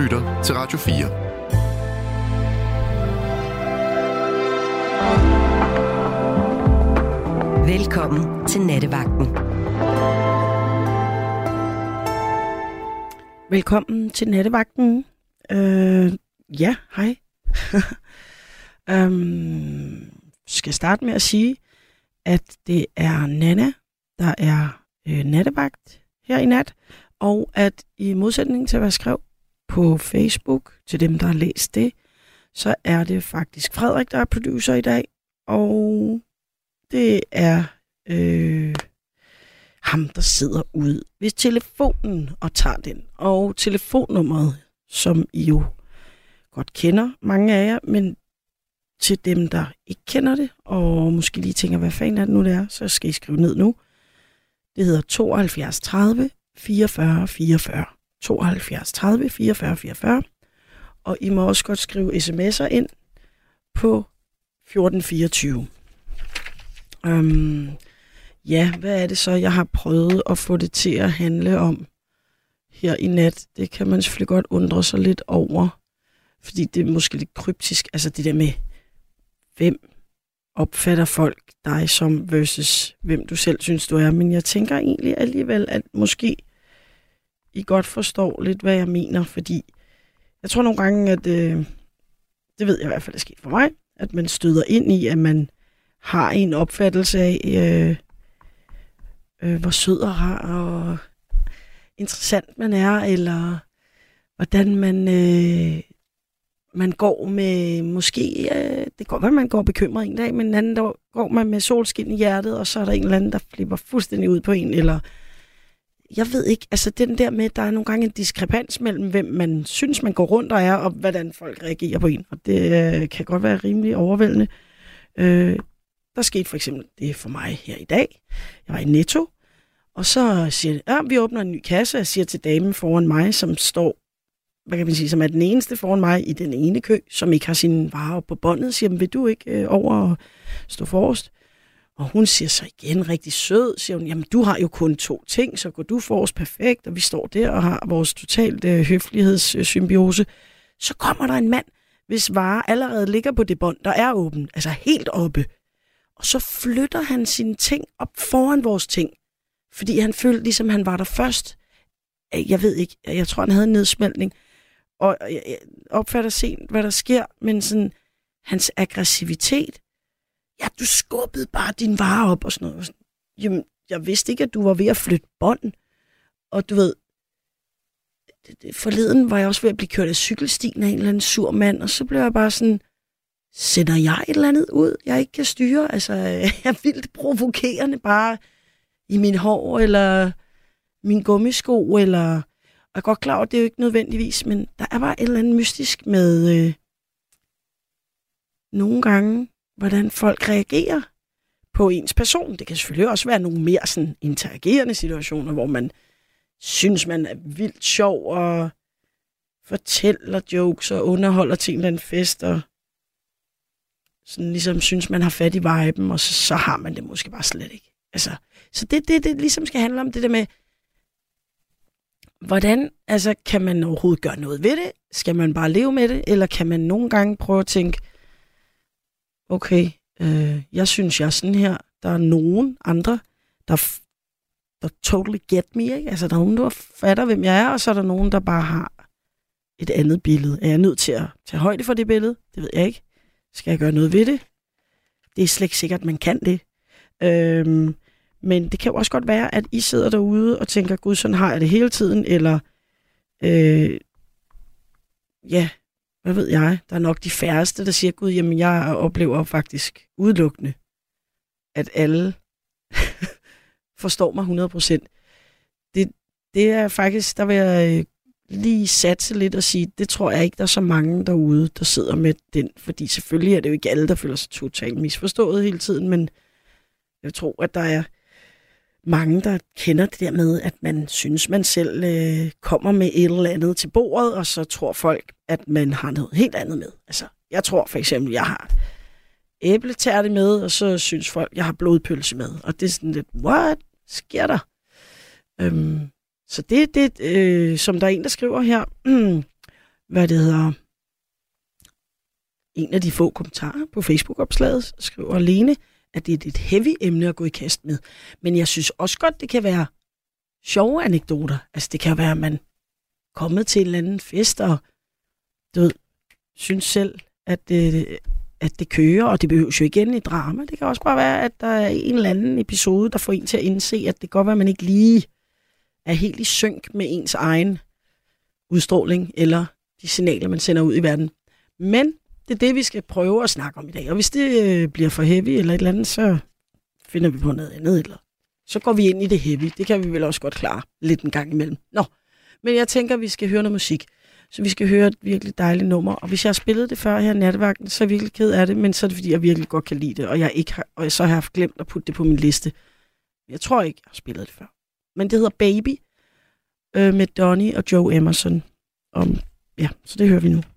lytter til Radio 4. Velkommen til Nattevagten. Velkommen til Nattevagten. Ja, hej. Skal starte med at sige, at det er Nana, der er nattevagt her i nat, og at i modsætning til, hvad jeg skrev på Facebook, til dem, der har læst det, så er det faktisk Frederik, der er producer i dag, og det er ham, der sidder ude ved telefonen og tager den. Og telefonnummeret, som I jo godt kender, mange af jer, men til dem, der ikke kender det, og måske lige tænker, hvad fanden er det nu, det er, så skal I skrive ned nu. Det hedder 72 30 44 44. 72 30 44 44. Og I må også godt skrive sms'er ind på 1424. Ja, hvad er det så, jeg har prøvet at få det til at handle om her i nat? Det kan man selvfølgelig godt undre sig lidt over, fordi det er måske lidt kryptisk. Altså det der med, hvem opfatter folk dig som versus hvem du selv synes, du er. Men jeg tænker egentlig alligevel, at måske I godt forstår lidt, hvad jeg mener, fordi jeg tror nogle gange, at det ved jeg i hvert fald er sket for mig, at man støder ind i, at man har en opfattelse af, hvor sød og rar og interessant man er, eller hvordan man går med, måske, det går godt, man går bekymret en dag, men en anden dag går man med solskin i hjertet, og så er der en eller anden, der flipper fuldstændig ud på en, eller jeg ved ikke, altså den der med, der er nogle gange en diskrepans mellem, hvem man synes, man går rundt og er, og hvordan folk reagerer på en, og det kan godt være rimelig overvældende. Der skete for eksempel det for mig her i dag. Jeg var i Netto, og så siger de, vi åbner en ny kasse, og jeg siger til damen foran mig, som står, hvad kan man sige, som er den eneste foran mig i den ene kø, som ikke har sine varer på båndet, siger, vil du ikke over og stå forrest? Og hun siger så igen, rigtig sød, siger hun, jamen du har jo kun 2 ting, så går du forrest perfekt, og vi står der og har vores totalt høflighedssymbiose. Så kommer der en mand, hvis varer allerede ligger på det bånd, der er åben, altså helt oppe. Og så flytter han sine ting op foran vores ting, fordi han følte, ligesom han var der først. Jeg ved ikke, jeg tror, han havde en nedsmeltning, og jeg opfatter sent, hvad der sker, men sådan, hans aggressivitet, ja, du skubbede bare din varer op og sådan noget. Jamen, jeg vidste ikke, at du var ved at flytte bånd, og du ved, forleden var jeg også ved at blive kørt af cykelstien af en eller anden sur mand, og så blev jeg bare sådan, sender jeg et eller andet ud, jeg ikke kan styre? Altså, jeg er vildt provokerende bare i min hår, eller min gummisko, eller... Og jeg er godt klar over, det er jo ikke nødvendigvis, men der er bare et eller andet mystisk med nogle gange, hvordan folk reagerer på ens person. Det kan selvfølgelig også være nogle mere sådan interagerende situationer, hvor man synes, man er vildt sjov og fortæller jokes og underholder til en eller anden fest og sådan ligesom synes, man har fat i viben, og så har man det måske bare slet ikke. Altså, så det ligesom skal handle om det der med, hvordan altså, kan man overhovedet gøre noget ved det? Skal man bare leve med det? Eller kan man nogle gange prøve at tænke, okay, jeg synes, jeg er sådan her. Der er nogen andre, der totally get me, ikke? Altså, der er nogen, der fatter, hvem jeg er, og så er der nogen, der bare har et andet billede. Er jeg nødt til at tage højde for det billede? Det ved jeg ikke. Skal jeg gøre noget ved det? Det er slet ikke sikkert, at man kan det. Men det kan jo også godt være, at I sidder derude og tænker, gud, sådan har jeg det hele tiden, eller ja, hvad ved jeg, der er nok de færreste, der siger, gud, jamen jeg oplever faktisk udelukkende, at alle forstår mig 100%. Det er faktisk, der vil jeg lige satse lidt og sige, det tror jeg ikke, der er så mange derude, der sidder med den, fordi selvfølgelig er det jo ikke alle, der føler sig totalt misforstået hele tiden, men jeg tror, at der er mange, der kender det der med, at man synes, man selv kommer med et eller andet til bordet, og så tror folk, at man har noget helt andet med. Altså, jeg tror for eksempel, jeg har æbletærte med, og så synes folk, jeg har blodpølse med. Og det er sådan lidt, what? Sker der? Så det som der er en, der skriver her, hvad det hedder, en af de få kommentarer på Facebook-opslaget skriver Lene, at det er et heavy emne at gå i kast med. Men jeg synes også godt, det kan være sjove anekdoter. Altså det kan være, at man kommet til en eller anden fest, og du ved, synes selv, at det kører, og det behøver jo igen i drama. Det kan også bare være, at der er en eller anden episode, der får en til at indse, at det kan godt være, at man ikke lige er helt i synk med ens egen udstråling, eller de signaler, man sender ud i verden. Men det er det, vi skal prøve at snakke om i dag. Og hvis det bliver for heavy eller et eller andet, så finder vi på noget andet, eller så går vi ind i det heavy. Det kan vi vel også godt klare lidt en gang imellem. Nå, men jeg tænker, at vi skal høre noget musik. Så vi skal høre et virkelig dejligt nummer. Og hvis jeg har spillet det før her i Nattevagten, så er jeg virkelig ked af det, men så er det, fordi jeg virkelig godt kan lide det, og så har jeg haft glemt at putte det på min liste. Jeg tror ikke, jeg har spillet det før. Men det hedder Baby med Donny og Joe Emerson. Ja, så det hører vi nu.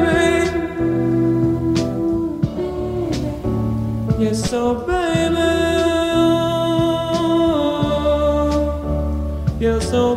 Yes, so baby. So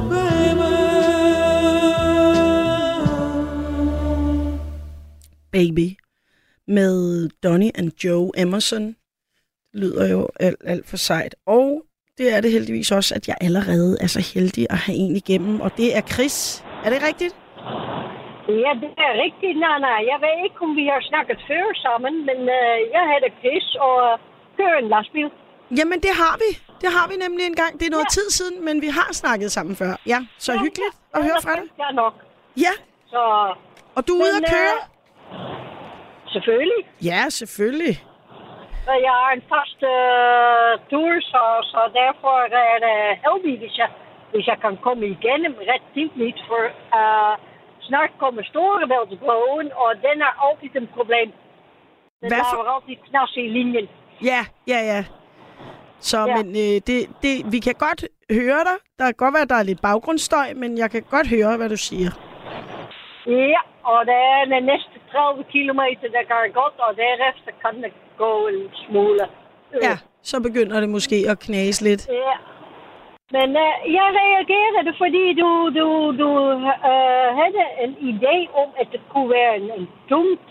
Baby med Donny and Joe Emerson. Det lyder jo alt for sejt. Og det er det heldigvis også, at jeg allerede er så heldig at have en igennem. Og det er Chris. Er det rigtigt? Ja, det er rigtigt, Nana. Jeg ved ikke, om vi har snakket før sammen, men jeg hedder Chris og kører en lastbil. Jamen, det har vi. Det har vi nemlig engang. Det er noget tid siden, men vi har snakket sammen før. Ja, så hyggeligt at høre fra dig. Ja, nok. Ja. Så, og du er ude at køre? Selvfølgelig. Ja, selvfølgelig. Så jeg har en fast tur, så derfor er det heldigt, hvis jeg kan komme igennem ret tidligt, for snart kommer Storebæltsbroen, og den er altid et problem. Den laver altid knas i linjen. Ja. Så, ja. Men vi kan godt høre dig. Der kan godt være, at der er lidt baggrundsstøj, men jeg kan godt høre, hvad du siger. Ja, og det er den næste 30 kilometer, der går godt, og derefter kan det gå en smule. Ja, så begynder det måske at knase lidt. Ja. Men jeg reagerede, fordi du havde en idé om, at det kunne være en dumt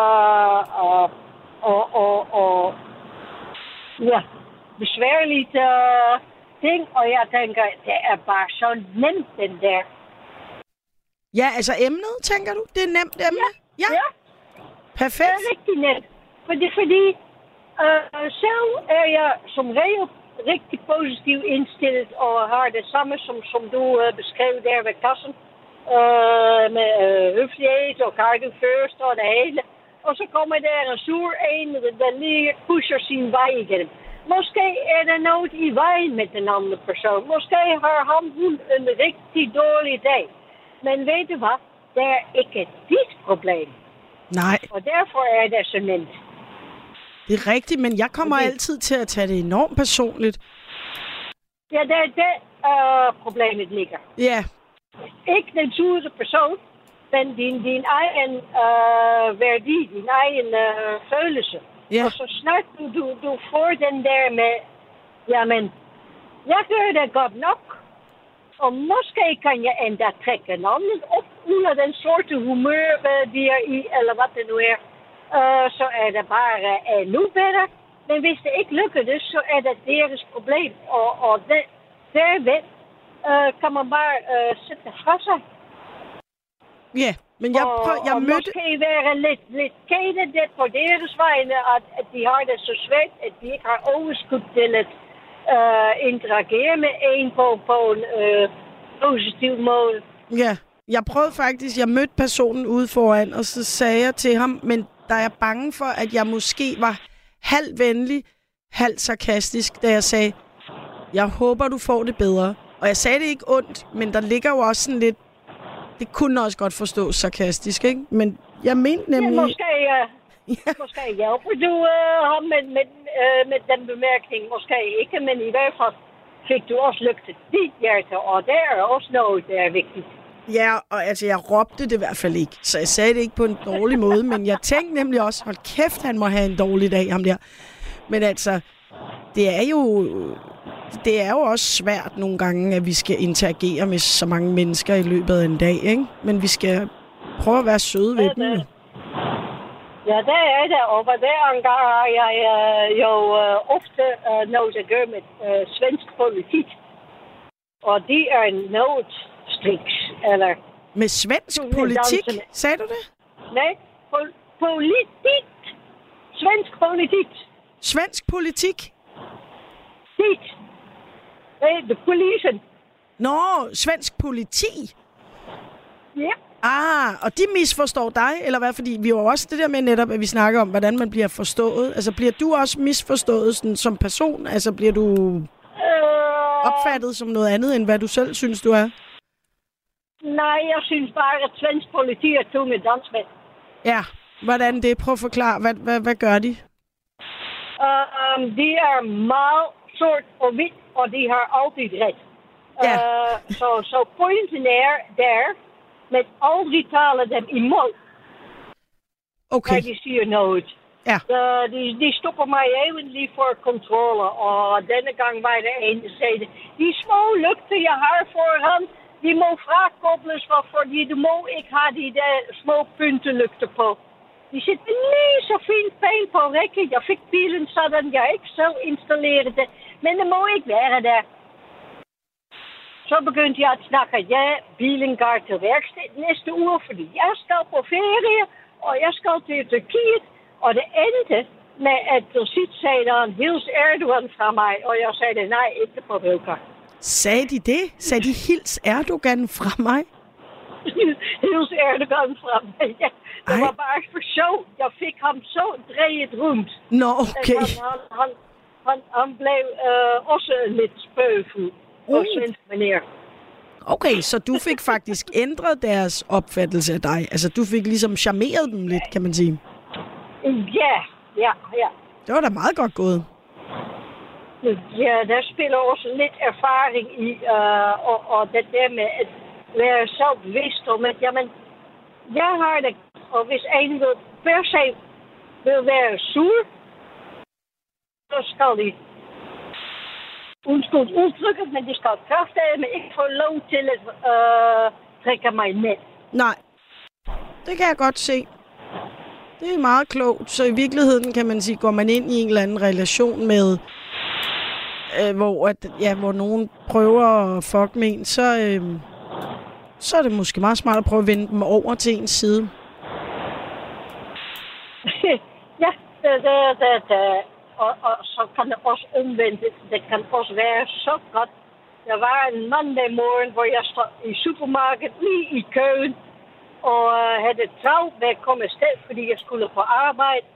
besværligt ting, og jeg tænker, det er bare så nemt, den der. Ja, altså emnet, tænker du? Det er nemt emne? Ja. Perfekt. Det er rigtig nemt. Fordi selv er jeg som regel rigtig positivt indstillet og har det samme, som du beskrev der ved kassen. Med høflighed og cargo first og det hele. Og så kommer der en sur en, der lige pusher sin vej igennem. Måske er der noget i vejen med den anden person. Måske har hun en rigtig dårlig dag. Men ved du hvad? Det er ikke dit problem. Nej. Og derfor er det så nemt. Det er rigtigt, men jeg kommer altid til at tage det enormt personligt. Ja, det er det problemet ligger. Ja. Ikke den sure person, men din egen værdi, din egen følelse. Ja. Og så snart du får den der med, jamen, jeg gør det godt nok, og måske kan jeg endda trække en anden op, ud af den sorte humør, de er i, eller hvad det nu er. Så er det bare endnu bedre. Men hvis det ikke lykkes, så er det deres problem. Og derved kan man bare sætte fra sig. Ja, men jeg mødte... måske være lidt kædet på deres vegne, at de har det så svært, at de ikke har overskud til at interagere med en på en positiv måde. Ja, jeg prøvede faktisk, jeg mødte personen ude foran, og så sagde jeg til ham, men der er bange for, at jeg måske var halvt venlig, halvt sarkastisk, da jeg sagde, jeg håber, du får det bedre. Og jeg sagde det ikke ondt, men der ligger jo også sådan lidt, det kunne også godt forstås sarkastisk, ikke? Men jeg mente nemlig... Ja, måske hjælper du ham med den bemærkning, måske ikke, men i hvert fald fik du også lugtet dit hjerte, og der er også noget, der er vigtigt. Ja, og altså, jeg råbte det i hvert fald ikke, så jeg sagde det ikke på en dårlig måde, men jeg tænkte nemlig også, hold kæft, han må have en dårlig dag, ham der. Men altså, det er jo også svært nogle gange, at vi skal interagere med så mange mennesker i løbet af en dag, ikke? Men vi skal prøve at være søde ved dem. Ja, det er det, og hvad der angår har jeg jo ofte noget at gøre med svensk politik. Og de er noget striks, eller... Med svensk politik? Sagde du det? Nej, politik. Svensk politik. Svensk politik? Dit. The polisen. Nå, svensk politi? Ja. Og de misforstår dig, eller hvad? Fordi vi har også det der med netop, at vi snakker om, hvordan man bliver forstået. Altså, bliver du også misforstået sådan, som person? Altså, bliver du opfattet som noget andet, end hvad du selv synes, du er? Nej, jeg synes bare, at svensk politi er tunge dansmænd. Ja, hvordan det? Prøv at forklare. Hvad gør de? De er meget sort og hvidt, og de har altid ret. Ja. Så pointen er der, men aldrig taler dem imod. Okay. Når de siger noget. Ja. Die stopper mij egentlig voor controle. Og denne gang var der en, der sagde, de små lygter, jeg har foran, de må frakobles, fordi du må ikke have de der små pyntelygter på. De zitten lige så fint pænt på rækket. Jeg fik bilen sådan, jeg ikke selv installerede det. Men det må ikke være der. Så begyndte jeg at snakke. Ja, bilen går til værksted næste uge, fordi jeg skal på ferie, og jeg skal til Tyrkiet. Og det endte med, at til sidst sagde der en hils Erdogan fra mig, og jeg sagde nej, ikke på Vilker. Sagde de det? Sagde de hils Erdogan fra mig? Hils Erdogan fra mig, ja. Det var bare for sjov. Jeg fik ham så drejet rundt. Nå, okay. Han blev også lidt spøgefuld på svensk manier. Okay, så du fik faktisk ændret deres opfattelse af dig. Altså, du fik ligesom charmeret dem lidt, kan man sige. Ja. Det var da meget godt gået. Ja, der spiller også lidt erfaring i, og det der med at være så bevidst om, at jamen, jeg har det, og hvis en vil være sur, så skal de undskyld udtrykket, men de skal kraftedeme ikke få lov til at trække mig ned. Nej, det kan jeg godt se. Det er meget klogt. Så i virkeligheden kan man sige, går man ind i en eller anden relation med, hvor nogen prøver at fuck med en, så er det måske meget smart at prøve at vende dem over til ens side. Ja, og så kan det også omvendt. Det kan også være så godt. Der var en mandag morgen, hvor jeg stod i supermarkedet lige i køen, og havde travlt med at komme afsted, fordi jeg skulle på arbejde.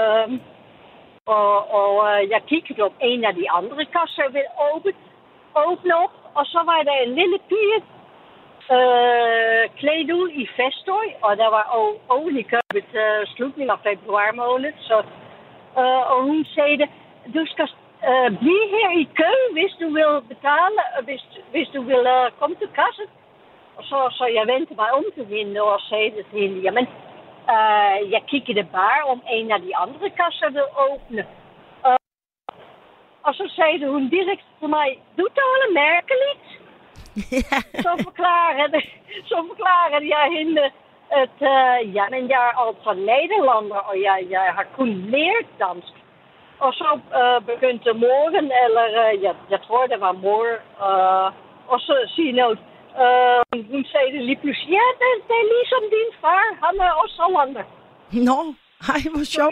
Og jeg kiggede op en af de andre kasser ved åbne op, og så var der en lille pige klædt ud i festtøj, og der var oven i købet slutningen af februar måned, så og hun sagde, du skal blive her i køen, hvis du vil betale, hvis du vil komme til kassen. Og så jeg vendte mig om til hende og sagde til hende, jamen, jeg kiggede bare om en af de andre kasser vil åbne. Og så sagde hun direkte til mig, du taler mærkeligt. Så forklarede jeg hende, at jamen, jeg er altså nederlander, og jeg har kun lært dansk. Og så begyndte moren, eller jeg tror det var mor, og så sige noget. Hun sagde det lige pludselig, ja, det er ligesom din far, han er også hollander. Nå, hej, hvor sjovt.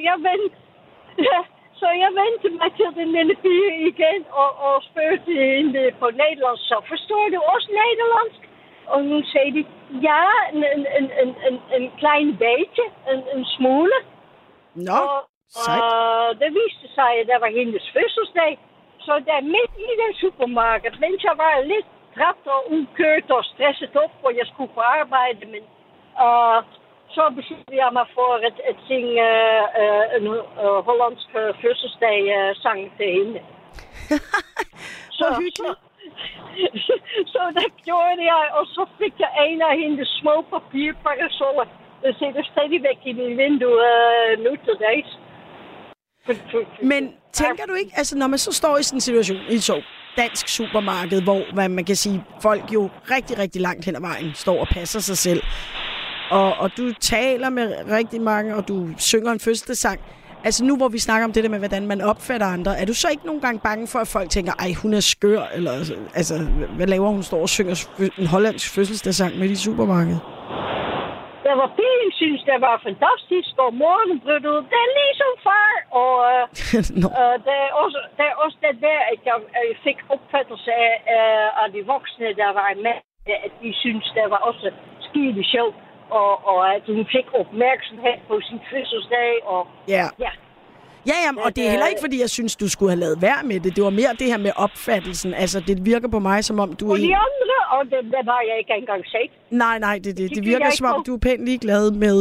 Så jeg vendte mig til den lille pige igen, og spurgte hende på nederlandsk, så forstår du også nederlandsk? Og hun sagde, ja, en klein beetje, en smule. Nå, sejt. Og det viste sig, at der var hendes fødselsdag. Så der midt i den supermarked, mens jeg var lidt træt og ukørt og stresset op, hvor jeg skulle på arbejde, men så besluttede jeg mig for at synge en hollandsk fødselsdag-sang til hende. Så hyggeligt. Så det gjorde jeg, og så fik jeg en af hendes små papirparasoller. Det sidder stadigvæk i min vindue nu til dags. Men tænker du ikke, altså når man så står i sådan en situation i et dansk supermarked, hvor man kan sige, folk jo rigtig, rigtig langt hen ad vejen står og passer sig selv, og du taler med rigtig mange, og du synger en fødselsdagssang. Altså nu, hvor vi snakker om det der med, hvordan man opfatter andre, er du så ikke nogle gange bange for, at folk tænker, ej, hun er skør, eller altså, hvad laver hun, står og synger en hollandsk fødselsdagssang midt i supermarkedet? Der var pigen, synes det var fantastisk, og moren brød ud, det er ligesom far, og der er også det der, at jeg fik opfattelse af de voksne, der var med, at de synes, det var også skide sjov. Og at hun fik opmærksomhed på sin fødselsdag. Ja, og det er heller ikke, fordi jeg synes, du skulle have lavet værd med det. Det var mere det her med opfattelsen. Altså, det virker på mig, som om du... Og de andre, og det har jeg ikke engang set. Nej, det virker som om, du er pænt ligeglad med...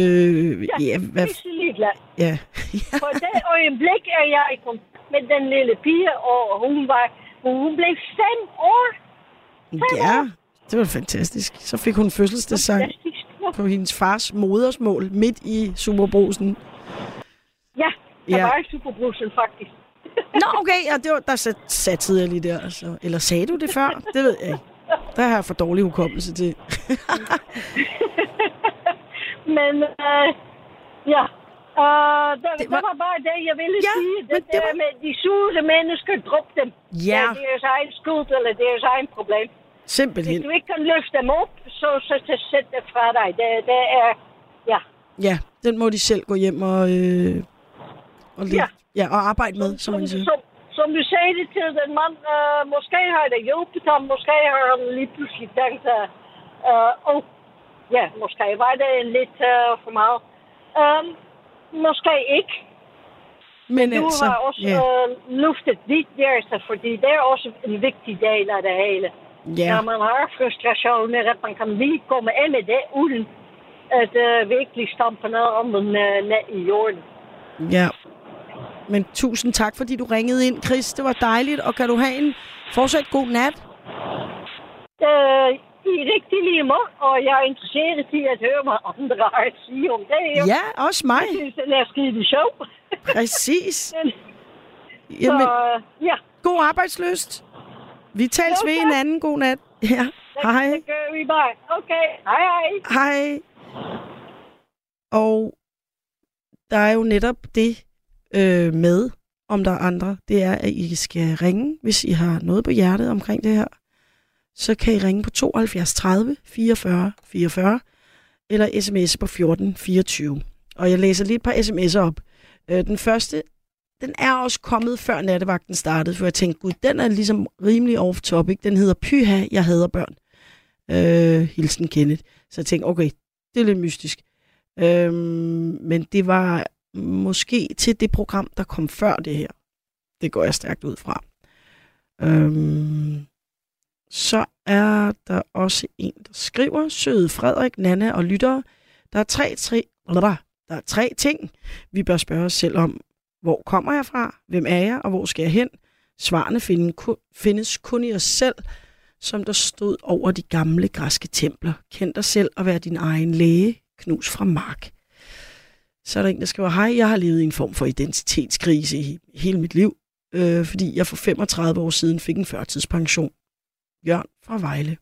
Jeg er ligeglad. Ja. På det øjeblik er jeg i kontakt med den lille pige, og hun blev 5 år. 5 år. Det var fantastisk. Så fik hun fødselsdagssang på hendes fars modersmål midt i Superbrugsen. Ja, Der var superbrusen, faktisk. Nå, okay, ja, det var, der satte jeg lige der. Altså. Eller sagde du det før? Det ved jeg ikke. Der har jeg for dårlig hukommelse til. Men, ja. Det var bare det, jeg ville sige. Det der med de sure mennesker, drop dem. Ja. Det er deres egen skyld, eller deres egen problem. Simpelthen. Hvis du ikke kan løfte dem op, så sæt det fra dig. Det er, ja. Ja, den må de selv gå hjem og og arbejde med, som man siger. Som du sagde det til den mand, måske har det hjulpet ham, måske har han lige pludselig tænkt, måske var det lidt for meget. Måske ikke. Men du har også luftet dit hjerte, fordi det er også en vigtig del af det hele. Yeah. Når man har frustrationer, at man kan lige komme af med det, uden at virkelig stampe noget om den ned i jorden. Ja. Men tusind tak, fordi du ringede ind, Chris. Det var dejligt, og kan du have en fortsat god nat? I rigtig lige måde, og jeg er interesseret i at høre, hvad andre har at sige om det. Ja, også mig. Jeg synes, den er skide sjov. Præcis. Jamen, ja. God arbejdsløst. Vi tales ved hinanden. God nat. Ja, hej. Det gør vi bare. Okay, hej. Hej. Og der er jo netop det med, om der er andre, det er, at I skal ringe, hvis I har noget på hjertet omkring det her. Så kan I ringe på 72 30 44 44 eller sms på 14 24. Og jeg læser lige et par sms'er op. Den første, den er også kommet før nattevagten startede, for jeg tænkte, gud, den er ligesom rimelig off-topic. Den hedder Pyha, jeg hader børn. Hilsen Kenneth. Så jeg tænkte, okay, det er lidt mystisk. Men det var måske til det program, der kom før det her. Det går jeg stærkt ud fra. Så er der også en, der skriver, søde Frederik, Nana og lyttere. Der er tre ting, vi bør spørge os selv om. Hvor kommer jeg fra? Hvem er jeg? Og hvor skal jeg hen? Svarene findes kun i os selv, som der stod over de gamle græske templer. Kend dig selv og vær din egen læge. Knus fra Mark. Så er der en, der skriver, hej, jeg har levet i en form for identitetskrise i hele mit liv, fordi jeg for 35 år siden fik en førtidspension. Jørgen fra Vejle.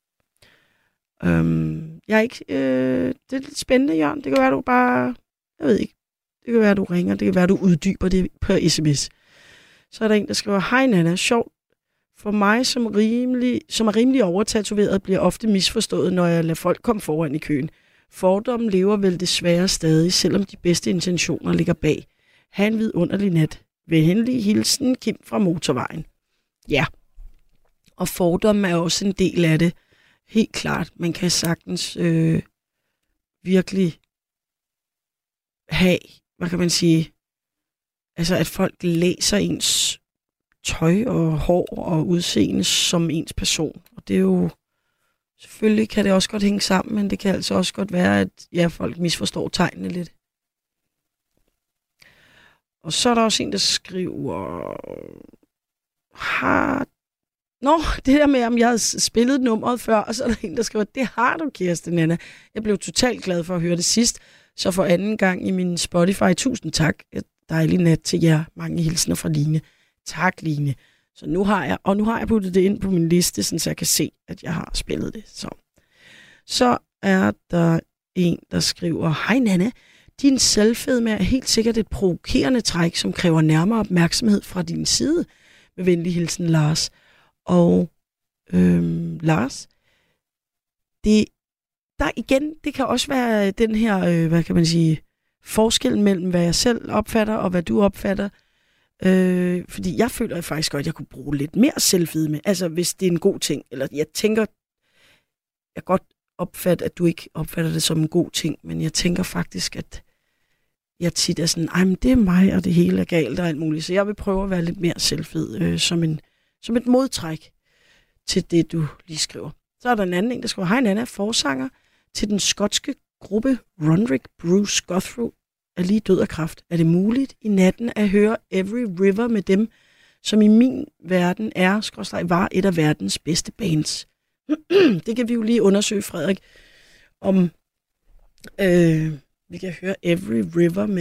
Jeg er ikke... det er lidt spændende, Jørgen. Det kan være, du bare... Jeg ved ikke. Det kan være, du ringer. Det kan være, du uddyber det på sms. Så er der en, der skriver, hej Nana, sjovt. For mig, som er rimelig overtatoveret, bliver ofte misforstået, når jeg lader folk komme foran i køen. Fordommen lever vel desværre stadig, selvom de bedste intentioner ligger bag. Ha' en vidunderlig nat. Venlig hilsen, Kim fra Motorvejen. Ja. Og fordommen er også en del af det. Helt klart. Man kan sagtens virkelig have, hvad kan man sige, altså at folk læser ens tøj og hår og udseende som ens person. Og det er jo, selvfølgelig kan det også godt hænge sammen, men det kan altså også godt være, at folk misforstår tegnene lidt. Og så er der også en, der skriver, det der med, om jeg havde spillet nummeret før, og så er der en, der skriver, det har du, Kirsten Nana. Jeg blev totalt glad for at høre det sidst, så for anden gang i min Spotify. Tusind tak. Dejlig nat til jer. Mange hilsner fra Line. Tak, Line. Så nu har jeg puttet det ind på min liste, så jeg kan se, at jeg har spillet det. Så er der en, der skriver, hej Nana, din selvfedme er helt sikkert et provokerende træk, som kræver nærmere opmærksomhed fra din side. Med venlig hilsen, Lars. Og Lars, det kan også være den her, hvad kan man sige, forskel mellem, hvad jeg selv opfatter, og hvad du opfatter. Fordi jeg føler faktisk godt, at jeg kunne bruge lidt mere selvfedme. Altså, hvis det er en god ting. Eller jeg tænker, jeg godt opfatter, at du ikke opfatter det som en god ting, men jeg tænker faktisk, at jeg tit er sådan, men det er mig, og det hele er galt og alt muligt. Så jeg vil prøve at være lidt mere selvfed, som et modtræk til det, du lige skriver. Så er der en anden en, der skriver, hej Nana, forsanger til den skotske gruppe Runrig Bruce Guthrie er lige død af kræft. Er det muligt i natten at høre Every River med dem, som i min verden var et af verdens bedste bands? Det kan vi jo lige undersøge, Frederik, om vi kan høre Every River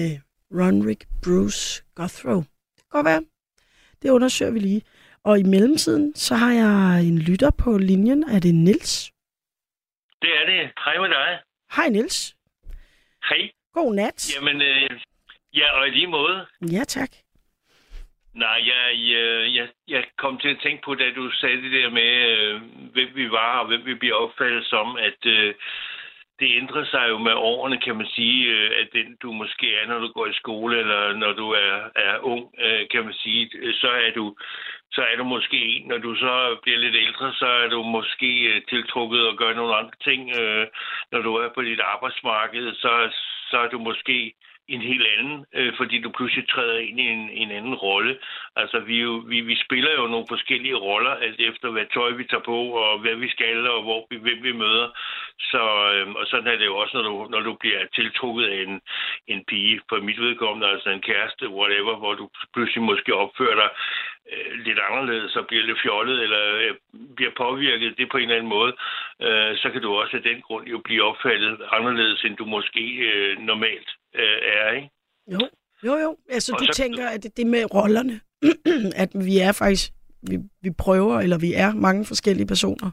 Ronrick Bruce Guthrow. Det kan godt være. Det undersøger vi lige. Og i mellemtiden, så har jeg en lytter på linjen. Er det Niels? Det er det. Hej med dig. Hej Niels. Hej. God nat. Jamen, ja, og i lige måde. Ja, tak. Nej, jeg kom til at tænke på, da du sagde det der med, hvem vi var, og hvem vi bliver opfattet som, at det ændrer sig jo med årene, kan man sige, at den du måske er, når du går i skole, eller når du er ung, kan man sige, så er du måske en. Når du så bliver lidt ældre, så er du måske tiltrukket og gør nogle andre ting. Når du er på dit arbejdsmarked, så er du måske en helt anden, fordi du pludselig træder ind i en anden rolle. Altså, vi spiller jo nogle forskellige roller, alt efter hvad tøj vi tager på, og hvad vi skal, og hvem vi møder. Så, og sådan er det jo også, når du bliver tiltrukket af en pige, for mit vedkommende, altså en kæreste, whatever, hvor du pludselig måske opfører dig lidt anderledes, og bliver lidt fjollet, eller bliver påvirket det på en eller anden måde, så kan du også af den grund jo blive opfattet anderledes, end du måske normalt er, ikke? Jo. Altså, du tænker, at det med rollerne, at vi er faktisk, vi prøver, eller vi er mange forskellige personer.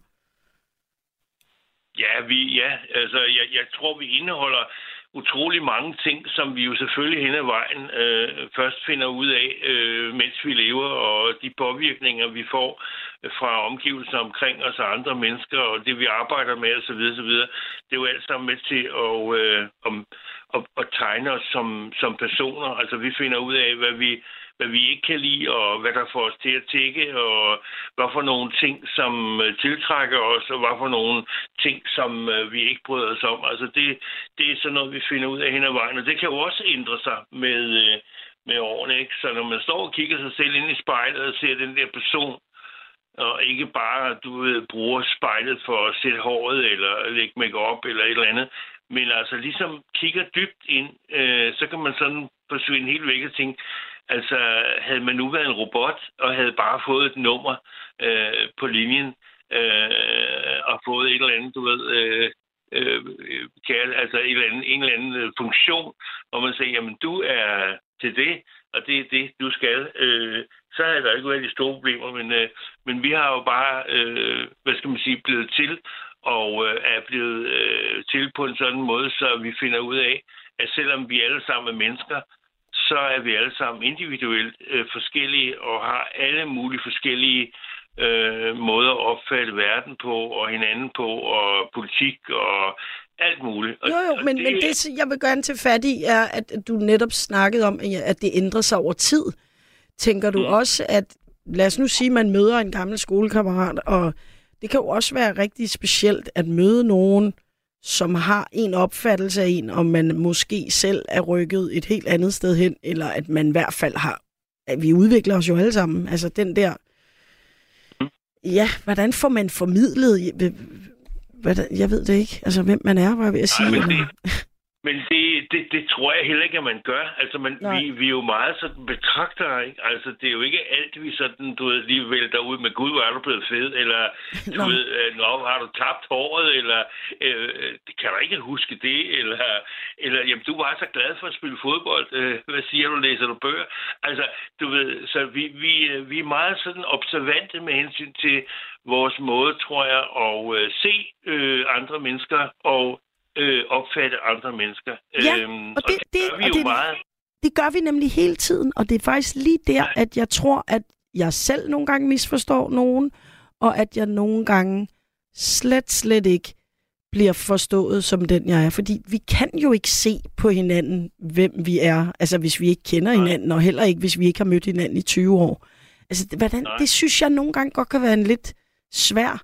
Altså, jeg tror, vi indeholder utrolig mange ting, som vi jo selvfølgelig hen ad vejen først finder ud af, mens vi lever, og de påvirkninger, vi får fra omgivelser omkring os og andre mennesker, og det, vi arbejder med, osv., osv., det er jo alt sammen med til at tegne os som personer. Altså, vi finder ud af, hvad vi ikke kan lide, og hvad der får os til at tikke, og hvad for nogle ting, som tiltrækker os, og hvad for nogle ting, som vi ikke bryder os om. Altså, det er sådan noget, vi finder ud af hen ad vejen, og det kan jo også ændre sig med årene, ikke? Så når man står og kigger sig selv ind i spejlet og ser den der person, og ikke bare, bruger spejlet for at sætte håret, eller lægge make-up, eller et eller andet, men altså ligesom kigger dybt ind, så kan man sådan forsvinde helt væk og tænke, altså havde man nu været en robot, og havde bare fået et nummer på linjen, og fået et eller andet, altså en eller anden funktion, hvor man siger, jamen du er til det, og det er det, du skal, så havde der ikke været de store problemer, men vi har jo bare, blevet til, og er blevet til på en sådan måde, så vi finder ud af, at selvom vi alle sammen er mennesker, så er vi alle sammen individuelt forskellige, og har alle mulige forskellige måder at opfatte verden på, og hinanden på, og politik, og alt muligt. Men det, jeg vil gerne til fat i, er, at du netop snakkede om, at det ændrer sig over tid. Tænker du også, at, lad os nu sige, man møder en gammel skolekammerat, og det kan jo også være rigtig specielt at møde nogen, som har en opfattelse af en, om man måske selv er rykket et helt andet sted hen, eller at man i hvert fald har, at vi udvikler os jo alle sammen. Altså den der, ja, hvordan får man formidlet, jeg ved det ikke, altså hvem man er, var jeg ved at sige. Men det tror jeg heller ikke, at man gør. Altså, vi er jo meget sådan betragtere, ikke? Altså, det er jo ikke alt, vi sådan, lige vælter ud med, Gud, hvor er du blevet fed, eller, har du tabt håret, eller, det kan du ikke huske det, eller jamen, du var så glad for at spille fodbold, hvad siger du, læser du bøger? Altså, du ved, så vi er meget sådan observante med hensyn til vores måde, tror jeg, at se andre mennesker, og opfatte andre mennesker. Ja, det gør vi nemlig hele tiden, og det er faktisk lige der, at jeg tror, at jeg selv nogle gange misforstår nogen, og at jeg nogle gange slet ikke bliver forstået som den, jeg er. Fordi vi kan jo ikke se på hinanden, hvem vi er, altså hvis vi ikke kender hinanden, og heller ikke, hvis vi ikke har mødt hinanden i 20 år. Altså, det synes jeg nogle gange godt kan være en lidt svær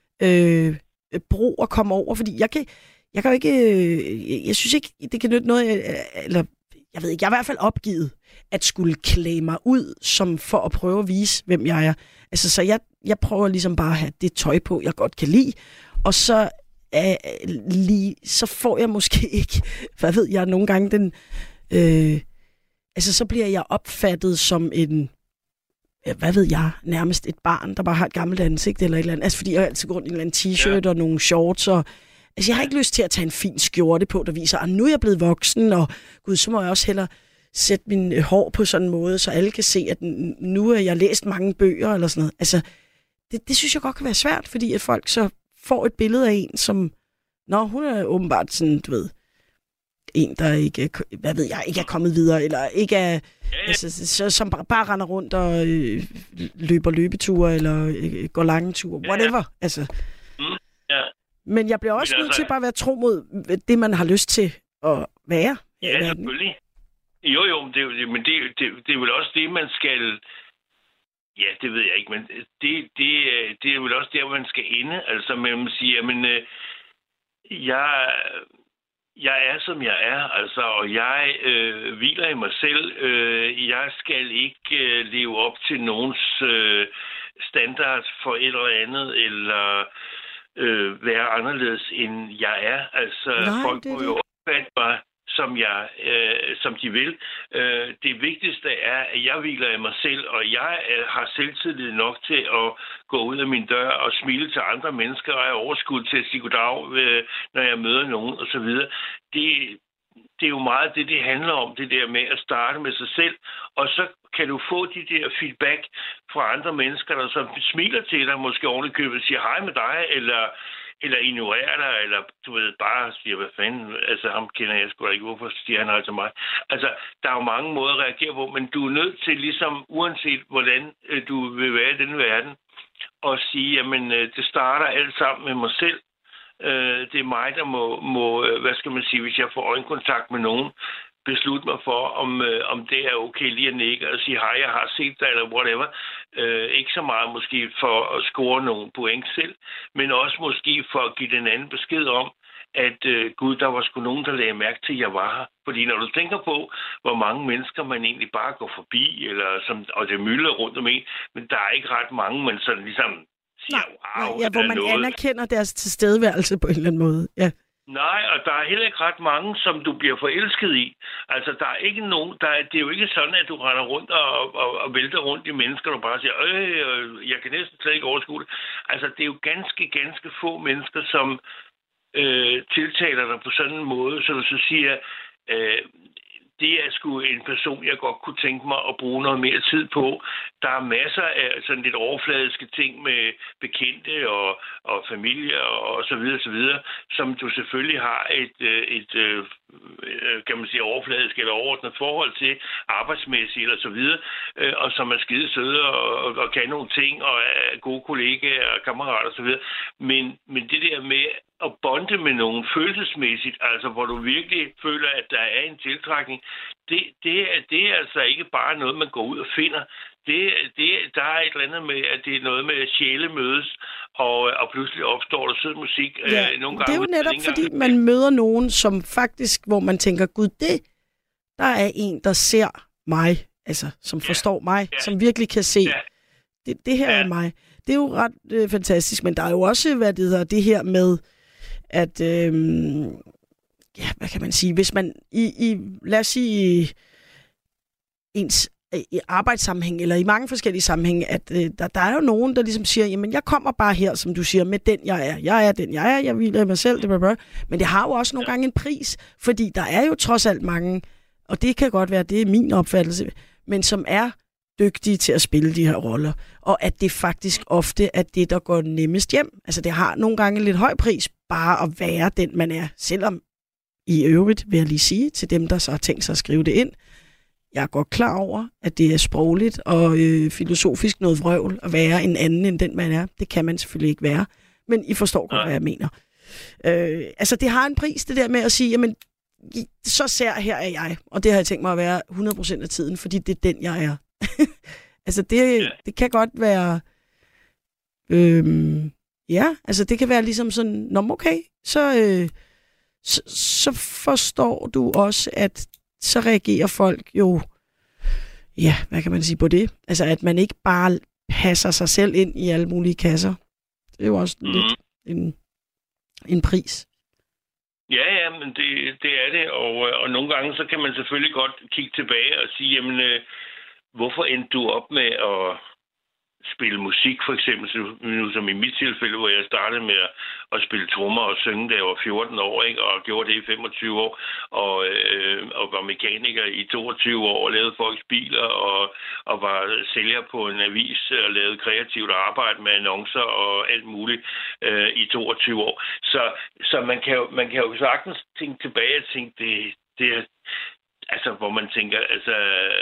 bro at komme over, fordi jeg kan jo ikke, jeg synes ikke, det kan nytte noget, eller jeg ved ikke, jeg er i hvert fald opgivet at skulle klæde mig ud, som for at prøve at vise, hvem jeg er. Altså, så jeg prøver ligesom bare at have det tøj på, jeg godt kan lide, og så så får jeg måske ikke, hvad ved jeg, nogle gange den, så bliver jeg opfattet som en, hvad ved jeg, nærmest et barn, der bare har et gammelt ansigt eller et eller andet. Altså, fordi jeg altid går rundt i en eller anden t-shirt og nogle shorts, og altså, jeg har ikke lyst til at tage en fin skjorte på, der viser, at nu er jeg blevet voksen, og gud, så må jeg også hellere sætte min hår på sådan en måde, så alle kan se, at nu har jeg læst mange bøger eller sådan noget. Altså, det synes jeg godt kan være svært, fordi at folk så får et billede af en, som, hun er åbenbart sådan, du ved, en, der ikke, ikke er kommet videre, eller ikke er, altså, som bare render rundt og løber løbeture, eller går lange ture, whatever. Altså. Men jeg bliver også nødt til bare at være tro mod det, man har lyst til at være. Ja, selvfølgelig. Jo, men det er vel også det, man skal... Ja, det ved jeg ikke, men det er vel også der, man skal ende. Altså, man siger, jamen, jeg er, som jeg er, altså, og jeg hviler i mig selv. Jeg skal ikke leve op til nogens standard for et eller andet, eller være anderledes, end jeg er. Altså, folk må jo opfatte mig, som de vil. Det vigtigste er, at jeg hviler i mig selv, og jeg har selvtillid nok til at gå ud af min dør og smile til andre mennesker, og er overskud til at sige goddag, når jeg møder nogen, og så videre. Det er jo meget det handler om, det der med at starte med sig selv, og så kan du få de der feedback fra andre mennesker, der så smiler til dig, måske ordentligt købet og siger hej med dig, eller ignorerer dig, eller du ved, bare siger, hvad fanden, altså ham kender jeg sgu da ikke, hvorfor siger han altså mig? Altså, der er jo mange måder at reagere på, men du er nødt til ligesom, uanset hvordan du vil være i den verden, at sige, jamen, det starter alt sammen med mig selv. Det er mig, der må, hvad skal man sige, hvis jeg får øjenkontakt med nogen, beslutte mig for, om det er okay lige at nikke og sige, hej, jeg har set dig, eller whatever. Ikke så meget måske for at score nogle point selv, men også måske for at give den anden besked om, at gud, der var sgu nogen, der lagde mærke til, at jeg var her. Fordi når du tænker på, hvor mange mennesker man egentlig bare går forbi, og det mylder rundt om en, men der er ikke ret mange, man sådan ligesom siger, wow, ja, hvor man noget. Anerkender deres tilstedeværelse på en eller anden måde, ja. Nej, og der er heller ikke ret mange, som du bliver forelsket i. Altså, der er ikke nogen... det er jo ikke sådan, at du render rundt og vælter rundt i mennesker, og bare siger, jeg kan næsten slet ikke overskue det. Altså, det er jo ganske få mennesker, som tiltaler dig på sådan en måde, så du så siger... det er sgu en person, jeg godt kunne tænke mig at bruge noget mere tid på. Der er masser af sådan lidt overfladiske ting med bekendte og familie og så videre, som du selvfølgelig har et kan man sige, overfladisk eller overordnet forhold til, arbejdsmæssigt eller så videre, og som er skide søde og kan nogle ting, og er gode kollegaer og kammerater og så videre. Men det der med at bonde med nogen følelsesmæssigt, altså hvor du virkelig føler, at der er en tiltrækning, det er altså ikke bare noget, man går ud og finder. Der er et eller andet med, at det er noget med, at sjæle mødes, og pludselig opstår der sød musik. Nogle gange, det er jo netop, fordi man møder nogen, som faktisk, hvor man tænker, gud, der er en, der ser mig, altså som forstår mig, som virkelig kan se, det her er mig. Det er jo ret fantastisk, men der er jo også, det her med, at, hvad kan man sige, hvis man lad os sige, ens i arbejdssammenhæng, eller i mange forskellige sammenhænge, at der er jo nogen, der ligesom siger, jamen, jeg kommer bare her, som du siger, med den, jeg er. Jeg er den, jeg er. Jeg hviler i mig selv. Men det har jo også nogle gange en pris, fordi der er jo trods alt mange, og det kan godt være, det er min opfattelse, men som er dygtige til at spille de her roller, og at det faktisk ofte er det, der går nemmest hjem. Altså, det har nogle gange en lidt høj pris, bare at være den, man er. Selvom i øvrigt, vil jeg lige sige, til dem, der så har tænkt sig at skrive det ind, jeg er godt klar over, at det er sprogligt og filosofisk noget vrøvl at være en anden end den, man er. Det kan man selvfølgelig ikke være. Men I forstår godt, hvad jeg mener. Altså, det har en pris, det der med at sige, jamen, så ser her er jeg. Og det har jeg tænkt mig at være 100% af tiden, fordi det er den, jeg er. Altså, det kan godt være... altså, det kan være ligesom sådan, okay, så forstår du også, at så reagerer folk jo, hvad kan man sige på det? Altså, at man ikke bare passer sig selv ind i alle mulige kasser. Det er jo også lidt en pris. Ja, men det er det, og nogle gange, så kan man selvfølgelig godt kigge tilbage og sige, jamen, hvorfor endte du op med at spille musik, for eksempel, nu som i mit tilfælde, hvor jeg startede med at spille trommer og synge, da jeg var 14 år, ikke? Og gjorde det i 25 år, og var mekaniker i 22 år, og lavede folks biler, og var sælger på en avis, og lavede kreativt arbejde med annoncer og alt muligt i 22 år. Så man kan jo sagtens tænke tilbage og tænke, det er, altså, hvor man tænker, altså,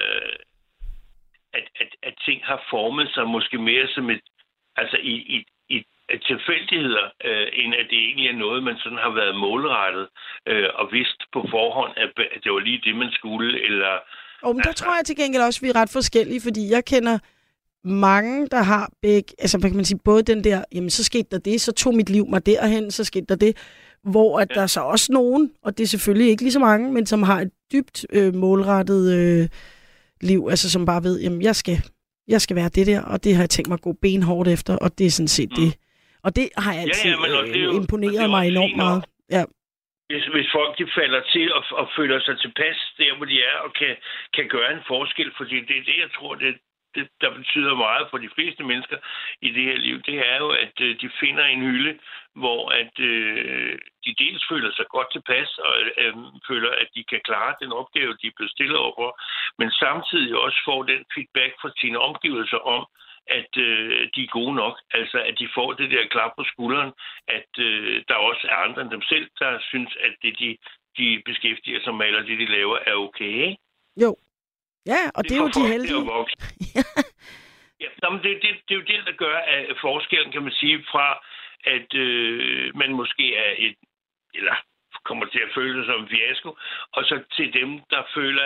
at ting har formet sig måske mere som et, altså i tilfældigheder, end at det egentlig er noget, man sådan har været målrettet og vidst på forhånd, at det var lige det, man skulle, eller... Men der tror jeg til gengæld også, vi er ret forskellige, fordi jeg kender mange, der har begge, altså kan man sige, både den der, jamen så skete der det, så tog mit liv mig derhen, så skete der det, hvor at der er så også nogen, og det er selvfølgelig ikke lige så mange, men som har et dybt målrettet liv, altså som bare ved, jamen jeg skal være det der, og det har jeg tænkt mig at gå benhårdt efter, og det er sådan set det. Og det har jeg altid imponeret mig enormt meget. Ja. Hvis folk de falder til og føler sig tilpas der, hvor de er, og kan gøre en forskel, fordi det er det, jeg tror, det der betyder meget for de fleste mennesker i det her liv, det er jo, at de finder en hylde, hvor at de dels føler sig godt tilpas, og føler, at de kan klare den opgave, de er blevet stillet overfor, men samtidig også får den feedback fra sine omgivelser om, at de er gode nok. Altså, at de får det der klap på skulderen, at der også er andre end dem selv, der synes, at det de beskæftiger sig med, eller det de laver, er okay, ikke? Jo. Ja, og det er jo de heldige. Ja, det er jo det, der gør at forskellen, kan man sige, fra at man måske er eller kommer til at føle sig som en fiasko, og så til dem, der føler,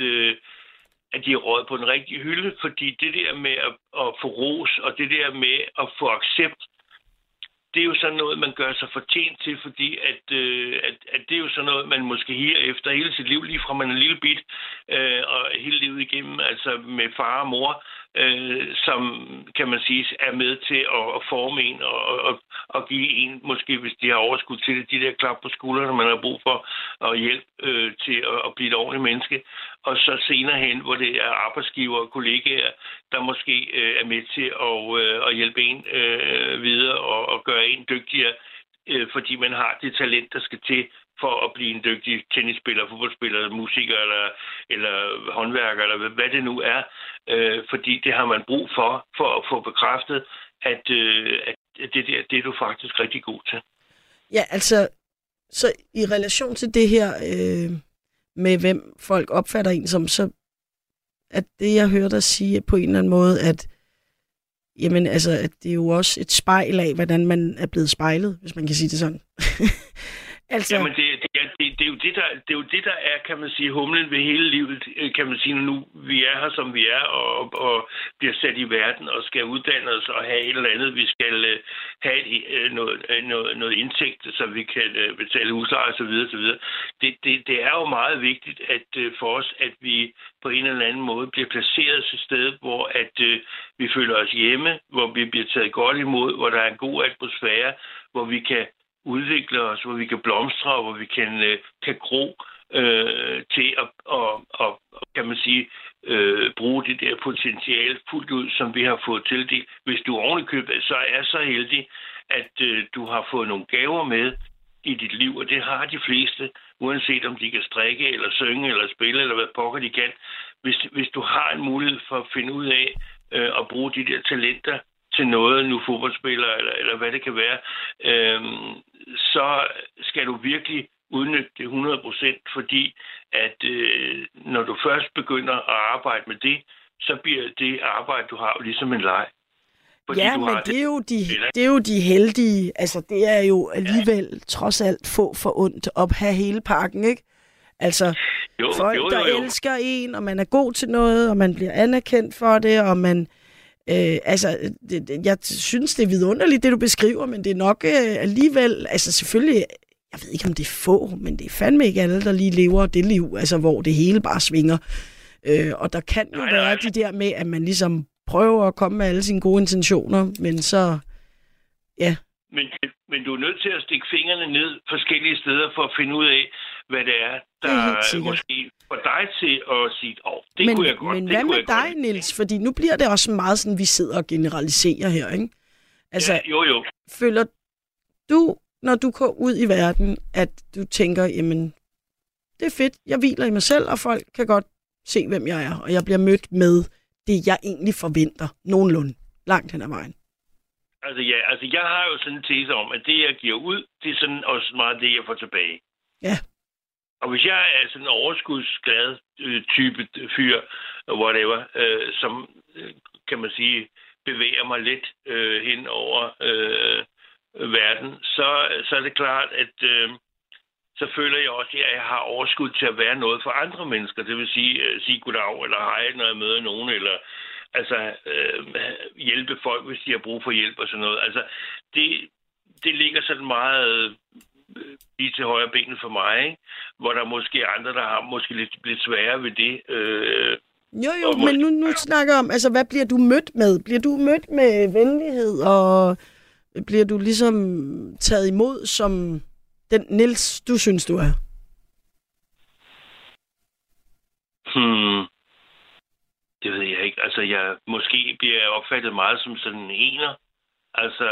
at de er røget på den rigtige hylde, fordi det der med at få ros, og det der med at få accept, det er jo sådan noget, man gør sig fortjent til, fordi at det er jo sådan noget, man måske higer efter hele sit liv, lige fra man er en lille bit, og hele livet igennem, altså med far og mor, som, kan man sige, er med til at forme en og give en, måske hvis de har overskud til det, de der klap på skuldrene, man har brug for, og hjælp til at blive et ordentligt menneske. Og så senere hen, hvor det er arbejdsgiver og kollegaer, der måske er med til at hjælpe en videre og gøre en dygtigere, fordi man har det talent, der skal til for at blive en dygtig tennisspiller, fodboldspiller, musiker eller håndværker, eller hvad det nu er. Fordi det har man brug for at få bekræftet, at det er du faktisk rigtig god til. Ja, altså, så i relation til det her med, hvem folk opfatter en som, så at det, jeg hørte dig sige på en eller anden måde, at jamen, altså, at det er jo også et spejl af, hvordan man er blevet spejlet, hvis man kan sige det sådan. Altså... Jamen, det er jo det, der er, kan man sige, humlen ved hele livet, kan man sige, når nu vi er her, som vi er, og bliver sat i verden, og skal uddanne os og have et eller andet. Vi skal have noget indtægt, så vi kan betale husleje osv. osv. Det er jo meget vigtigt at for os, at vi på en eller anden måde bliver placeret et sted, hvor at vi føler os hjemme, hvor vi bliver taget godt imod, hvor der er en god atmosfære, hvor vi kan udvikle os, hvor vi kan blomstre, hvor vi kan gro til at kan man sige, bruge det der potentiale fuldt ud, som vi har fået tildelt. Hvis du ovenikøbet så er så heldig, at du har fået nogle gaver med i dit liv, og det har de fleste, uanset om de kan strikke, eller synge, eller spille, eller hvad pokker de kan. Hvis du har en mulighed for at finde ud af at bruge de der talenter til noget, nu fodboldspiller, eller hvad det kan være, så skal du virkelig udnytte det 100%, fordi at når du først begynder at arbejde med det, så bliver det arbejde, du har, jo ligesom en leg. Fordi ja, men det er jo de heldige. Altså, det er jo alligevel trods alt få for ondt op have hele pakken, ikke? Altså, folk, der elsker en, og man er god til noget, og man bliver anerkendt for det, og man... jeg synes, det er vidunderligt, det du beskriver, men det er nok alligevel... Altså, selvfølgelig... Jeg ved ikke, om det er få, men det er fandme ikke alle, der lige lever det liv, altså, hvor det hele bare svinger. Og der kan jo være de der med, at man ligesom prøver at komme med alle sine gode intentioner, men så... Ja. Men du er nødt til at stikke fingrene ned forskellige steder for at finde ud af, hvad det er, der måske får dig til at sige, det kunne jeg godt. Men hvad med dig, Niels? Fordi nu bliver det også meget sådan, vi sidder og generaliserer her, ikke? Altså, jo. Føler du, når du går ud i verden, at du tænker, jamen, det er fedt, jeg hviler i mig selv, og folk kan godt se, hvem jeg er, og jeg bliver mødt med det, jeg egentlig forventer, nogenlunde, langt hen ad vejen? Altså jeg har jo sådan en tese om, at det, jeg giver ud, det er sådan også meget det, jeg får tilbage. Ja. Og hvis jeg er sådan en overskudsglad type fyr, whatever, som, kan man sige, bevæger mig lidt hen over verden, så er det klart, at så føler jeg også, at jeg har overskud til at være noget for andre mennesker. Det vil sige goddag, eller hej, når jeg møder nogen, eller hjælpe folk, hvis de har brug for hjælp og sådan noget. Altså, det ligger sådan meget lige til højre benet for mig, ikke? Hvor der måske er andre, der har måske lidt sværere ved det. Jo, men nu snakker om, altså, hvad bliver du mødt med? Bliver du mødt med venlighed, og bliver du ligesom taget imod som den Niels, du synes, du er? Det ved jeg ikke. Altså, måske bliver jeg opfattet meget som sådan en ener. Altså,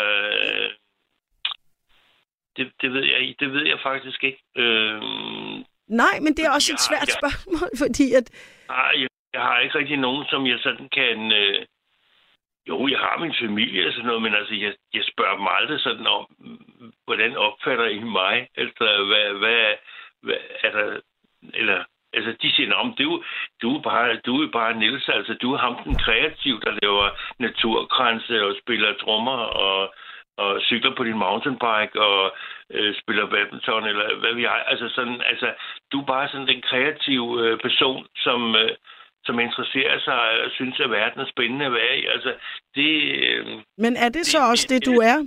det ved jeg ikke. Det ved jeg faktisk ikke. Nej, men det er også et svært spørgsmål, fordi at... Jeg har ikke rigtig nogen, som jeg sådan kan... Jo, jeg har min familie og sådan noget, men altså, jeg spørger dem aldrig sådan om, hvordan opfatter I mig? Altså, hvad er der... Eller... Altså, de siger, om du er bare Niels, altså du er ham den kreativ, der laver naturkranse og spiller trommer og cykler på din mountainbike og spiller badminton, eller hvad vi har. Altså, du er bare sådan den kreative person, som interesserer sig og synes, at verden er spændende at være i. Altså, men er det så også det, du er?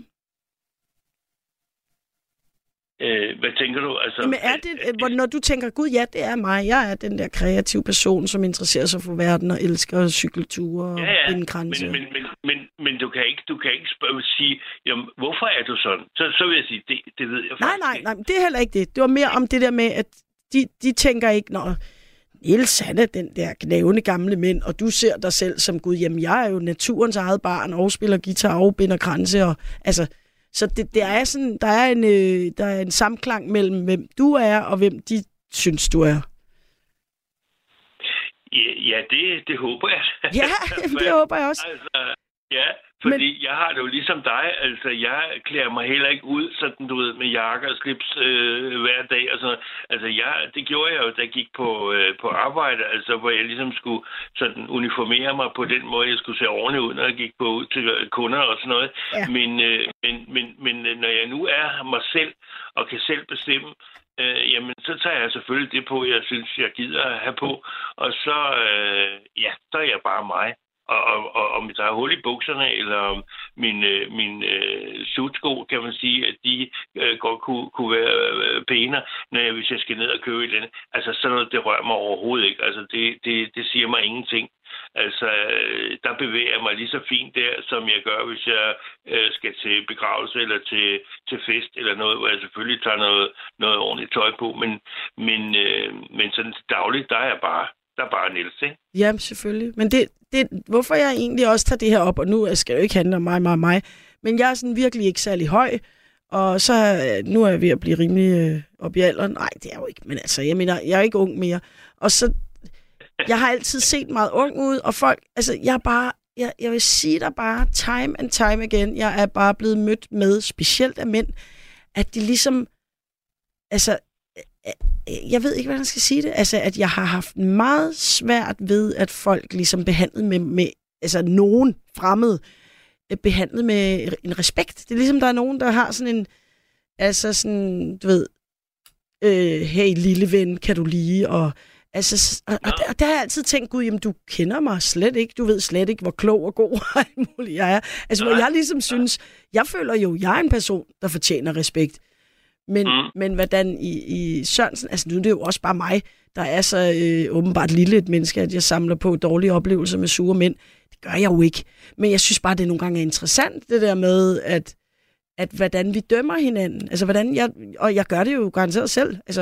Hvad tænker du? Altså, jamen er det, når du tænker, gud ja, det er mig. Jeg er den der kreative person, som interesserer sig for verden og elsker cykelture og bindekranse. Men du kan ikke sige, jamen, hvorfor er du sådan? Så vil jeg sige, det ved jeg faktisk Nej, det er heller ikke det. Det var mere om det der med, at de tænker ikke, når Niels, han er den der gnævende gamle mænd, og du ser dig selv som gud, jamen jeg er jo naturens eget barn, og spiller guitar og binder kranse, og altså... Så det er sådan, der er en samklang mellem, hvem du er, og hvem de synes, du er. Ja, det håber jeg. Ja, det håber jeg også. Altså, ja, fordi jeg har det jo ligesom dig. Altså, jeg klæder mig heller ikke ud, sådan du ved, med jakker og slips hver dag. Og sådan. Altså, det gjorde jeg jo, da jeg gik på arbejde, altså, hvor jeg ligesom skulle sådan uniformere mig på den måde, jeg skulle se ordentligt ud, når jeg gik ud til kunder og sådan noget. Ja. Men når jeg nu er mig selv, og kan selv bestemme, jamen, så tager jeg selvfølgelig det på, jeg synes, jeg gider at have på. Og så, så er jeg bare mig. Og om der er hul i bukserne, eller om min sutsko, kan man sige, at de godt kunne være pænere, hvis jeg skal ned og købe et eller andet. Altså, sådan noget, det rører mig overhovedet ikke. Altså, det siger mig ingenting. Altså, der bevæger jeg mig lige så fint der, som jeg gør, hvis jeg skal til begravelse eller til fest eller noget, hvor jeg selvfølgelig tager noget ordentligt tøj på. Men sådan dagligt, der er bare Niels, ikke? Ja, selvfølgelig. Men det hvorfor jeg egentlig også tager det her op, og nu skal det jo ikke handle om mig, men jeg er sådan virkelig ikke særlig høj, og så nu er jeg ved at blive rimelig op i alderen. Nej, det er jo ikke, men altså, jeg mener, jeg er ikke ung mere. Og så, jeg har altid set meget ung ud, og folk, altså, jeg vil sige dig bare, time and time again, jeg er bare blevet mødt med, specielt af mænd, at de ligesom, altså, jeg ved ikke, hvordan jeg skal sige det. Altså, at jeg har haft meget svært ved, at folk ligesom behandlet med altså nogen fremmede, behandlet med en respekt. Det er ligesom, der er nogen, der har sådan en, altså sådan, du ved, hey lille ven, kan du lide? Og, altså, og der har jeg altid tænkt, gud, jamen du kender mig slet ikke. Du ved slet ikke, hvor klog og god og alt muligt jeg er. Altså, hvor jeg ligesom synes, jeg føler jo, jeg er en person, der fortjener respekt. Men hvordan i Sørensen, altså nu er det jo også bare mig, der er så åbenbart lille et menneske, at jeg samler på dårlige oplevelser med sure mænd. Det gør jeg jo ikke. Men jeg synes bare, det nogle gange er interessant, det der med, at hvordan vi dømmer hinanden. Altså, og jeg gør det jo garanteret selv. Altså,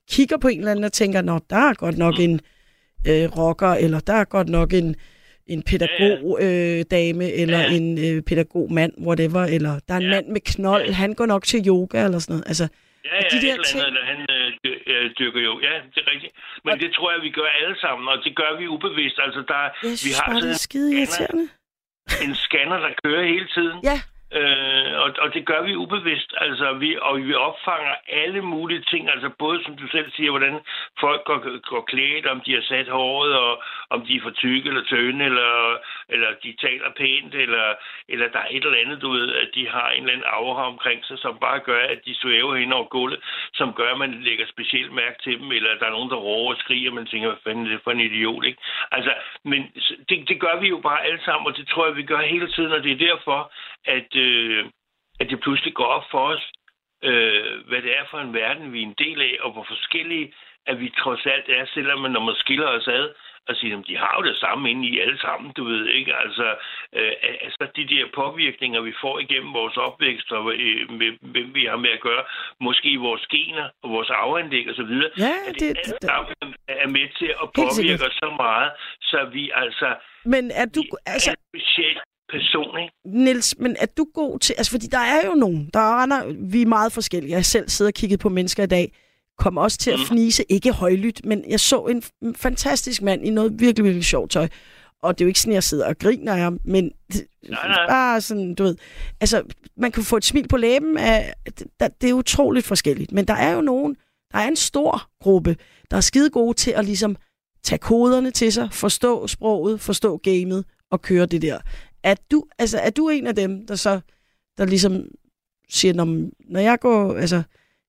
kigger på en eller anden og tænker, nå, der er godt nok en rocker, eller der er godt nok en pædagog-dame, eller en pædagog-mand, whatever, eller der er en mand med knold, han går nok til yoga, eller sådan noget. Altså, de der ting... Andet, han dyrker jo. Ja, det er rigtigt. Men det tror jeg, vi gør alle sammen, og det gør vi ubevidst. Altså, vi har det er skide irriterende. En scanner, der kører hele tiden. Ja. Og det gør vi ubevidst. Altså, vi opfanger alle mulige ting. Altså, både som du selv siger, hvordan folk går klædt, om de har sat håret, og om de er for tykke eller tynde, eller de taler pænt, eller der er et eller andet, du ved, at de har en eller anden aura omkring sig, som bare gør, at de svæver hen over gulvet, som gør, at man lægger specielt mærke til dem, eller der er nogen, der råber og skriger, og man tænker, hvad fanden er det for en idiot, ikke? Altså, men det gør vi jo bare alle sammen, og det tror jeg, vi gør hele tiden, og det er derfor, at det pludselig går op for os, hvad det er for en verden, vi er en del af, og hvor forskellige, at vi trods alt er, selvom man, når man skiller os ad, og siger, at de har jo det samme inde i alle sammen, du ved, ikke? Altså de der påvirkninger, vi får igennem vores opvækst, og med hvem vi har med at gøre, måske vores gener og vores arveanlæg og så videre, at det er med til at påvirke os så meget, så vi altså... Men er du... Altså... specielt person, ikke? Niels, men er du god til... Altså, fordi der er jo nogen, vi er meget forskellige. Jeg har selv siddet og kigget på mennesker i dag, kom også til at fnise, ikke højlydt, men jeg så en fantastisk mand i noget virkelig, virkelig sjovt tøj. Og det er jo ikke sådan, jeg sidder og griner af ham, men bare sådan, du ved... Altså, man kan få et smil på læben af... Det er utroligt forskelligt, men der er jo nogen... Der er en stor gruppe, der er skide gode til at ligesom tage koderne til sig, forstå sproget, forstå gamet og køre det der. Er du en af dem, der ligesom siger, når jeg går, altså,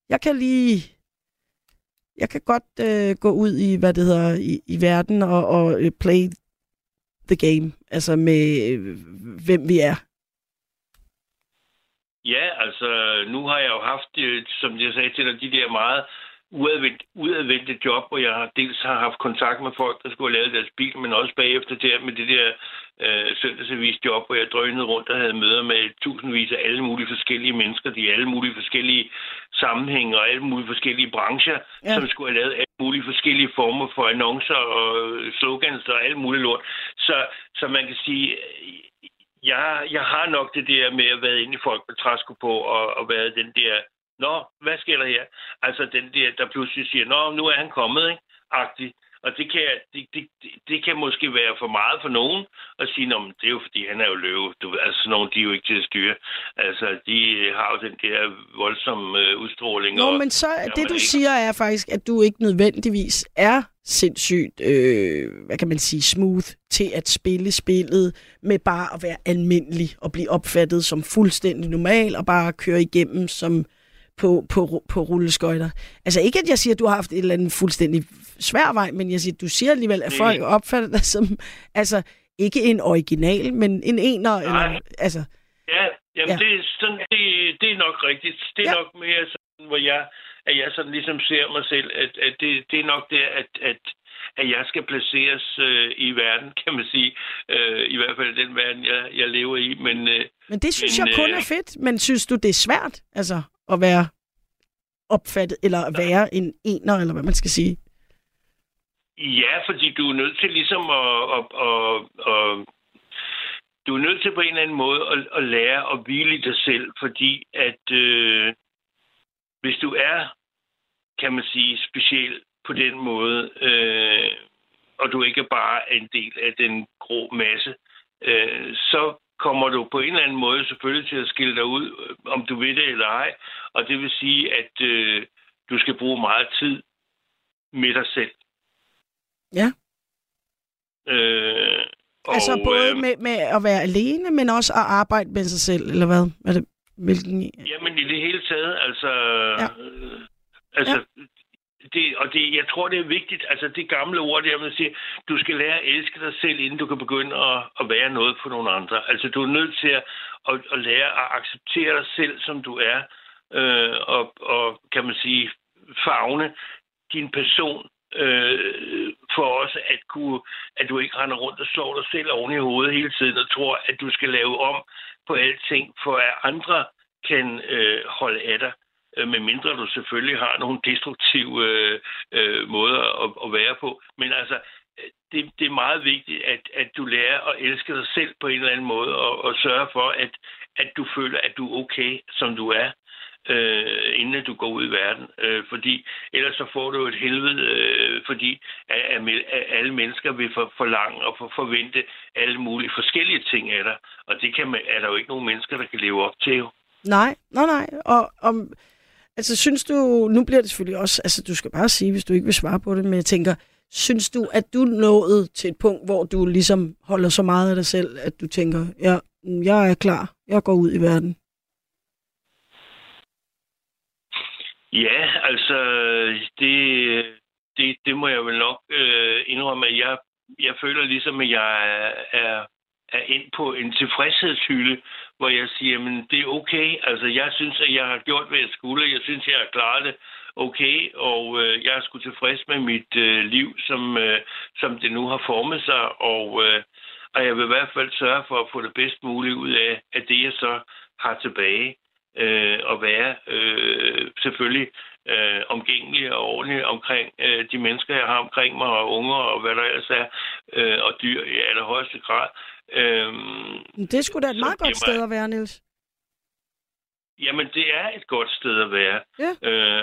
jeg kan godt gå ud i, hvad det hedder, i verden og play the game, altså med hvem vi er. Ja, altså, nu har jeg jo haft, som jeg sagde til dig, de der meget udadvendte job, hvor jeg dels har haft kontakt med folk, der skulle have lavet deres bil, men også bagefter der med det der søndagsavist-job, hvor jeg drønede rundt og havde møder med tusindvis af alle mulige forskellige mennesker, de alle mulige forskellige sammenhænge og alle mulige forskellige brancher, som skulle have lavet alle mulige forskellige former for annoncer og slogans og alle mulige lort. Så man kan sige, jeg har nok det der med at være inde i folk med træsko på og været den der, nå, hvad sker der her? Altså den der pludselig siger, nå, nu er han kommet, ikke? Agtigt. Og det kan måske være for meget for nogen at sige, nå, men det er jo fordi, han er jo løve. Altså, nogen, de er jo ikke til at styre. Altså, de har jo den der voldsomme udstråling. Nå, men så det, du siger, er faktisk, at du ikke nødvendigvis er sindssygt, hvad kan man sige, smooth til at spille spillet med bare at være almindelig og blive opfattet som fuldstændig normal og bare køre igennem som på rulleskøjter. Altså ikke, at jeg siger, at du har haft et eller andet fuldstændig svær vej, men jeg siger, du siger alligevel, at folk opfatter dig som, altså ikke en original, men en ener. Eller, altså. Ja, jamen det er nok rigtigt. Det er nok mere sådan, hvor jeg sådan ligesom ser mig selv, at det er nok det, at jeg skal placeres i verden, kan man sige. I hvert fald den verden, jeg lever i. Men det synes jeg kun er fedt. Men synes du, det er svært, altså, at være opfattet, eller at være en ener, eller hvad man skal sige? Ja, fordi du er nødt til ligesom du er nødt til på en eller anden måde at lære at hvile i dig selv, fordi at hvis du er, kan man sige, speciel på den måde, og du ikke bare er en del af den grå masse, så kommer du på en eller anden måde selvfølgelig til at skille dig ud, om du ved det eller ej. Og det vil sige, at du skal bruge meget tid med dig selv. Ja. Altså både med at være alene, men også at arbejde med sig selv, eller hvad? Er det, hvilken... Jamen i det hele taget, jeg tror, det er vigtigt, altså det gamle ord der, man siger, du skal lære at elske dig selv, inden du kan begynde at være noget for nogle andre. Altså du er nødt til at lære at acceptere dig selv, som du er, og kan man sige, favne din person, for også at du ikke render rundt og slår dig selv oven i hovedet hele tiden, og tror, at du skal lave om på alting, for at andre kan holde af dig. medmindre du selvfølgelig har nogle destruktive måder at være på. Men altså, det er meget vigtigt, at du lærer at elske dig selv på en eller anden måde, og sørge for, at du føler, at du er okay, som du er, inden du går ud i verden. Fordi ellers så får du et helvede, fordi alle mennesker vil forlange og forvente alle mulige forskellige ting af dig. Og det er der jo ikke nogen mennesker, der kan leve op til. Jo. Nej. Altså, synes du, nu bliver det selvfølgelig også, altså du skal bare sige, hvis du ikke vil svare på det, men jeg tænker, synes du, at du nåede til et punkt, hvor du ligesom holder så meget af dig selv, at du tænker, ja, jeg er klar, jeg går ud i verden? Ja, altså, det må jeg vel nok indrømme, at jeg føler ligesom, at jeg er ind på en tilfredshedshylde, hvor jeg siger, men det er okay. Altså, jeg synes, at jeg har gjort, hvad jeg skulle. Jeg synes, jeg har klaret det okay, og jeg er sgu tilfreds med mit liv, som det nu har formet sig, og jeg vil i hvert fald sørge for at få det bedst muligt ud af det, jeg så har tilbage, og være selvfølgelig omgængelig og ordentlig omkring de mennesker, jeg har omkring mig, og unger, og hvad der ellers er, og dyr i allerhøjeste grad. Det er sgu da et meget godt sted at være, Niels. Jamen, det er et godt sted at være. Ja.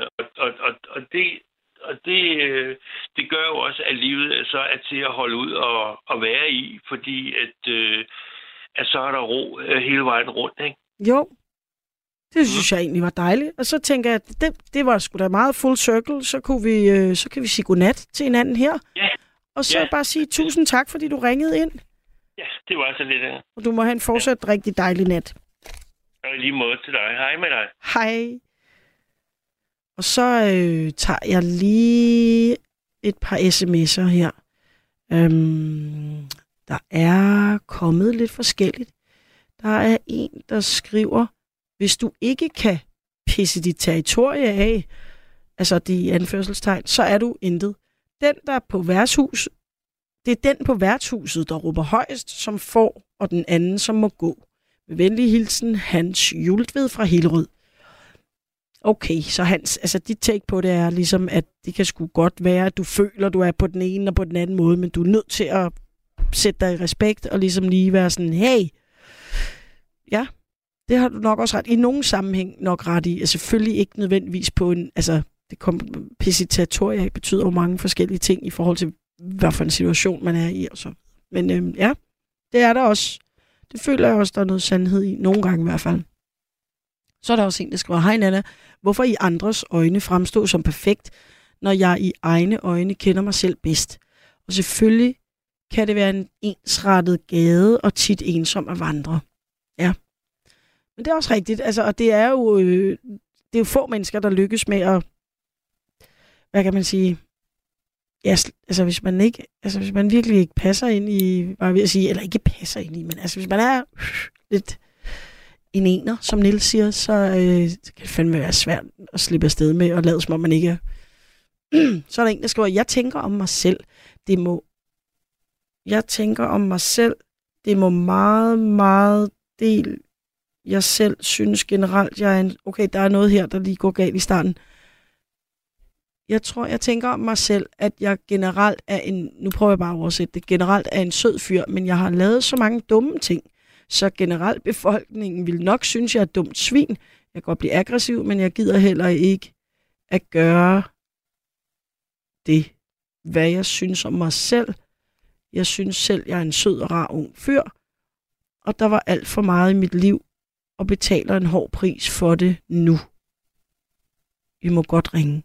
Og det gør jo også, at livet så er til at holde ud og være i, fordi at så er der ro hele vejen rundt, ikke? Jo. Det synes jeg egentlig var dejligt. Og så tænker jeg, at det var sgu da meget full circle. Så kan vi sige godnat til hinanden her. Ja. Og så bare sige tusind tak, fordi du ringede ind. Ja, det var så lidt. Og du må have en fortsat rigtig dejlig nat. Og i lige måde til dig. Hej med dig. Hej. Og så tager jeg lige et par sms'er her. Der er kommet lidt forskelligt. Der er en, der skriver, hvis du ikke kan pisse dit territorie af, altså de anførselstegn, så er du intet. Det er den på værtshuset, der råber højst, som får, og den anden, som må gå. Med venlig hilsen, Hans Jultved fra Hillerød. Okay, så Hans, altså dit take på det er ligesom, at det kan sgu godt være, at du føler, du er på den ene og på den anden måde, men du er nødt til at sætte dig i respekt og ligesom lige være sådan, hey, ja, det har du nok også ret i nogen sammenhæng nok ret i. Altså selvfølgelig ikke nødvendigvis på en, altså piscitatoria betyder jo mange forskellige ting i forhold til, hvad for en situation man er i og så. Men ja, det er der også. Det føler jeg også, der er noget sandhed i. Nogle gange i hvert fald. Så er der også en, der skriver, hej Nana, hvorfor i andres øjne fremstå som perfekt, når jeg i egne øjne kender mig selv bedst? Og selvfølgelig kan det være en ensrettet gade og tit ensom at vandre. Ja. Men det er også rigtigt. Altså, og det er jo få mennesker, der lykkes med at, hvad kan man sige, ja, altså hvis man virkelig ikke passer ind i, hvad jeg vil sige, eller ikke passer ind i, men altså hvis man er lidt en ener, som Niels siger, så kan det fandme være svært at slippe afsted med og lade som om man ikke er. Så er der en, der skriver, jeg tænker om mig selv, det må meget, meget del jeg selv synes generelt, okay, der er noget her, der lige går galt i starten. Jeg tænker om mig selv, at jeg generelt er nu prøver jeg bare at oversætte det, generelt er en sød fyr, men jeg har lavet så mange dumme ting, så generelt befolkningen vil nok synes, jeg er et dumt svin. Jeg kan godt blive aggressiv, men jeg gider heller ikke at gøre det, hvad jeg synes om mig selv. Jeg synes selv, jeg er en sød og rar ung fyr, og der var alt for meget i mit liv, og betaler en hård pris for det nu. I må godt ringe.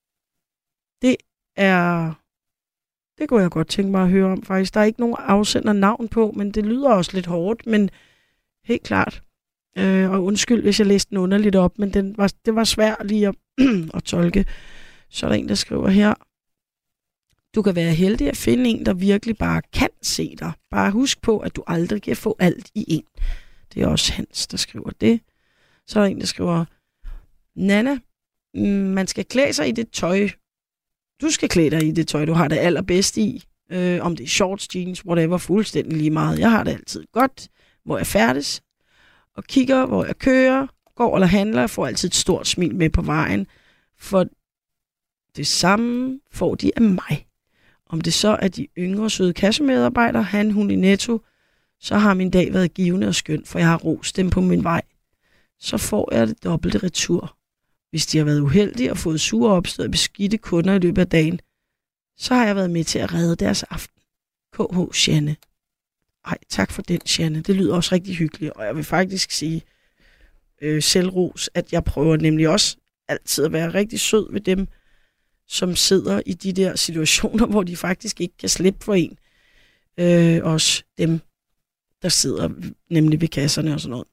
Det kunne jeg godt tænke mig at høre om, faktisk. Der er ikke nogen afsender navn på, men det lyder også lidt hårdt, men helt klart. Og undskyld, hvis jeg læste den underligt op, men det var svært lige at tolke. Så er der en, der skriver her. Du kan være heldig at finde en, der virkelig bare kan se dig. Bare husk på, at du aldrig kan få alt i en. Det er også Hans, der skriver det. Så er der en, der skriver, Nana, man skal klæde sig i det tøj. Du skal klæde dig i det tøj, du har det allerbedst i. Om det er shorts, jeans, whatever, fuldstændig lige meget. Jeg har det altid godt, hvor jeg færdes. Og kigger, hvor jeg kører. går eller handler, jeg får altid et stort smil med på vejen, for det samme får de af mig. Om det så er de yngre søde kassemedarbejdere, hun i Netto, så har min dag været givende og skøn, for jeg har rost dem på min vej. Så får jeg det dobbelte retur. Hvis de har været uheldige og fået sure opstød og beskidte kunder i løbet af dagen, så har jeg været med til at redde deres aften. KH Janne. Ej, tak for den, Janne. Det lyder også rigtig hyggeligt, og jeg vil faktisk sige selvros, at jeg prøver nemlig også altid at være rigtig sød ved dem, som sidder i de der situationer, hvor de faktisk ikke kan slippe for en. Også dem, der sidder nemlig ved kasserne og sådan noget.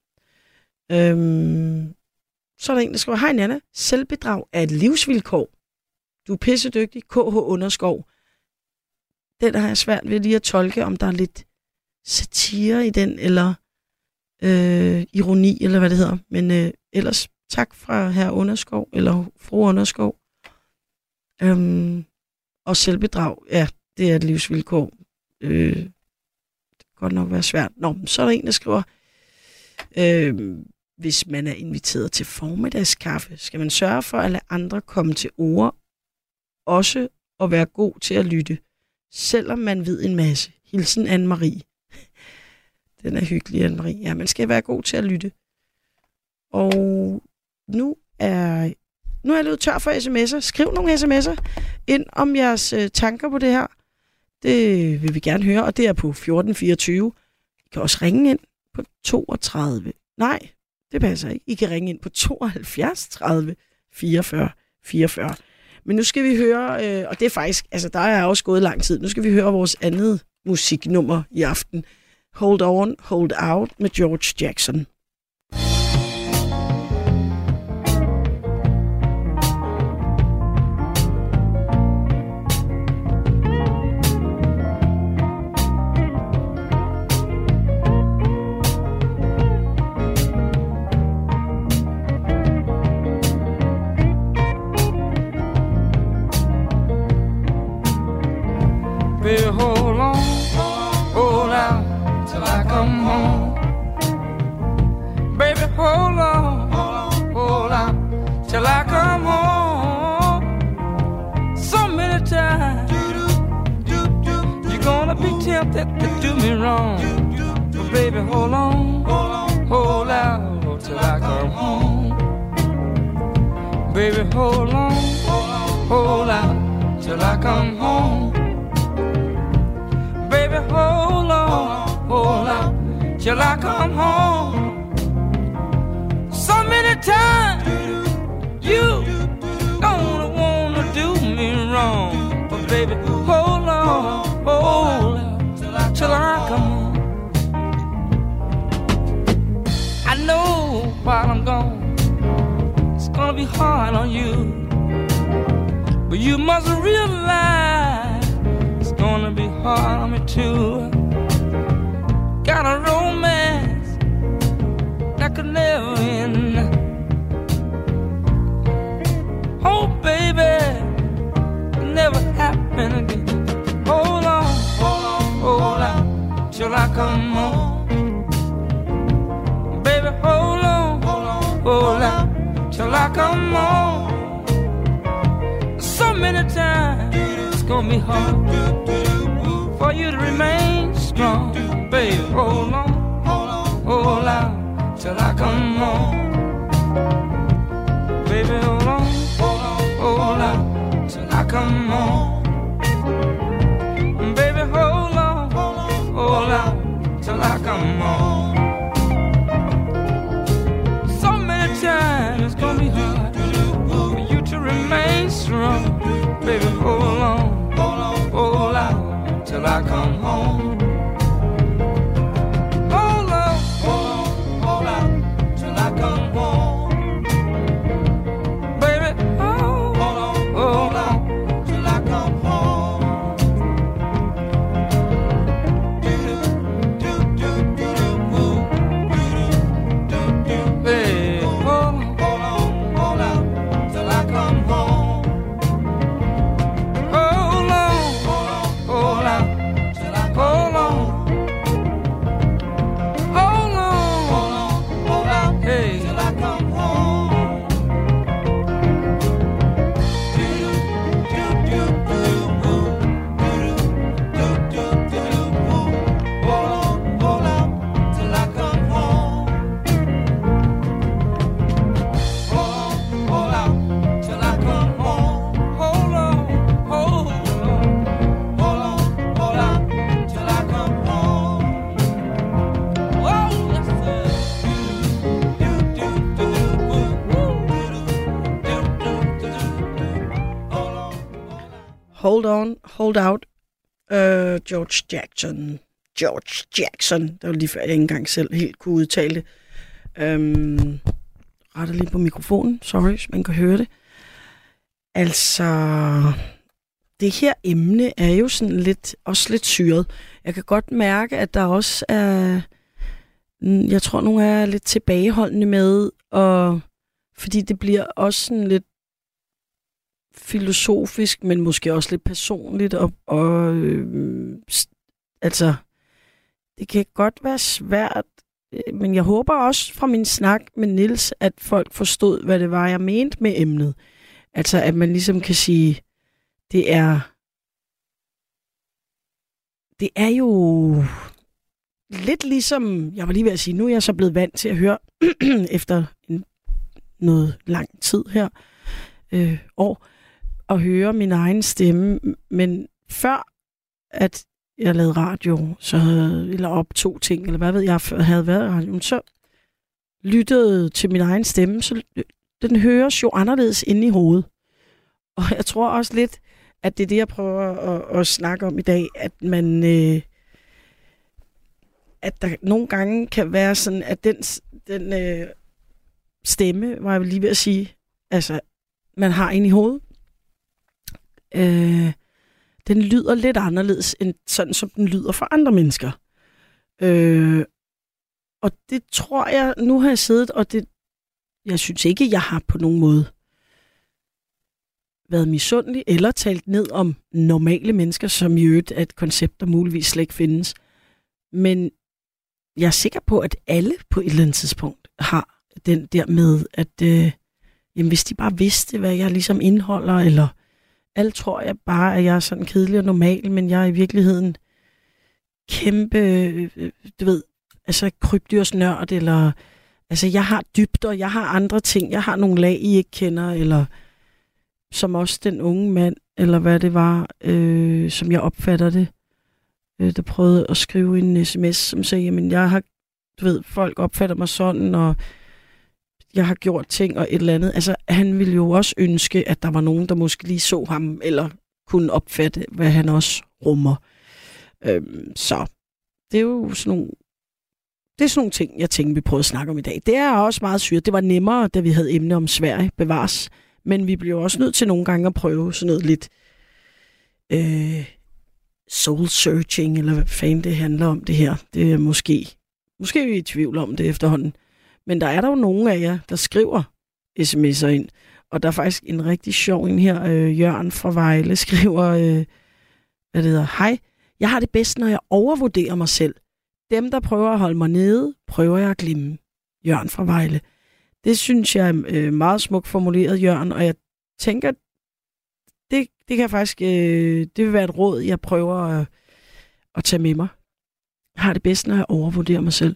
Så er der en, der skriver, hej Nana, selvbedrag er et livsvilkår. Du er pissedygtig, KH_. Den har jeg svært ved lige at tolke, om der er lidt satire i den, eller ironi, eller hvad det hedder. Men ellers tak fra herr Underskov, eller fru Underskov. Og selvbedrag, ja, det er et livsvilkår. Det kan godt nok være svært. Nå, så er der en, der skriver, hvis man er inviteret til formiddagskaffe, skal man sørge for at lade andre komme til ord, også at være god til at lytte, selvom man ved en masse. Hilsen Anne-Marie. Den er hyggelig, Anne-Marie. Ja, man skal være god til at lytte. Og nu er jeg løbet tør for sms'er. Skriv nogle sms'er ind om jeres tanker på det her. Det vil vi gerne høre, og det er på 1424. I kan også ringe ind på 32. Nej, det passer ikke. I kan ringe ind på 72 30 44 44. Men nu skal vi høre, og det er faktisk, altså der er også gået lang tid, nu skal vi høre vores andet musiknummer i aften. Hold On, Hold Out med George Jackson. Baby, hold on, hold out till I come home. Baby, hold on, hold out till I come home. So many times you're gonna be tempted to do me wrong. But baby, hold on, hold out till I come home. Baby, hold on, hold out till I come home. Baby, hold on till I come home. So many times you gonna wanna do me wrong, but baby, hold on till I come home. I know while I'm gone, it's gonna be hard on you, but you must realize it's gonna be hard on me too. Got a romance that could never end. Oh baby, it never happen again. Hold on, hold on till I come home. Baby, hold on, hold on till I come home. So many times it's gonna be hard for you to remain strong. Baby, hold on, hold on till I come home. Baby, hold on, hold on till I come home. Baby, hold on, hold on till I come home. So many times it's gonna be hard for you to remain strong. Baby, hold on, hold on till I come home. Hold on, hold on till I come home. Baby, hold on till I come home. Baby, hold on till I come home. Hold on till I come home. Hold On, Hold Out, George Jackson. Det var lige før, jeg ikke engang selv helt kunne udtale det. Retter lige på mikrofonen. Sorry, hvis man kan høre det. Altså, det her emne er jo sådan også lidt syret. Jeg kan godt mærke, at der også er... Jeg tror, nogle er lidt tilbageholdende med, og fordi det bliver også sådan lidt filosofisk, men måske også lidt personligt, altså, det kan godt være svært, men jeg håber også fra min snak med Niels, at folk forstod, hvad det var, jeg mente med emnet. Altså, at man ligesom kan sige, det er jo lidt ligesom, jeg var lige ved at sige, nu er jeg så blevet vant til at høre, efter noget lang tid her, år, at høre min egen stemme. Men før, at jeg lavede radio, eller optog ting, eller hvad ved jeg, havde været i radioen, så lyttede til min egen stemme, så den høres jo anderledes inde i hovedet. Og jeg tror også lidt, at det er det, jeg prøver at snakke om i dag, at man... at der nogle gange kan være sådan, at den stemme, var jeg lige ved at sige, altså, man har inde i hovedet, den lyder lidt anderledes, end sådan som den lyder for andre mennesker. Og det tror jeg, nu har jeg siddet, og jeg synes ikke, jeg har på nogen måde været misundelig, eller talt ned om normale mennesker, som i øvrigt er et koncept, der muligvis slet ikke findes. Men jeg er sikker på, at alle på et eller andet tidspunkt har den der med, at jamen, hvis de bare vidste, hvad jeg ligesom indeholder, eller alle tror jeg bare, at jeg er sådan kedelig og normal, men jeg er i virkeligheden kæmpe, du ved, altså krybdyrsnørd, eller altså jeg har dybder, jeg har andre ting, jeg har nogle lag, I ikke kender, eller som også den unge mand, eller hvad det var, som jeg opfatter det, der prøvede at skrive en sms, som sagde, jamen jeg har, du ved, folk opfatter mig sådan, og jeg har gjort ting og et eller andet. Altså han ville jo også ønske, at der var nogen, der måske lige så ham, eller kunne opfatte, hvad han også rummer. Så det er jo sådan nogle ting, jeg tænkte, vi prøvede at snakke om i dag. Det er også meget syret. Det var nemmere, da vi havde emne om Sverige, bevares. Men vi bliver også nødt til nogle gange at prøve sådan noget lidt soul searching, eller hvad fanden det handler om det her. Det er måske er vi i tvivl om det efterhånden. Men der er der jo nogle af jer, der skriver sms'er ind. Og der er faktisk en rigtig sjov en her. Jørgen fra Vejle skriver, hvad det hedder, hej, jeg har det bedst, når jeg overvurderer mig selv. Dem, der prøver at holde mig nede, prøver jeg at glemme. Jørgen fra Vejle. Det synes jeg er meget smukt formuleret, Jørgen, og jeg tænker, det kan faktisk, det vil være et råd, jeg prøver at tage med mig. Jeg har det bedst, når jeg overvurderer mig selv.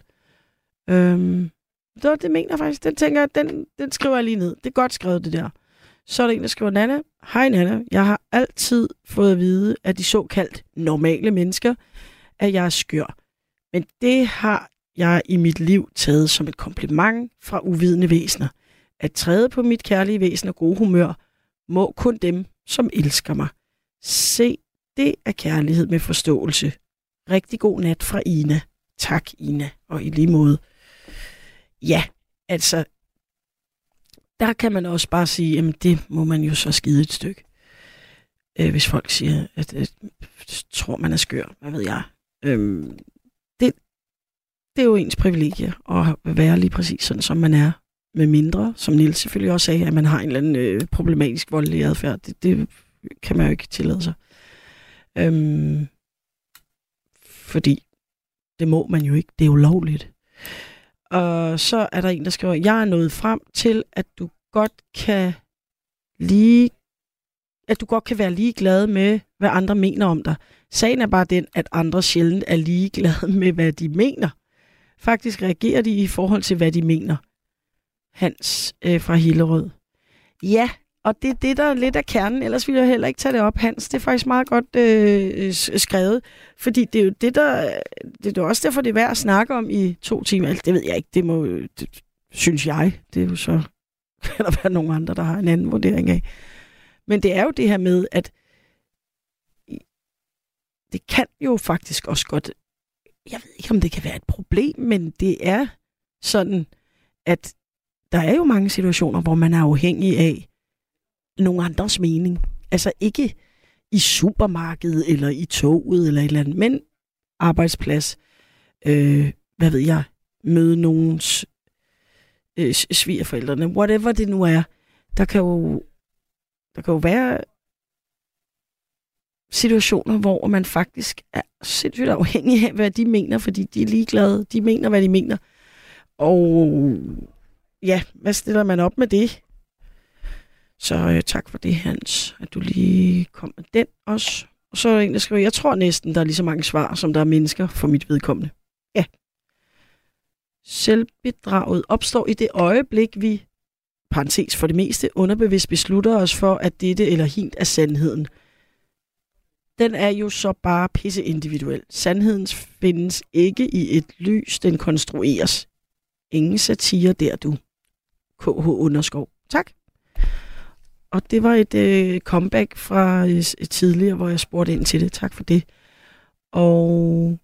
Det mener jeg faktisk. Den tænker jeg, den skriver jeg lige ned. Det er godt skrevet, det der. Så er der en, der skriver, Nanna, hej Nanna, jeg har altid fået at vide, at de såkaldt normale mennesker, at jeg er skør. Men det har jeg i mit liv taget som et kompliment fra uvidende væsener. At træde på mit kærlige væsen og gode humør, må kun dem, som elsker mig. Se, det er kærlighed med forståelse. Rigtig god nat fra Ina. Tak, Ina. Og i lige måde. Ja, altså, der kan man også bare sige, jamen det må man jo så skide et stykke. Hvis folk siger, at tror man er skør, hvad ved jeg. Det er jo ens privilegie at være lige præcis sådan, som man er. Med mindre, som Niels selvfølgelig også sagde, at man har en eller anden problematisk voldelig adfærd. Det kan man jo ikke tillade sig. Fordi det må man jo ikke. Det er ulovligt. Og så er der en, der skriver, jeg er nået frem til, at du godt kan være ligeglad med, hvad andre mener om dig. Sagen er bare den, at andre sjældent er ligeglade med, hvad de mener. Faktisk reagerer de i forhold til, hvad de mener. Hans fra Hillerød. Ja, og det er det, der er lidt af kernen. Ellers ville jeg heller ikke tage det op, Hans. Det er faktisk meget godt skrevet. Fordi det er jo det er også derfor, det er værd at snakke om i 2 timer. Det ved jeg ikke. Det synes jeg. Det er jo så, kan der være nogle andre, der har en anden vurdering af. Men det er jo det her med, at det kan jo faktisk også godt, jeg ved ikke, om det kan være et problem, men det er sådan, at der er jo mange situationer, hvor man er afhængig af nogle andres mening. Altså ikke i supermarkedet, eller i toget, eller et eller andet, men arbejdsplads. Hvad ved jeg? Møde nogens svigerforældrene. Whatever det nu er. Der kan jo være situationer, hvor man faktisk er sindssygt afhængig af, hvad de mener, fordi de er ligeglade. De mener, hvad de mener. Og ja, hvad stiller man op med det? Så tak for det, Hans, at du lige kom med den også. Og så er der en, der skriver, jeg tror næsten, der er lige så mange svar, som der er mennesker for mit vedkommende. Ja. Selvbedraget opstår i det øjeblik, vi, parentes for det meste, underbevidst beslutter os for, at dette eller hint er sandheden. Den er jo så bare pisse individuel. Sandheden findes ikke i et lys, den konstrueres. Ingen satire der, du. KH Underskov. Tak. Og det var et comeback fra et tidligere, hvor jeg spurgte ind til det. Tak for det. Og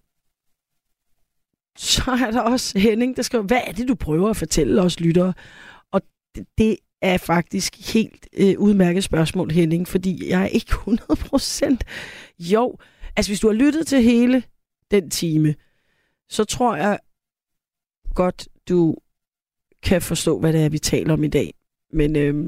så er der også Henning, der skriver, hvad er det, du prøver at fortælle os lyttere? Og det er faktisk helt udmærket spørgsmål, Henning, fordi jeg er ikke 100%. Jo, altså hvis du har lyttet til hele den time, så tror jeg godt, du kan forstå, hvad det er, vi taler om i dag. Men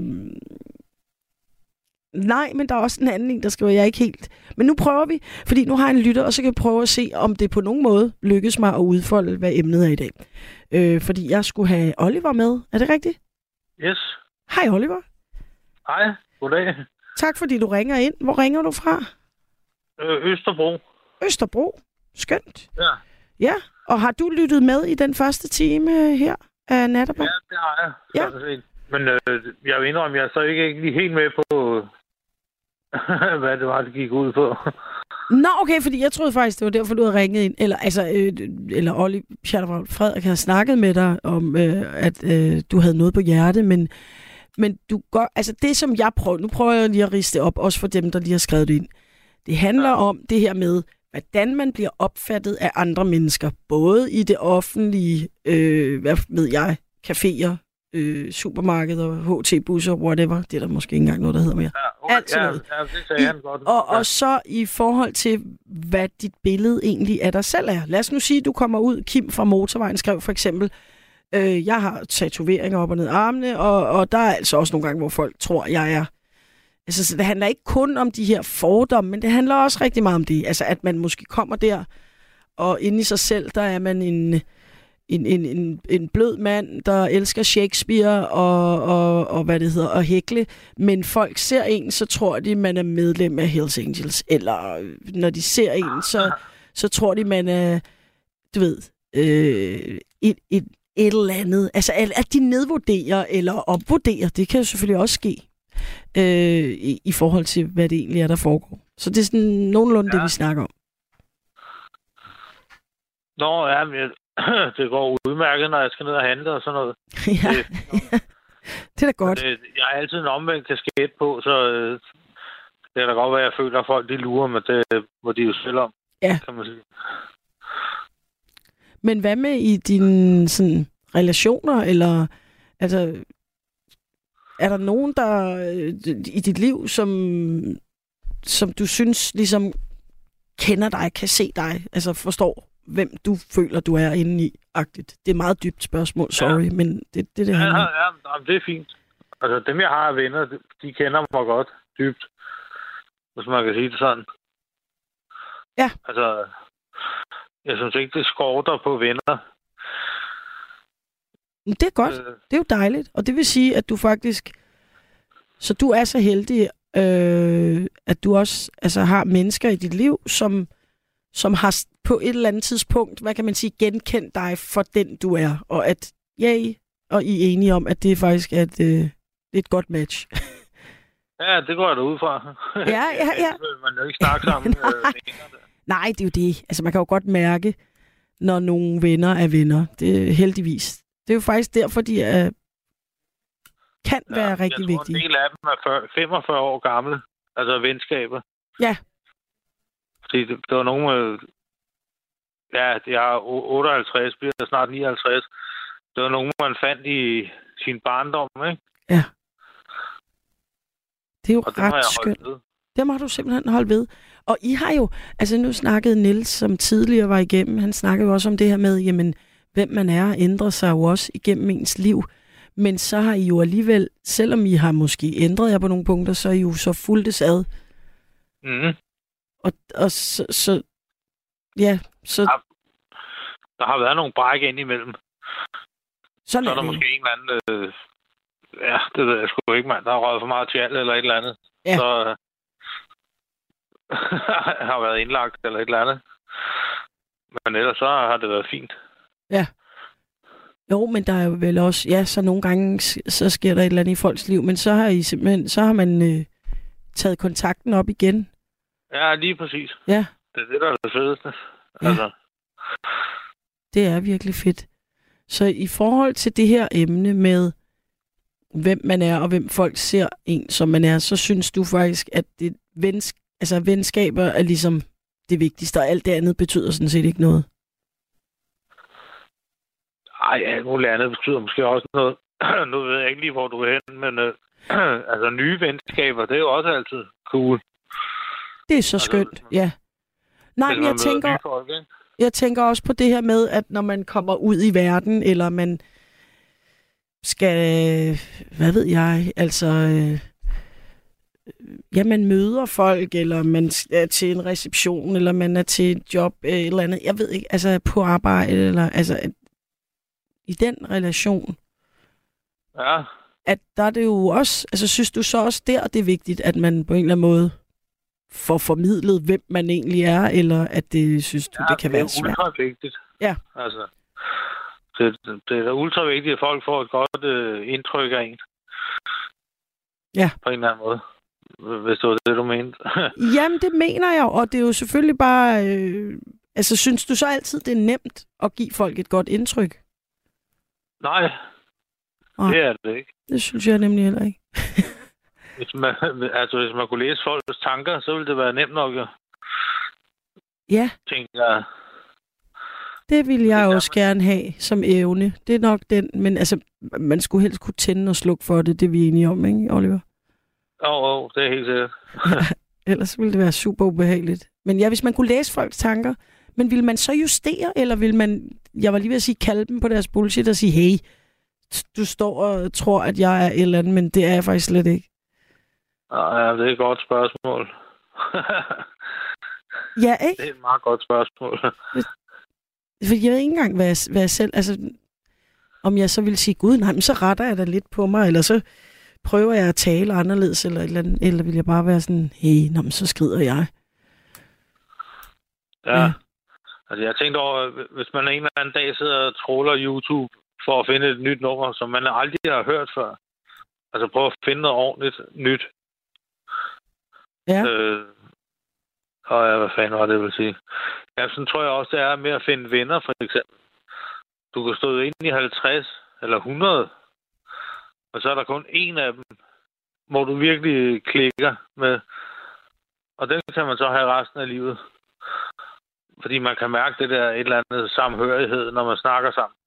nej, men der er også en anden, der skriver, jeg er ikke helt. Men nu prøver vi, fordi nu har jeg en lytter, og så kan vi prøve at se, om det på nogen måde lykkes mig at udfolde, hvad emnet er i dag. Fordi jeg skulle have Oliver med. Er det rigtigt? Yes. Hej Oliver. Hej, goddag. Tak fordi du ringer ind. Hvor ringer du fra? Østerbro. Østerbro. Skønt. Ja. Ja, og har du lyttet med i den første time her af Natterbank? Ja, det har jeg. Ja. Men jeg vil indrømme, jeg er så ikke lige helt med på, hvad det var, det gik ud på. Nå, okay, fordi jeg troede faktisk, det var derfor, du havde ringet ind. Eller Olli Frederik havde snakket med dig om, at du havde noget på hjerte, men du går, altså det, som jeg prøver, nu prøver jeg lige at riste op, også for dem, der lige har skrevet det ind. Det handler om det her med, hvordan man bliver opfattet af andre mennesker, både i det offentlige, hvad ved jeg, caféer, supermarkeder, HT-busser, whatever. Det er der måske ikke engang noget, der hedder mere. Ja, okay. Alt noget. Ja, det sagde han godt. Og så i forhold til, hvad dit billede egentlig af dig selv er. Lad os nu sige, at du kommer ud, Kim fra Motorvejen skrev for eksempel, jeg har tatoveringer op og ned armene, og der er altså også nogle gange, hvor folk tror, jeg er. Altså, så det handler ikke kun om de her fordomme, men det handler også rigtig meget om det. Altså, at man måske kommer der, og inde i sig selv, der er man en blød mand, der elsker Shakespeare og hvad det hedder, og hækle. Men folk ser en, så tror de, man er medlem af Hells Angels. Eller når de ser en, så tror de, man er, du ved, et eller andet. Altså, at de nedvurderer eller opvurderer, det kan jo selvfølgelig også ske. I forhold til, hvad det egentlig er, der foregår. Så det er sådan nogenlunde det, vi snakker om. Nå, ja, men det går udmærket, når jeg skal ned og handle og sådan noget. Ja, det er da godt. Jeg har altid en omvendt kasket på, så det kan da godt være, at jeg føler, at folk de lurer, men det må de jo selv om, kan man sige. Men hvad med i dine sådan, relationer, eller altså, er der nogen, der i dit liv, som du synes ligesom kender dig, kan se dig, altså forstår, hvem du føler, du er inde i-agtigt? Det er et meget dybt spørgsmål, sorry, men det handler. Ja, det er fint. Altså, dem jeg har af venner, de kender mig godt dybt, hvis man kan sige det sådan. Ja. Altså, jeg synes ikke, det skorter på venner. Det er godt. Det er jo dejligt. Og det vil sige, at du faktisk... Så du er så heldig, at du også altså, har mennesker i dit liv, som har på et eller andet tidspunkt, hvad kan man sige, genkendt dig for den, du er. Og at og I er enige om, at det faktisk er et godt match. Ja, det går jeg da ud fra. Ja. Man jo ikke snakke sammen. Nej, det er jo det. Altså, man kan jo godt mærke, når nogle venner er venner. Det er heldigvis. Det er jo faktisk derfor, de kan være rigtig vigtige. En del af dem er 45 år gamle. Altså venskaber. Ja. Det var nogen... Ja, det er 58, bliver snart 59. Det var nogen, man fandt i sin barndom, ikke? Ja. Det er jo ret skønt. Dem har du simpelthen holdt ved. Og I har jo, altså nu snakkede Niels, som tidligere var igennem, han snakkede jo også om det her med, jamen, hvem man er, ændrer sig jo også igennem ens liv. Men så har I jo alligevel, selvom I har måske ændret jer på nogle punkter, så er I jo så fulgtes ad. Mhm. Og så ja, så... Der har været nogle bræk ind imellem. Så er der måske en eller anden... ja, det ved jeg sgu ikke, mand. Der har røget for meget tjal eller et eller andet. Ja. Så har været indlagt eller et eller andet. Men ellers så har det været fint. Ja. Jo, men der er jo vel også... Ja, så nogle gange så sker der et eller andet i folks liv, men så har I simpelthen... Så har man taget kontakten op igen. Ja, lige præcis. Ja. Det er det, der er det fedeste. Ja. Altså. Det er virkelig fedt. Så i forhold til det her emne med, hvem man er, og hvem folk ser en, som man er, så synes du faktisk, at venskaber er ligesom det vigtigste, og alt det andet betyder sådan set ikke noget? Ej, alt muligt andet betyder måske også noget. Nu ved jeg ikke lige, hvor du er hen, men altså nye venskaber, det er jo også altid cool. Det er så skønt, ja. Nej, men jeg tænker også på det her med, at når man kommer ud i verden, eller man skal, hvad ved jeg, altså, ja, man møder folk, eller man er til en reception, eller man er til et job, eller andet, jeg ved ikke, altså på arbejde, eller altså i den relation. Ja. At der er det jo også, altså synes du så også der, det er vigtigt, at man på en eller anden måde får formidlet, hvem man egentlig er, eller at det synes du, det kan være svært? Det er ultra vigtigt. Ja. Altså, det er ultra vigtigt, at folk får et godt indtryk af en. Ja. På en eller anden måde. Hvis det var det, du mente. Jamen, det mener jeg, og det er jo selvfølgelig bare... altså, synes du så altid, det er nemt at give folk et godt indtryk? Nej. Det er det ikke. Det synes jeg nemlig heller ikke. Hvis man kunne læse folks tanker, så ville det være nemt nok, jo. Ja. Tænker jeg. Det ville jeg også gerne have som evne. Det er nok den, men altså, man skulle helst kunne tænde og slukke for det, det er vi enige om, ikke, Oliver? Jo, det er helt sikkert. Ellers ville det være super ubehageligt. Men ja, hvis man kunne læse folks tanker, men ville man så justere, eller ville man, jeg var lige ved at sige, kalde dem på deres bullshit og sige, hey, du står og tror, at jeg er et eller andet, men det er jeg faktisk slet ikke. Ja, det er et godt spørgsmål. Ja, ikke? Det er et meget godt spørgsmål. For jeg ved ikke engang, hvad jeg selv... Altså, om jeg så vil sige, gud, nej, men så retter jeg da lidt på mig, eller så prøver jeg at tale anderledes, eller et eller andet, eller vil jeg bare være sådan, hey, nå, men så skrider jeg. Ja. Altså, jeg tænkte over, hvis man en eller anden dag sidder og troller YouTube for at finde et nyt nummer, som man aldrig har hørt før. Altså, prøv at finde noget ordentligt nyt. Ja. Hvad fanden var det, vil sige? Ja, sådan tror jeg også, det er med at finde venner, for eksempel. Du kan stå ind i 50 eller 100, og så er der kun en af dem, hvor du virkelig klikker med. Og den kan man så have resten af livet. Fordi man kan mærke det der et eller andet samhørighed, når man snakker sammen.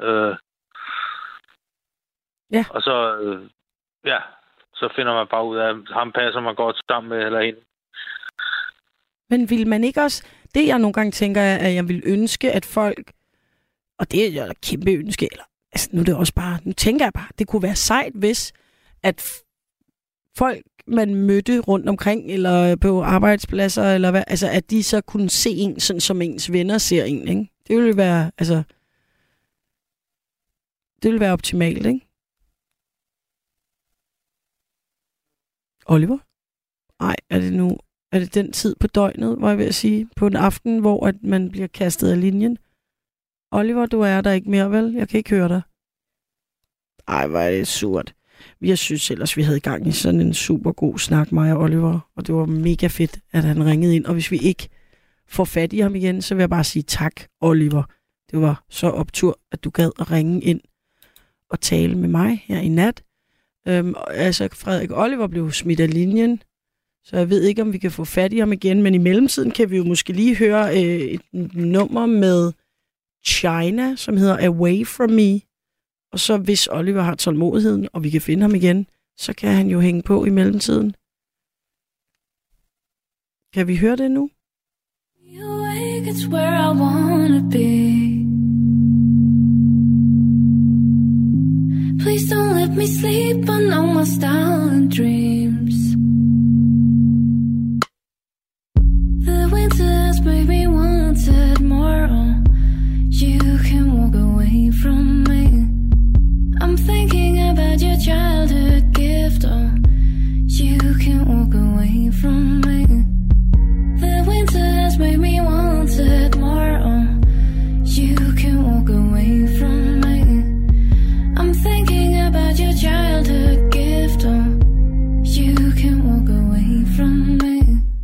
Ja. Og så, så finder man bare ud af, at ham passer man godt sammen med eller hende. Men vil man ikke også... Det, jeg nogle gange tænker, er, at jeg vil ønske, at folk... Og det er jo et kæmpe ønske, eller... Altså, nu er det også bare... Nu tænker jeg bare, det kunne være sejt, hvis at folk, man mødte rundt omkring, eller på arbejdspladser, eller hvad... Altså, at de så kunne se en, sådan som ens venner ser en, ikke? Det ville være... Altså... Det ville være optimalt, ikke? Oliver? Nej, er det nu... Er det den tid på døgnet, hvor jeg vil sige, på en aften, hvor at man bliver kastet af linjen? Oliver, du er der ikke mere, vel? Jeg kan ikke høre dig. Ej, hvor er det surt. Jeg synes ellers, vi havde gang i sådan en super god snak, mig og Oliver. Og det var mega fedt, at han ringede ind. Og hvis vi ikke får fat i ham igen, så vil jeg bare sige tak, Oliver. Det var så optur, at du gad at ringe ind og tale med mig her i nat. Altså, Frederik Oliver blev smidt af linjen. Så jeg ved ikke, om vi kan få fat i ham igen, men i mellemtiden kan vi jo måske lige høre et nummer med China, som hedder Away From Me. Og så hvis Oliver har tålmodigheden, og vi kan finde ham igen, så kan han jo hænge på i mellemtiden. Kan vi høre det nu? It's where I wanna be. Please don't let me sleep. I know my style and dreams. The winter has made me wanted more. You can walk away from me. I'm thinking about your childhood gift. You can walk away from me. The winter has made me wanted more. You can walk away from me. I'm thinking about your childhood gift. You can walk away from me.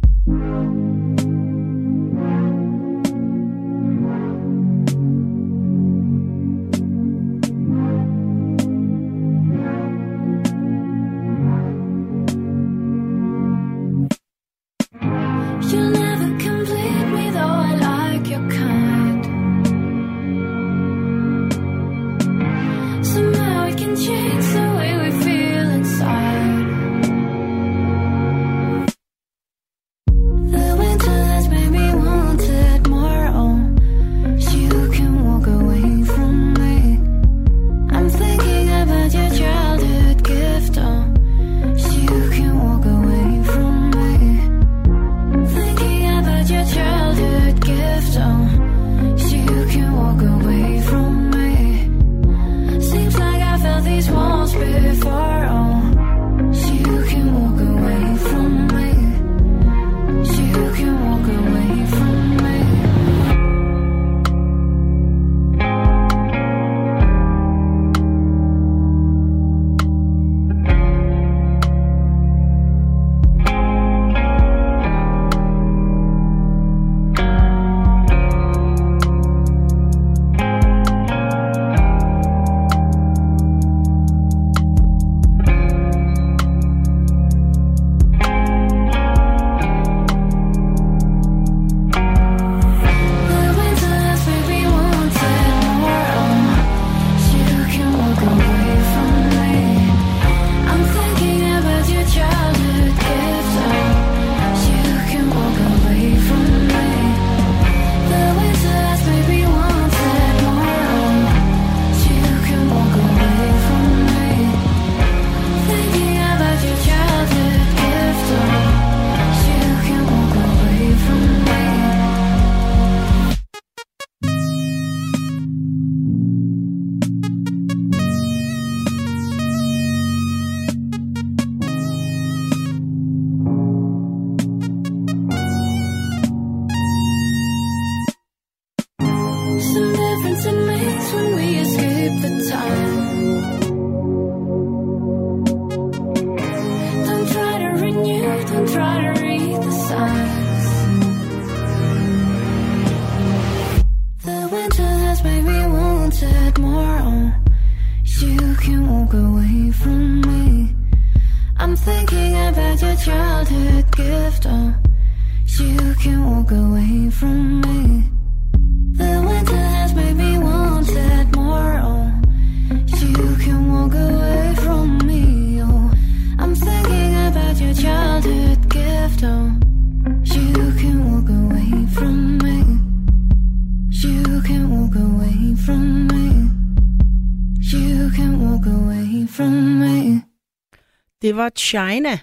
Det var China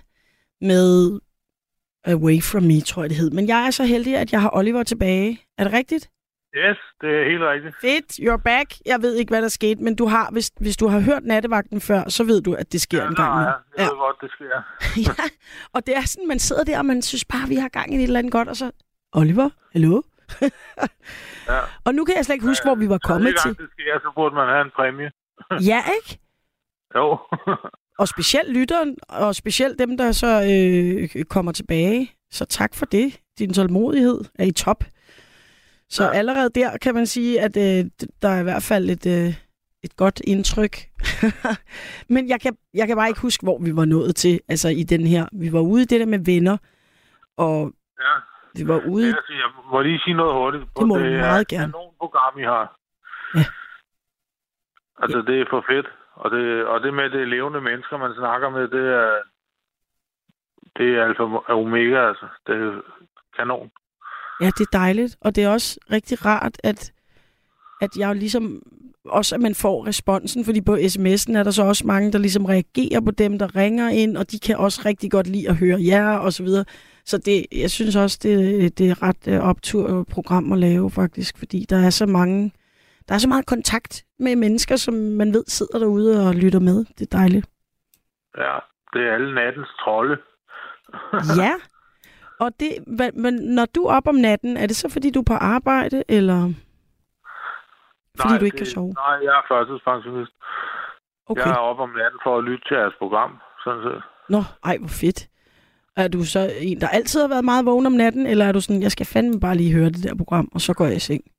med Away From Me, tror jeg det hed. Men jeg er så heldig, at jeg har Oliver tilbage. Er det rigtigt? Yes, det er helt rigtigt. Fedt, you're back. Jeg ved ikke, hvad der skete, men du har, hvis du har hørt Nattevagten før, så ved du, at det sker en gang. Jeg ved godt, det sker. Ja, og det er sådan, man sidder der, og man synes bare, vi har gang i et eller andet godt, og så, Oliver, hallo? Ja. Og nu kan jeg slet ikke huske, hvor vi var kommet til. Det sker, så burde man have en præmie. Ja, ikke? Jo. Og specielt lytteren, og specielt dem, der så kommer tilbage. Så tak for det. Din tålmodighed er i top. Så allerede der kan man sige, at der er i hvert fald et godt indtryk. Men jeg kan bare ikke huske, hvor vi var nået til. Altså i den her. Vi var ude i det der med venner. Og Ja. vi var ude... Jeg må lige sige noget hurtigt. Det må du meget gerne. Det er nogle program, I har. Ja. Altså, det er for fedt. Og det med det levende mennesker, man snakker med, det er alfa og omega, altså. Det er kanon. Ja, det er dejligt. Og det er også rigtig rart, at jeg ligesom... Også at man får responsen, fordi på sms'en er der så også mange, der ligesom reagerer på dem, der ringer ind, og de kan også rigtig godt lide at høre jer, og så videre. Så jeg synes også, det er ret opturprogram at lave, faktisk, fordi der er så meget kontakt med mennesker, som man ved sidder derude og lytter med. Det er dejligt. Ja, det er alle nattens trolde. Ja, og men når du er op om natten, er det så, fordi du er på arbejde, eller... Fordi du ikke kan sove? Nej, jeg er førtidspensionist. Okay. Jeg er oppe om natten for at lytte til jeres program, sådan set. Nå, ej, hvor fedt. Er du så en, der altid har været meget vågen om natten, eller er du sådan, jeg skal fandme bare lige høre det der program, og så går jeg i seng?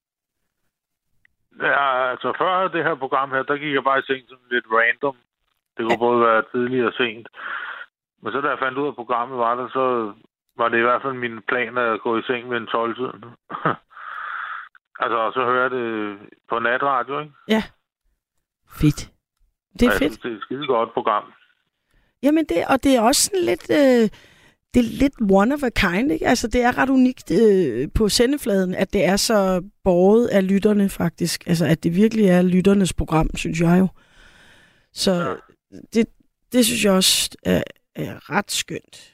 Ja, altså før det her program her, der gik jeg bare i seng sådan lidt random. Det kunne både være tidligt og sent. Men så da jeg fandt ud af, at programmet var der, så var det i hvert fald min plan at gå i seng ved en 12-tiden. Altså, så hører jeg det på natradio, ikke? Ja. Fedt. Det er fedt. Synes, det er et skide godt program. Jamen, det er også sådan lidt... det er lidt one of a kind, ikke? Altså, det er ret unikt på sendefladen, at det er så båret af lytterne, faktisk. Altså, at det virkelig er lytternes program, synes jeg jo. Så ja. Det synes jeg også er ret skønt.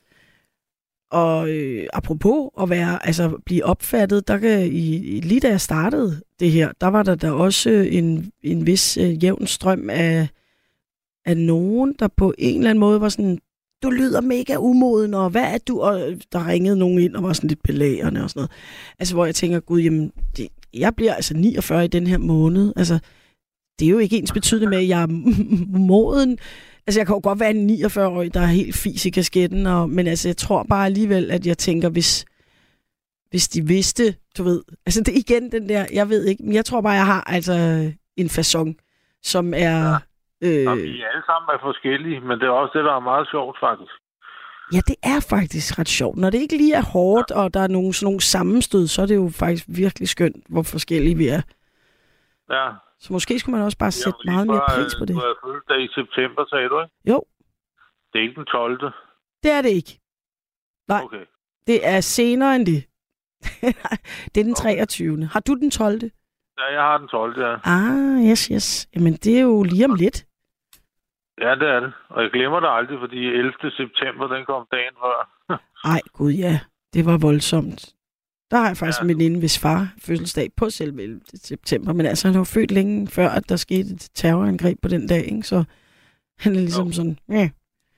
Og apropos at blive opfattet, der kan lige da jeg startede det her, der var der også en vis jævn strøm af nogen, der på en eller anden måde var sådan, du lyder mega umoden, og hvad er du? Og der ringede nogen ind og var sådan lidt belærende og sådan noget. Altså, hvor jeg tænker, gud, jamen, jeg bliver altså 49 i den her måned. Altså, det er jo ikke ens betydende med, at jeg er moden. Altså, jeg kan jo godt være en 49-årig, der er helt fis i kasketten, men altså, jeg tror bare alligevel, at jeg tænker, hvis de vidste, du ved, altså det er igen den der, jeg ved ikke, men jeg tror bare, jeg har altså en facon, som er... Ja. Vi alle sammen er forskellige, men det er også det, der er meget sjovt, faktisk. Ja, det er faktisk ret sjovt. Når det ikke lige er hårdt, og der er sådan nogle sammenstød, så er det jo faktisk virkelig skønt, hvor forskellige vi er. Ja. Så måske skulle man også bare sætte meget mere pris på det. Du har fødselsdag i september, sagde du, ikke? Jo. Det er ikke den 12. Det er det ikke. Nej, okay. Det er senere end det. Det er den 23. Har du den 12.? Ja, jeg har den 12. Ja. Yes. Jamen, det er jo lige om lidt. Ja, det er det. Og jeg glemmer det aldrig, fordi 11. september, den kom dagen før. Ej, gud ja. Det var voldsomt. Der har jeg faktisk en veninde, hvis far fødselsdag på selve 11. september. Men altså, han var født længe før, at der skete et terrorangreb på den dag, ikke? Så han er ligesom sådan, ja.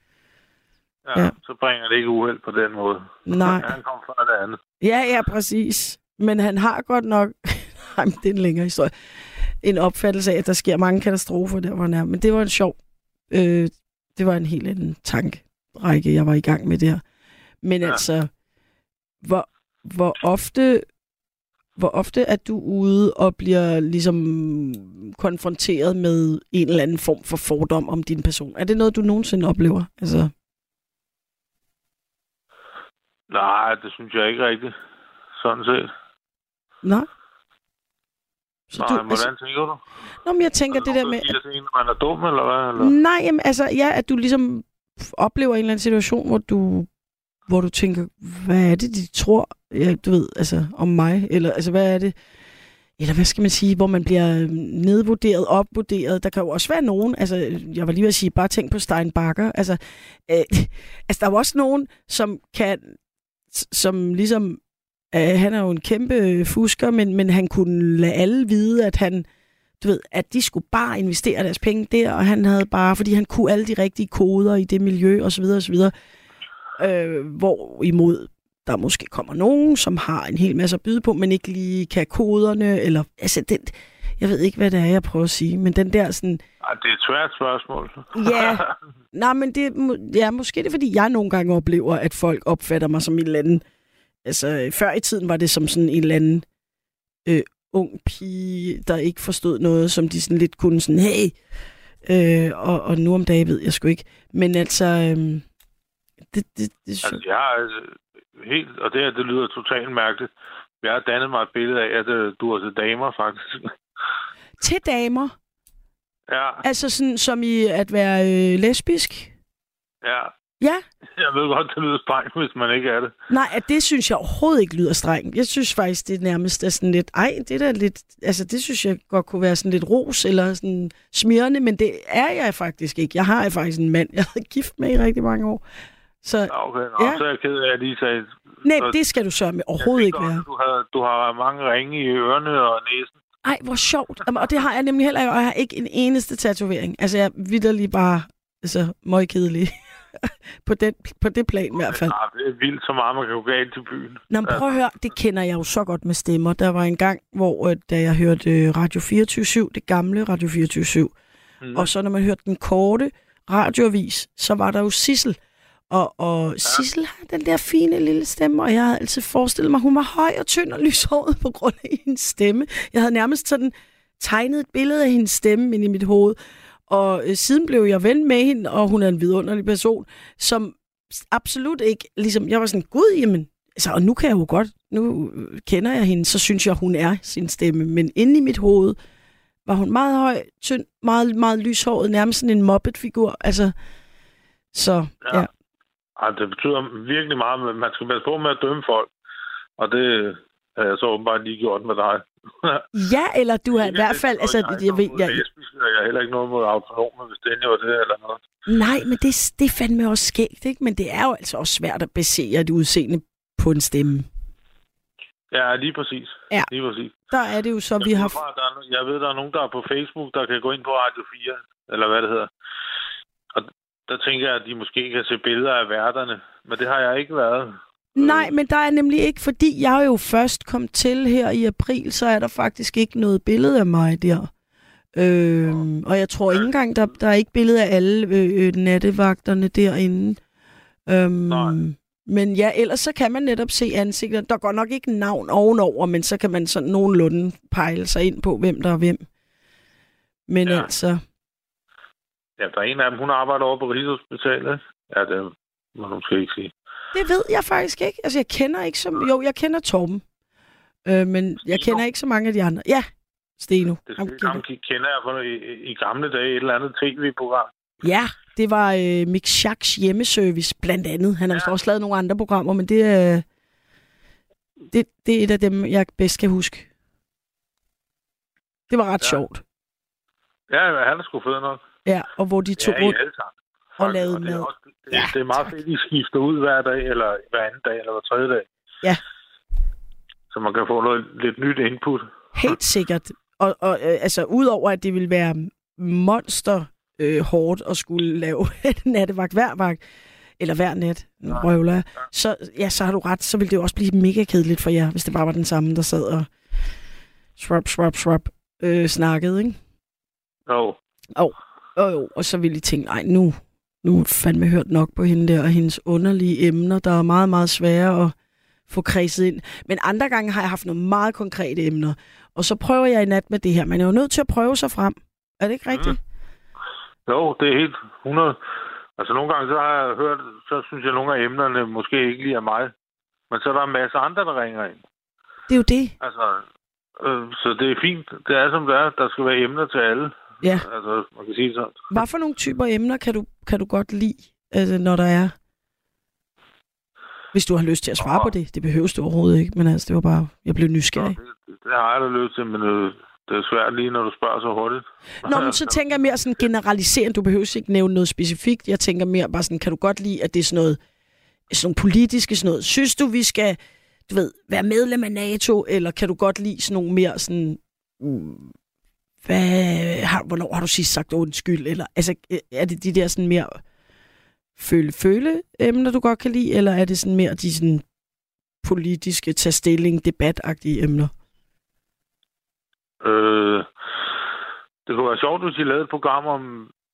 Ja, så bringer det ikke uheld på den måde. Nej. Han kom fra det andet. Ja, præcis. Men han har godt nok, nej, det er en længere historie, en opfattelse af, at der sker mange katastrofer der, hvor han er. Men det var en sjov, det var en helt anden tankrække, jeg var i gang med der. Men altså, hvor ofte er du ude og bliver ligesom konfronteret med en eller anden form for fordom om din person? Er det noget, du nogensinde oplever? Altså... Nej, det synes jeg ikke rigtigt. Sådan set. Nej. Hvordan tænker du? Nå, men jeg tænker det der med... At man er dum, eller hvad? Eller? Nej, jamen, altså, ja, at du ligesom oplever en eller anden situation, hvor du tænker, hvad er det, de tror, ja, du ved, altså, om mig? Eller, altså, hvad er det? Eller hvad skal man sige, hvor man bliver nedvurderet, opvurderet. Der kan jo også være nogen, altså, jeg var lige ved at sige, bare tænk på Stein Bakker. Altså, der er jo også nogen, som ligesom, han er jo en kæmpe fusker, men han kunne lade alle vide, at han, du ved, at de skulle bare investere deres penge der, og han havde bare, fordi han kunne alle de rigtige koder i det miljø, osv., osv., hvorimod der måske kommer nogen, som har en hel masse at byde på, men ikke lige kan koderne, eller, altså, jeg ved ikke, hvad det er, jeg prøver at sige, men den der sådan... Det er et svært spørgsmål. Ja, nej, men måske det er, fordi jeg nogle gange oplever, at folk opfatter mig som en eller anden... Altså, før i tiden var det som sådan en eller anden ung pige, der ikke forstod noget, som de sådan lidt kunne sådan, hey, og nu om dagen ved jeg sgu ikke. Men altså, det altså, jeg har helt, og det lyder totalt mærkeligt. Jeg har dannet mig et billede af, at du er til damer, faktisk. Til damer? Ja. Altså sådan, som i at være lesbisk? Ja. Ja. Jeg ved godt, det lyder strengt, hvis man ikke er det. Nej, det synes jeg overhovedet ikke lyder strengt. Jeg synes faktisk, det nærmest er sådan lidt, det der lidt, altså det synes jeg godt kunne være sådan lidt ros eller sådan smirrende, men det er jeg faktisk ikke. Jeg har faktisk en mand, jeg har gift med i rigtig mange år. Så, okay, ja. Så er jeg ked af, at jeg lige sagde... Nej, det skal du så med overhovedet ikke være. Du har mange ringe i ørerne og næsen. Ej, hvor sjovt. Og det har jeg nemlig heller ikke, og jeg har ikke en eneste tatovering. Altså, jeg er vitterlig bare møgkedelig. på det plan i hvert fald. Ja, det er vildt så meget, man kan gå galt til byen. Nå, men prøv at høre, det kender jeg jo så godt med stemmer. Der var en gang, hvor da jeg hørte Radio 24/7, det gamle Radio 24/7, og så når man hørte den korte radioavis, så var der jo Sissel. Og Sissel har den der fine lille stemme, og jeg havde altid forestillet mig, hun var høj og tynd og lyshåret på grund af hendes stemme. Jeg havde nærmest sådan tegnet et billede af hendes stemme ind i mit hoved. Og siden blev jeg ven med hende, og hun er en vidunderlig person, som absolut ikke, ligesom, jeg var sådan, gud, jamen, altså, og nu kan jeg jo godt, nu kender jeg hende, så synes jeg, hun er sin stemme. Men inde i mit hoved var hun meget høj, tynd, meget, meget lyshåret, nærmest sådan en Muppet-figur. Altså, så, ja. Ej, det betyder virkelig meget, men man skal passe på med at dømme folk. Og det har jeg så åbenbart lige gjort med dig. Ja, eller du har i hvert fald... Altså, jeg har heller ikke noget mod autonome, hvis det endelig var det, eller noget. Nej, men det er fandme også skægt, ikke? Men det er jo altså også svært at basere et udseende på en stemme. Ja, lige præcis. Ja. Lige præcis. Der er det jo så, vi har... Jeg ved, der er nogen, der er på Facebook, der kan gå ind på Radio 4, eller hvad det hedder. Og der tænker jeg, at de måske kan se billeder af værterne, men det har jeg ikke været. Nej, men der er nemlig ikke, fordi jeg jo først kom til her i april, så er der faktisk ikke noget billede af mig der. Og jeg tror ikke engang, der er ikke billede af alle nattevagterne derinde. Men ja, ellers så kan man netop se ansigter. Der går nok ikke navn ovenover, men så kan man sådan nogenlunde pejle sig ind på, hvem der er hvem. Men altså... Ja, der er en af dem, hun arbejder over på Rigshospitalet. Ja, det må du måske ikke sige. Det ved jeg faktisk ikke. Altså, jeg kender ikke så... Jo, jeg kender Torben. Men jeg kender ikke så mange af de andre. Ja, Steno. Det kender jeg fra i gamle dage et eller andet tv-program. Ja, det var Mick Schacks hjemmeservice, blandt andet. Han har også lavet nogle andre programmer, men det er et af dem, jeg bedst kan huske. Det var ret sjovt. Ja, han er sgu fed nok. Ja, og hvor de tog rundt og lavede mad. Det er meget fedt, at I skifter ud hver dag, eller hver anden dag, eller hver tredje dag. Ja. Så man kan få noget lidt nyt input. Helt sikkert. Og altså, udover at det ville være monster hårdt at skulle lave nattevagt hver vagt, eller hver nat, røvler, så har du ret, så ville det jo også blive mega kedeligt for jer, hvis det bare var den samme, der sad og snakkede, ikke? Jo. Og så ville I tænke, nej, nu fandme hørt nok på hende der, og hendes underlige emner, der er meget, meget svære at få kredset ind. Men andre gange har jeg haft nogle meget konkrete emner, og så prøver jeg i nat med det her. Man er jo nødt til at prøve sig frem. Er det ikke rigtigt? Jo, det er helt 100. Altså nogle gange, så har jeg hørt, så synes jeg, at nogle af emnerne måske ikke lige er mig. Men så er der en masse andre, der ringer ind. Det er jo det. Altså, så det er fint. Det er som det er. Der skal være emner til alle. Ja. Altså, man kan sige sådan. Hvad for nogle typer emner kan du godt lide, altså, når der er? Hvis du har lyst til at svare på det. Det behøves du overhovedet ikke, men altså, det var bare, jeg blev nysgerrig. Det har jeg da lyst til, men det er svært lige, når du spørger så hurtigt. Nå, men så tænker jeg mere sådan generaliserende. Du behøver ikke nævne noget specifikt. Jeg tænker mere bare sådan, kan du godt lide, at det er sådan noget politiske sådan noget? Synes du, vi skal, være medlem af NATO, eller kan du godt lide sådan nogle mere sådan... hvornår har du sidst sagt undskyld? Eller, altså, er det de der sådan mere føle emner, du godt kan lide, eller er det sådan mere de sådan politiske, tage stilling, debatagtige emner? Det kunne være sjovt, hvis I lavede et program om...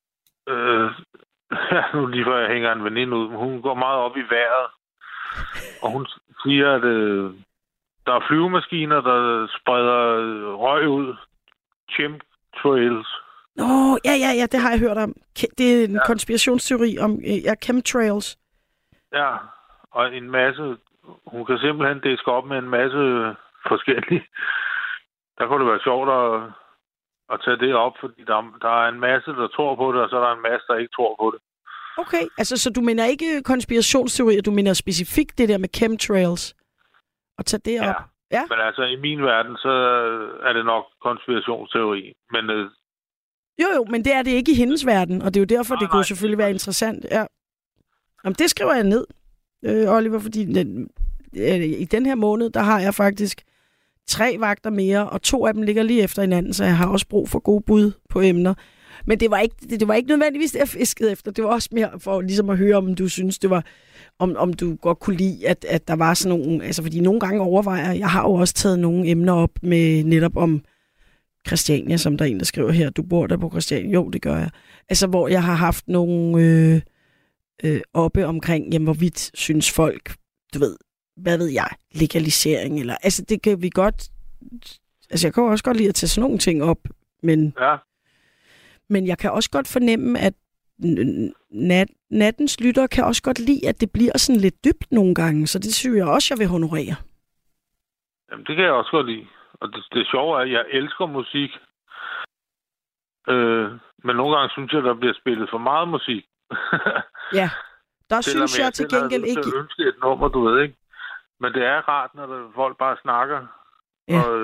nu lige før jeg hænger en veninde ud, men hun går meget op i vejret. Og hun siger, at Der er flyvemaskiner, der spreder røg ud. Chemtrails. Ja, det har jeg hørt om. Det er en konspirationsteori om chemtrails. Ja, og en masse... Hun kan simpelthen diske op med en masse forskellige... Der kunne det være sjovt at tage det op, fordi der er en masse, der tror på det, og så er der en masse, der ikke tror på det. Okay, altså så du mener ikke konspirationsteorier, du mener specifikt det der med chemtrails? Og tage det op? Ja, men altså i min verden, så er det nok konspirationsteori. Men Jo, men det er det ikke i hendes verden, og det er jo derfor, det kunne selvfølgelig være interessant. Ja. Jamen, det skriver jeg ned, Oliver, fordi i den her måned, der har jeg faktisk 3 vagter mere, og 2 af dem ligger lige efter hinanden, så jeg har også brug for gode bud på emner. Men det var ikke nødvendigvis det, jeg fiskede efter. Det var også mere for ligesom at høre, om du synes, det var, om du godt kunne lide, at der var sådan nogle... Altså, fordi nogle gange overvejer jeg har jo også taget nogle emner op med netop om Christiania, som der er en, der skriver her. Du bor der på Christiania? Jo, det gør jeg. Altså, hvor jeg har haft nogle oppe omkring, jamen, hvorvidt synes folk, du ved, hvad ved jeg, legalisering, eller... Altså, det kan vi godt... Altså, jeg kan jo også godt lide at tage sådan nogle ting op, men... Ja. Men jeg kan også godt fornemme, at nattens lytter kan også godt lide, at det bliver sådan lidt dybt nogle gange, så det synes jeg også, jeg vil honorere. Jamen, det kan jeg også godt lide. Og det sjove er, at jeg elsker musik. Men nogle gange synes jeg, der bliver spillet for meget musik. Ja, der synes jeg til gengæld ikke... Jeg ønsker et nummer, du ved, ikke? Men det er rart, når folk bare snakker. Ja. Og,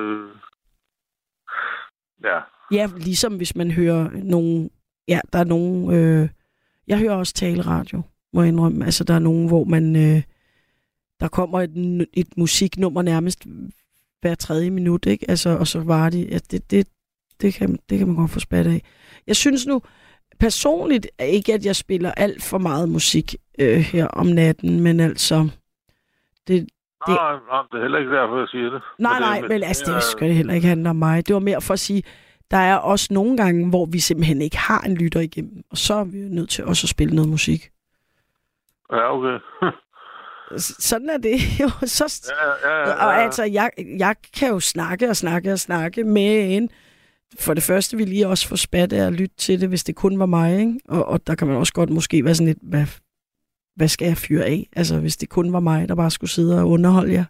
ja. Ja, ligesom hvis man hører nogen... Ja, der er nogen... jeg hører også taleradio, må jeg indrømme. Altså, der er nogen, hvor man... der kommer et musiknummer nærmest hver 3. minut, ikke? Altså, og så var det... Ja, det kan man godt få spat af. Jeg synes nu personligt ikke, at jeg spiller alt for meget musik her om natten, men altså... Nej, det er heller ikke derfor, jeg siger det. Nej, men altså, det skal det heller ikke handle om mig. Det var mere for at sige... Der er også nogle gange, hvor vi simpelthen ikke har en lytter igennem, og så er vi nødt til også at spille noget musik. Ja, okay. Sådan er det jo. Ja. Og altså, jeg kan jo snakke med en. For det første vil I også få spat af at lytte til det, hvis det kun var mig, ikke? Og der kan man også godt måske være sådan lidt, hvad skal jeg fyre af? Altså, hvis det kun var mig, der bare skulle sidde og underholde jer.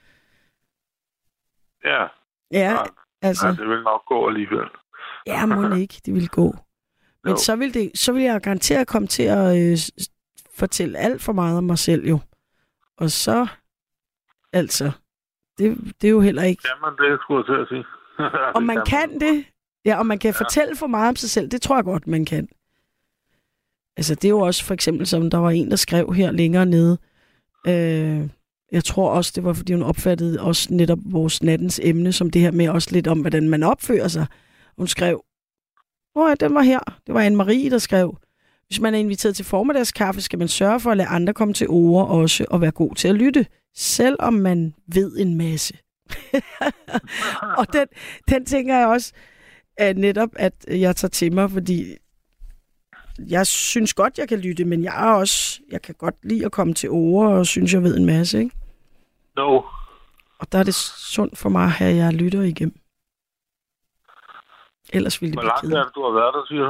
Ja. Ja. Altså, ja, det vil nok gå alligevel. Ja, må ikke. Det vil gå. Men så vil jeg garanteret komme til at fortælle alt for meget om mig selv, jo. Og så, altså, det er jo heller ikke... Jamen, det skulle jeg til at sige. Og man kan det. Ja, og man kan fortælle for meget om sig selv. Det tror jeg godt, man kan. Altså, det er jo også for eksempel, som der var en, der skrev her længere nede. Jeg tror også, det var, fordi hun opfattede også netop vores nattens emne, som det her med også lidt om, hvordan man opfører sig. Hun skrev, den var her. Det var Anne-Marie, der skrev, hvis man er inviteret til formiddagskaffe, skal man sørge for at lade andre komme til ord også, og være god til at lytte, selvom man ved en masse. Og den tænker jeg også, at netop, at jeg tager til mig, fordi jeg synes godt, jeg kan lytte, men jeg kan godt lide at komme til ord, og synes, jeg ved en masse, ikke? No. Og der er det sundt for mig at have jer lytter igennem. Ellers ville det blive kedeligt. Hvor langt er det, du har været der, siger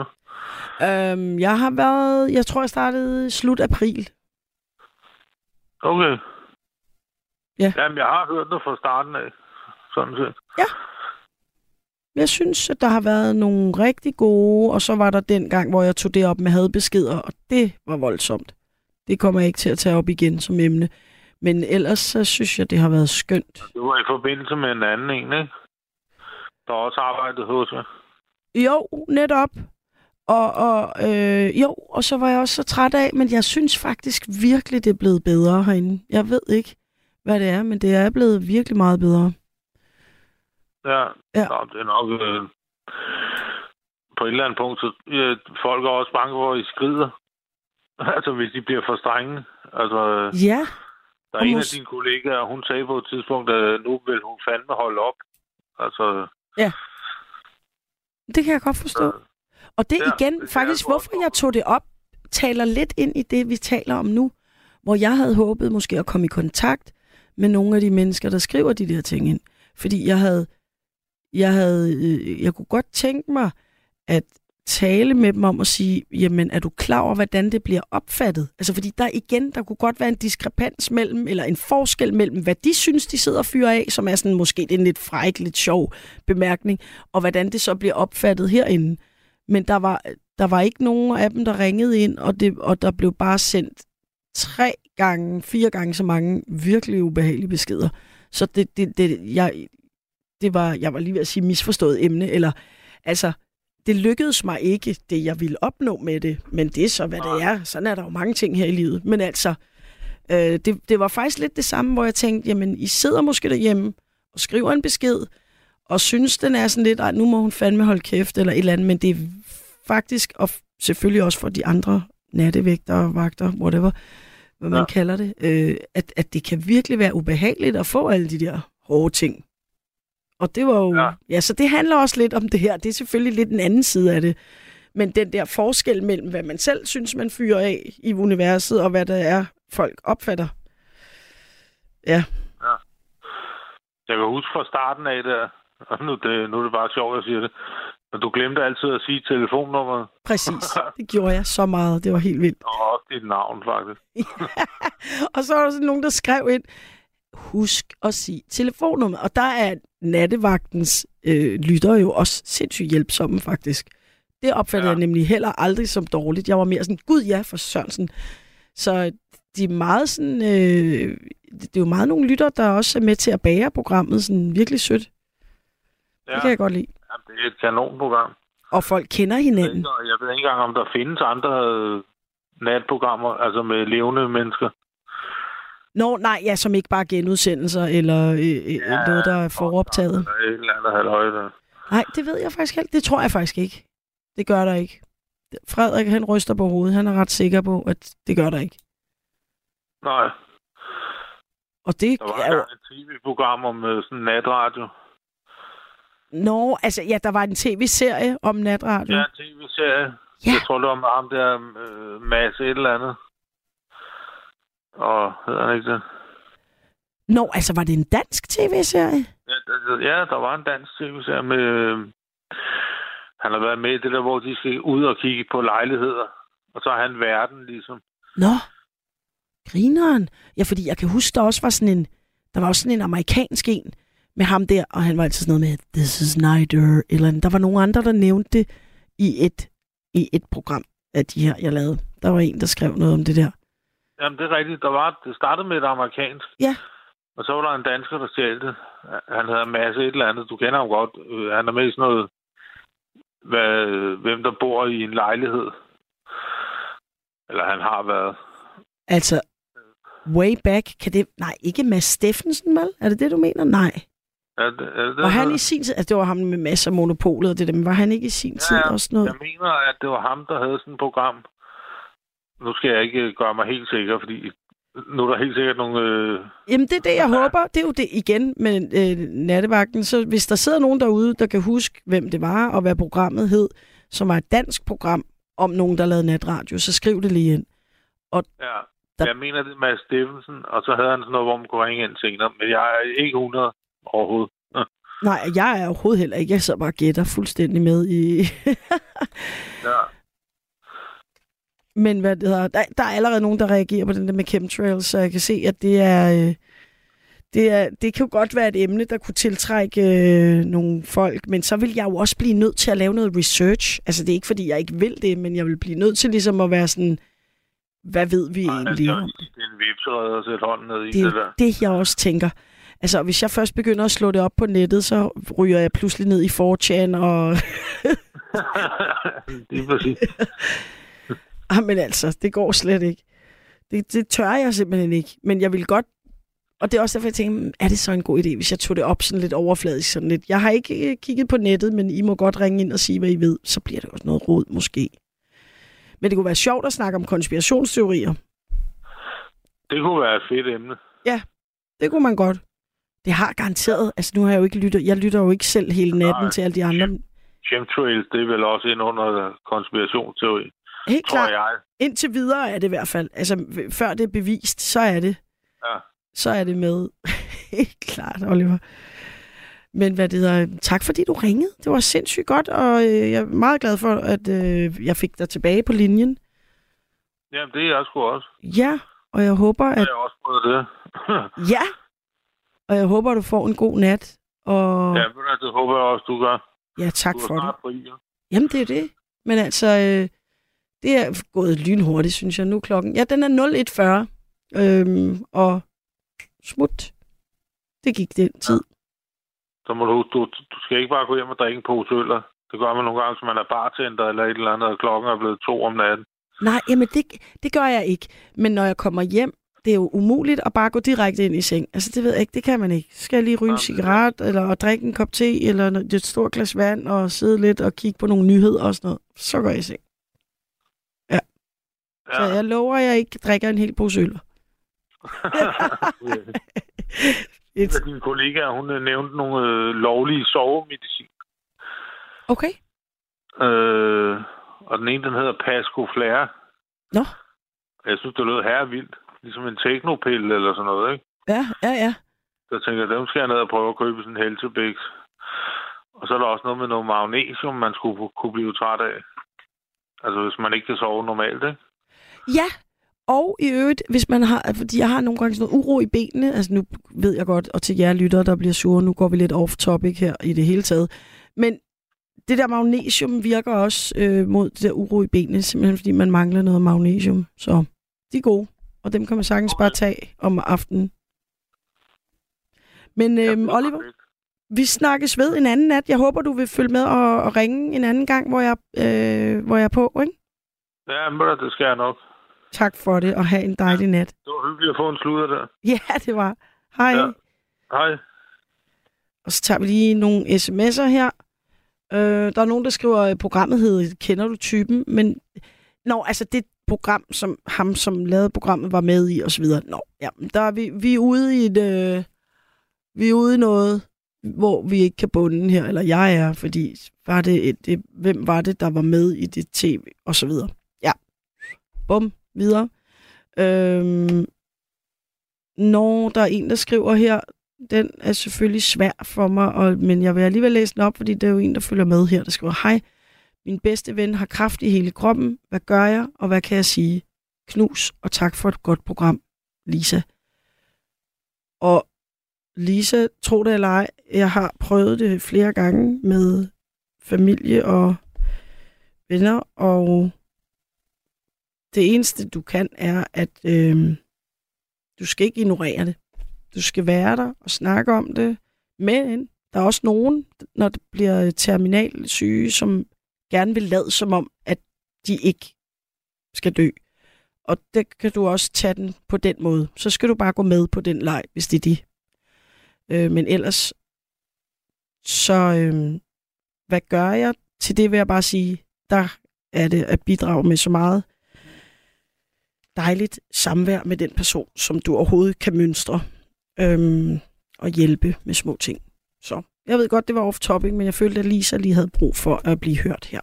du? Jeg tror, jeg startede slut april. Okay. Ja. Jamen, jeg har hørt det fra starten af, sådan set. Ja. Jeg synes, at der har været nogle rigtig gode, og så var der den gang, hvor jeg tog det op med hadbeskeder, og det var voldsomt. Det kommer jeg ikke til at tage op igen som emne. Men ellers så synes jeg, det har været skønt. Det var i forbindelse med en anden en, ikke? Der også arbejdet hos jer. Jo, netop. Og så var jeg også så træt af, men jeg synes faktisk virkelig, det er blevet bedre herinde. Jeg ved ikke, hvad det er, men det er blevet virkelig meget bedre. Ja. Nå, det er nok... på et eller andet punkt, så folk er også bange for, at I skrider. Altså, hvis de bliver for strenge. Altså, ja. Der er en af dine kollegaer, hun sagde på et tidspunkt, at nu vil hun fandme holde op. Altså... Ja. Det kan jeg godt forstå. Og det igen, det faktisk, hvorfor jeg tog det op, taler lidt ind i det, vi taler om nu, hvor jeg havde håbet måske at komme i kontakt med nogle af de mennesker, der skriver de der ting ind. Fordi jeg kunne godt tænke mig at tale med dem om at sige, jamen, er du klar over, hvordan det bliver opfattet? Altså, fordi der kunne godt være en diskrepans mellem, eller en forskel mellem, hvad de synes, de sidder og fyrer af, som er sådan måske det er en lidt fræk, lidt sjov bemærkning, og hvordan det så bliver opfattet herinde. Men der var ikke nogen af dem, der ringede ind, og der blev bare sendt 4 gange så mange virkelig ubehagelige beskeder. Så jeg var lige ved at sige misforstået emne, eller altså, det lykkedes mig ikke, det jeg ville opnå med det, men det er så, hvad det er. Sådan er der jo mange ting her i livet. Men altså, det var faktisk lidt det samme, hvor jeg tænkte, jamen, I sidder måske derhjemme og skriver en besked, og synes, den er sådan lidt, nu må hun fandme holde kæft, eller et eller andet, men det er faktisk, og selvfølgelig også for de andre nattevægtere, vagter, whatever, hvad man kalder det, at det kan virkelig være ubehageligt at få alle de der hårde ting. Og det var jo... Ja, så det handler også lidt om det her. Det er selvfølgelig lidt en anden side af det. Men den der forskel mellem, hvad man selv synes, man fyrer af i universet, og hvad der er, folk opfatter. Ja. Jeg kan huske fra starten af det, og nu er det bare sjovt, at jeg siger det, men du glemte altid at sige telefonnummeret. Præcis. Det gjorde jeg så meget. Det var helt vildt. Og også dit navn, faktisk. Og så var der sådan nogen, der skrev ind, husk at sige telefonnummer. Og der er nattevagtens lytter jo også sindssygt hjælpsomme, faktisk. Det opfattede jeg nemlig heller aldrig som dårligt. Jeg var mere sådan, gud ja, for Sørensen. Så de er meget sådan... det er jo meget nogle lytter, der også er med til at bære programmet sådan virkelig sødt. Ja. Det kan jeg godt lide. Jamen, det er et kanonprogram. Og folk kender hinanden. Jeg ved ikke engang, om der findes andre natprogrammer, altså med levende mennesker. Nå, nej, ja, som ikke bare genudsendelser, eller noget, der er foroptaget. Et eller andet halvhøjde. Nej, det ved jeg faktisk ikke. Det tror jeg faktisk ikke. Det gør der ikke. Frederik, han ryster på hovedet. Han er ret sikker på, at det gør der ikke. Nej. Og det der var et tv-program om sådan natradio. Nå, altså, ja, der var en tv-serie om natradio. Ja, en tv-serie. Ja. Jeg tror, det var med ham der Mads et eller andet. Og hedder han ikke det? Nå, altså, var det en dansk tv-serie? Ja, der var en dansk tv-serie med... han har været med i det der, hvor de skal ud og kigge på lejligheder. Og så er han verden, ligesom. Nå, grineren. Ja, fordi jeg kan huske, der også var sådan en... Der var også sådan en amerikansk en med ham der, og han var altid sådan noget med, this is Snyder, eller andet. Der var nogle andre, der nævnte det i et program af de her, jeg lavede. Der var en, der skrev noget om det der. Jamen, det er rigtigt. Det startede med et amerikansk. Ja. Og så var der en dansker, der stjal det. Han hedder Masse et eller andet. Du kender ham godt. Han er med i sådan noget, hvem der bor i en lejlighed. Eller han har været. Altså, way back, kan det... Nej, ikke Mads Steffensen, vel? Er det det, du mener? Nej. Var han i sin tid... Altså, det var ham med masser af monopolet og det der, men var han ikke i sin tid også noget? Jeg mener, at det var ham, der havde sådan et program. Nu skal jeg ikke gøre mig helt sikker, fordi nu er der helt sikkert nogle... Jamen, det er det, jeg håber. Det er jo det igen med nattevagten. Så hvis der sidder nogen derude, der kan huske, hvem det var, og hvad programmet hed, som er et dansk program om nogen, der lavede natradio, så skriv det lige ind. Og jeg mener, det er Mads Steffensen, og så havde han sådan noget, hvor man kunne ringe ind senere. Men jeg er ikke 100 overhovedet. Nej, jeg er overhovedet heller ikke. Jeg så bare gætter fuldstændig med i... Ja. Men hvad det hedder, der er allerede nogen, der reagerer på den der med chemtrails, så jeg kan se, at det kan jo godt være et emne, der kunne tiltrække nogle folk, men så vil jeg jo også blive nødt til at lave noget research. Altså, det er ikke, fordi jeg ikke vil det, men jeg vil blive nødt til ligesom at være sådan, hvad ved vi egentlig om det? Det er en vipserede at sætte hånden ned i det der. Det er jeg også tænker. Altså, hvis jeg først begynder at slå det op på nettet, så ryger jeg pludselig ned i 4chan og... Det er præcis. Men altså, det går slet ikke. Det tør jeg simpelthen ikke. Men jeg vil godt... Og det er også derfor, jeg tænker, er det så en god idé, hvis jeg tog det op sådan lidt overfladisk? Sådan lidt. Jeg har ikke kigget på nettet, men I må godt ringe ind og sige, hvad I ved. Så bliver det også noget rod, måske. Men det kunne være sjovt at snakke om konspirationsteorier. Det kunne være et fedt emne. Ja, det kunne man godt. Det har garanteret... Altså, nu har jeg jo ikke lyttet... Jeg lytter jo ikke selv hele natten til alle de andre. Chemtrails, det er vel også ind under konspirationsteori. Helt klart. Indtil videre er det i hvert fald. Altså, før det er bevist, så er det. Ja. så er det med. Helt klart, Oliver. Men tak fordi du ringede. Det var sindssygt godt, og jeg er meget glad for, at jeg fik dig tilbage på linjen. Jamen, det er jeg sgu også. Ja, og jeg håber, at... Jeg har også prøvet det. Ja, og jeg håber, du får en god nat. Og... Ja, det håber jeg også, du gør. Ja, tak for det. Fri, ja. Jamen, det er det. Men altså, det er gået lynhurtigt, synes jeg, nu klokken. Ja, den er 01:40. Og smut. Det gik den tid. Så må du skal ikke bare gå hjem og drikke en pose øl. Det gør man nogle gange, hvis man er bartender eller et eller andet, og klokken er blevet 2 om natten. Nej, jamen det gør jeg ikke. Men når jeg kommer hjem, det er jo umuligt at bare gå direkte ind i seng. Altså, det ved jeg ikke, det kan man ikke. Skal jeg lige ryge en cigaret, eller drikke en kop te, eller et stort glas vand, og sidde lidt og kigge på nogle nyheder og sådan noget, så går jeg i seng. Ja. Så jeg lover, at jeg ikke drikker en hel pose øl. En af dine kollegaer, hun nævnte nogle lovlige sovemedicin. Okay. Og den ene, den hedder Pascoflare. Nå. Jeg synes, det lød herrevildt. Ligesom en teknopille eller sådan noget, ikke? Ja. Så tænker jeg, dem skal jeg ned og prøve at købe sådan en Heltebix. Og så er der også noget med noget magnesium, man skulle kunne blive træt af. Altså, hvis man ikke kan sove normalt, ikke? Ja, og i øvrigt, hvis man har... Fordi jeg har nogle gange sådan noget uro i benene. Altså, nu ved jeg godt, og til jer lyttere, der bliver sure, nu går vi lidt off-topic her i det hele taget. Men det der magnesium virker også mod det der uro i benene, simpelthen fordi man mangler noget magnesium. Så de er gode, og dem kan man sagtens bare tage om aftenen. Men Oliver, vi snakkes ved en anden nat. Jeg håber, du vil følge med og ringe en anden gang, hvor jeg er på, ikke? Ja, men det skal jeg nok. Tak for det, og have en dejlig nat. Det var hyggeligt at få en sludder der. Ja, det var. Hej. Ja. Hej. Og så tager vi lige nogle sms'er her. Der er nogen, der skriver, at programmet hedder Kender du typen? Men altså det program, som ham, som lavede programmet, var med i, og så videre. Der er vi er ude i vi er ude i noget, hvor vi ikke kan bunde her, eller jeg er, fordi hvem var det, der var med i det tv, og så videre. Ja. Bum, videre. Når der er en, der skriver her, den er selvfølgelig svær for mig, men jeg vil alligevel læse den op, fordi det er jo en, der følger med her, der skriver, hej, min bedste ven har kræft i hele kroppen. Hvad gør jeg, og hvad kan jeg sige? Knus, og tak for et godt program, Lisa. Og Lisa, tro det eller ej, jeg har prøvet det flere gange med familie og venner, og det eneste, du kan, er, at du skal ikke ignorere det. Du skal være der og snakke om det, men der er også nogen, når det bliver terminalt syge, som gerne vil lade som om, at de ikke skal dø. Og det kan du også tage den på den måde. Så skal du bare gå med på den leg, hvis det er de. Men ellers, så hvad gør jeg? Til det vil jeg bare sige, der er det at bidrage med så meget dejligt samvær med den person, som du overhovedet kan mønstre og hjælpe med små ting. Så jeg ved godt, det var off-topic, men jeg følte, at Lisa lige havde brug for at blive hørt her.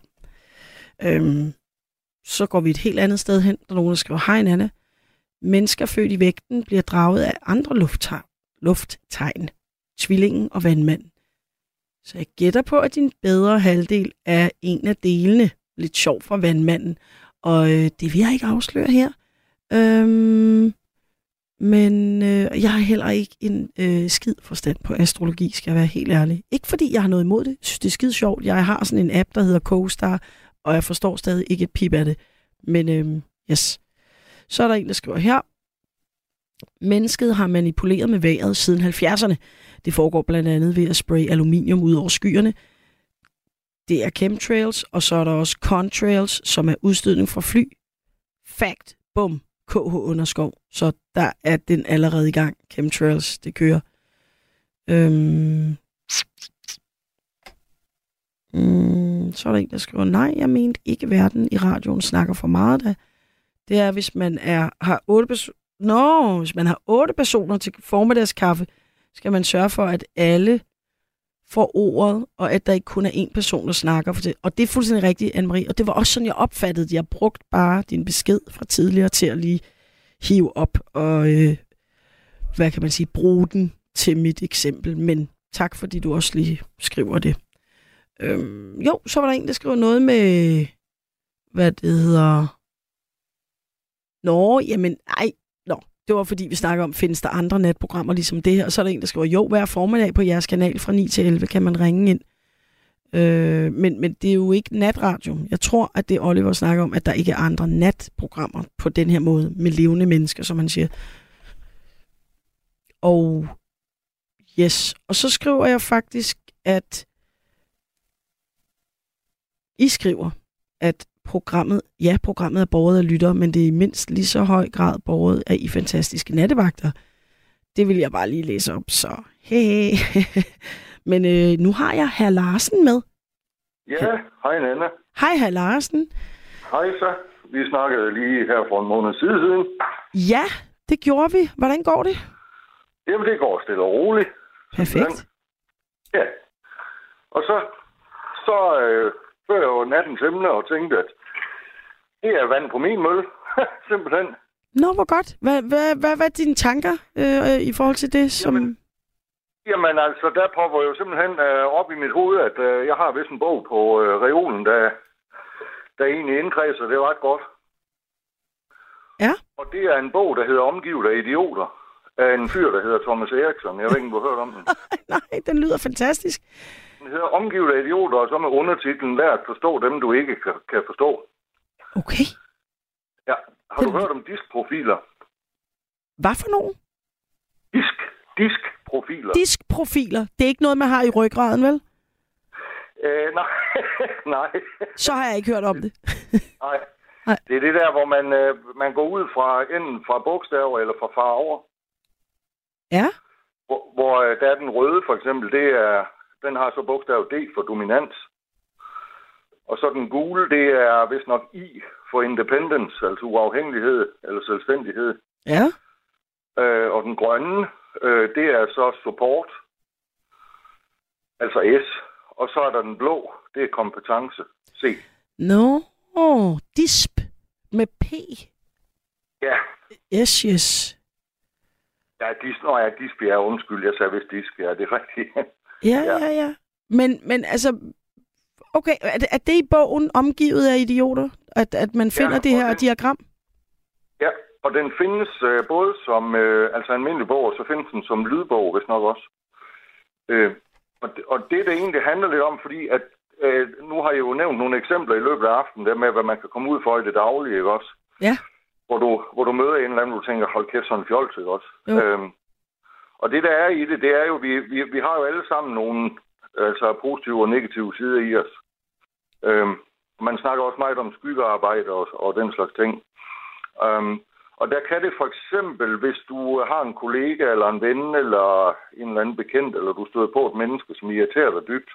Så går vi et helt andet sted hen. Der er nogen, der skriver, hej Nanna. Mennesker født i vægten bliver draget af andre lufttegn. Tvillingen og vandmanden. Så jeg gætter på, at din bedre halvdel er en af delene. Lidt sjov fra vandmanden. Og det vil jeg ikke afsløre her. Men jeg har heller ikke en skid forstand på astrologi, skal jeg være helt ærlig. Ikke fordi jeg har noget imod det. Jeg synes, det er skide sjovt. Jeg har sådan en app, der hedder CoStar, og jeg forstår stadig ikke et pip af det. Men yes. Så er der en, der skriver her. Mennesket har manipuleret med vejret siden 70'erne. Det foregår blandt andet ved at spraye aluminium ud over skyerne. Det er chemtrails, og så er der også contrails, som er udstødning fra fly. Fact, bum, KH_. Så der er den allerede i gang. Chemtrails, det kører. Så er der en, der skriver, nej, jeg mente ikke verden i radioen snakker for meget da. Det er, hvis man har 8 personer. Hvis man har 8 personer til formiddagskaffe, skal man sørge for, at alle får ordet, og at der ikke kun er én person, der snakker for det. Og det er fuldstændig rigtigt, Anne-Marie. Og det var også sådan, jeg opfattede det. Jeg brugte bare din besked fra tidligere til at lige hive op og hvad kan man sige, bruge den til mit eksempel, men tak, fordi du også lige skriver det. Jo, så var der en, der skriver noget med, hvad det hedder. Nå, jamen, det var fordi, vi snakker om, findes der andre natprogrammer ligesom det her, og så er der en, der skriver, jo, hver formiddag på jeres kanal fra 9 til 11 kan man ringe ind. Men det er jo ikke natradio. Jeg tror, at det Oliver snakker om, at der ikke er andre natprogrammer på den her måde, med levende mennesker, som han siger. Og yes, og så skriver jeg faktisk, at I skriver, at programmet er båret af lyttere, men det er i mindst lige så høj grad båret af I fantastiske nattevagter. Det vil jeg bare lige læse op, så hey. Men nu har jeg hr. Larsen med. Ja, hej Nana. Hej hr. Larsen. Hej så. Vi snakkede lige her for en måned siden. Ja, det gjorde vi. Hvordan går det? Jamen, det går stille og roligt. Perfekt. Ja. Og så fører jeg jo nattens emne og tænkte, at det er vand på min mølle. Simpelthen. Nå, hvor godt. Hvad er dine tanker i forhold til det? Som... Jamen altså, der prøver jeg jo simpelthen op i mit hoved, at jeg har vist en bog på reolen, der egentlig indkredser. Det er ret godt. Ja. Og det er en bog, der hedder Omgivet af idioter. Af en fyr, der hedder Thomas Eriksson. Jeg ved ikke, om du har hørt om den. Nej, den lyder fantastisk. Den hedder Omgivet af idioter, og så med undertitlen Lær at forstå dem, du ikke kan forstå. Okay. Ja. Har du hørt om diskprofiler? Hvad for nogen? Diskprofiler. Diskprofiler. Det er ikke noget, man har i ryggraden, vel? Nej. Så har jeg ikke hørt om det. Nej. Det er det der, hvor man går ud fra enten fra bogstaver eller fra farver. Ja. Hvor der er den røde, for eksempel, den har så bogstav D for dominans. Og så den gule, det er vist nok I for independence, altså uafhængighed eller selvstændighed. Ja. Og den grønne, det er så support, altså S. Og så er der den blå, det er kompetence, C. Nå, disp med P. Ja. Yes. Ja, disp, ja, undskyld, jeg sagde vist disk, ja, det er rigtigt. Ja. Men altså, okay, er det i bogen Omgivet af idioter, at man finder det her diagram? Ja, og den findes både som altså almindelig bog, og så findes den som lydbog, hvis nok også. Og det egentlig handler lidt om, fordi at nu har jeg jo nævnt nogle eksempler i løbet af aftenen, der med, hvad man kan komme ud for i det daglige, ikke også? Ja. Hvor du møder en eller anden, du tænker, hold kæft, sådan en fjols, ikke også? Og det, der er i det er jo, vi har jo alle sammen nogle altså positive og negative sider i os. Man snakker også meget om skyggearbejde og den slags ting. Og der kan det for eksempel, hvis du har en kollega eller en ven eller en eller anden bekendt, eller du støder på et menneske, som irriterer dig dybt,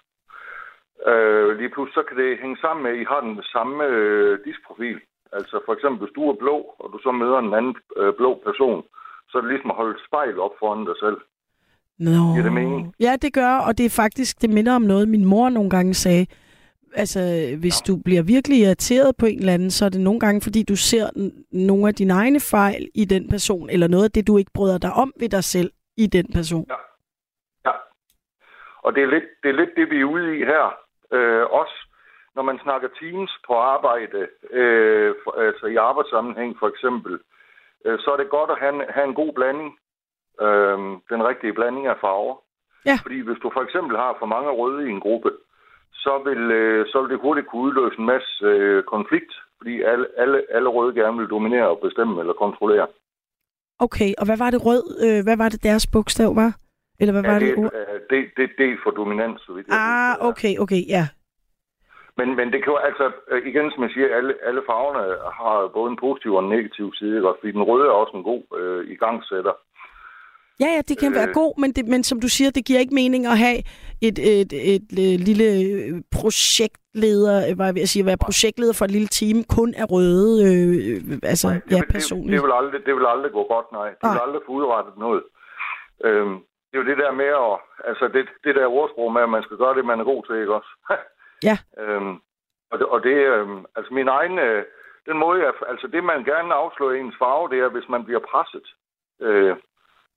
lige pludselig så kan det hænge sammen med, at I har den samme diskprofil. Altså for eksempel, hvis du er blå, og du så møder en anden blå person, så er det ligesom at holde et spejl op foran dig selv. Nå. Giver det mening? Ja, det gør, og det er faktisk, det minder om noget, min mor nogle gange sagde. Altså, hvis du bliver virkelig irriteret på en eller anden, så er det nogle gange, fordi du ser nogle af dine egne fejl i den person, eller noget af det, du ikke bryder dig om ved dig selv i den person. Ja. Og det er lidt det, vi er ude i her. Også når man snakker teams på arbejde, altså i arbejdssammenhæng for eksempel, så er det godt at have en god blanding. Den rigtige blanding af farver. Ja. Fordi hvis du for eksempel har for mange røde i en gruppe, så vil det hurtigt kunne udløse en masse konflikt, fordi alle røde gerne vil dominere og bestemme eller kontrollere. Okay, og hvad var det rød? Hvad var det deres bogstav var? Eller hvad var det ord? Det er for dominans, så vidt jeg ved. Okay, ja. Men det kan jo altså, igen som jeg siger, alle farverne har både en positiv og en negativ side, fordi den røde er også en god igangsætter. Ja, det kan være god, men som du siger, det giver ikke mening at have et lille projektleder, være projektleder for et lille team, kun er røde, personligt. Det vil aldrig gå godt, nej. Det vil aldrig få udrettet noget. Det er jo det der med det der ordsprog med, at man skal gøre det, man er god til, ikke også? Ja. Og det altså min egen, den måde, det man gerne afslører ens farve, det er, hvis man bliver presset.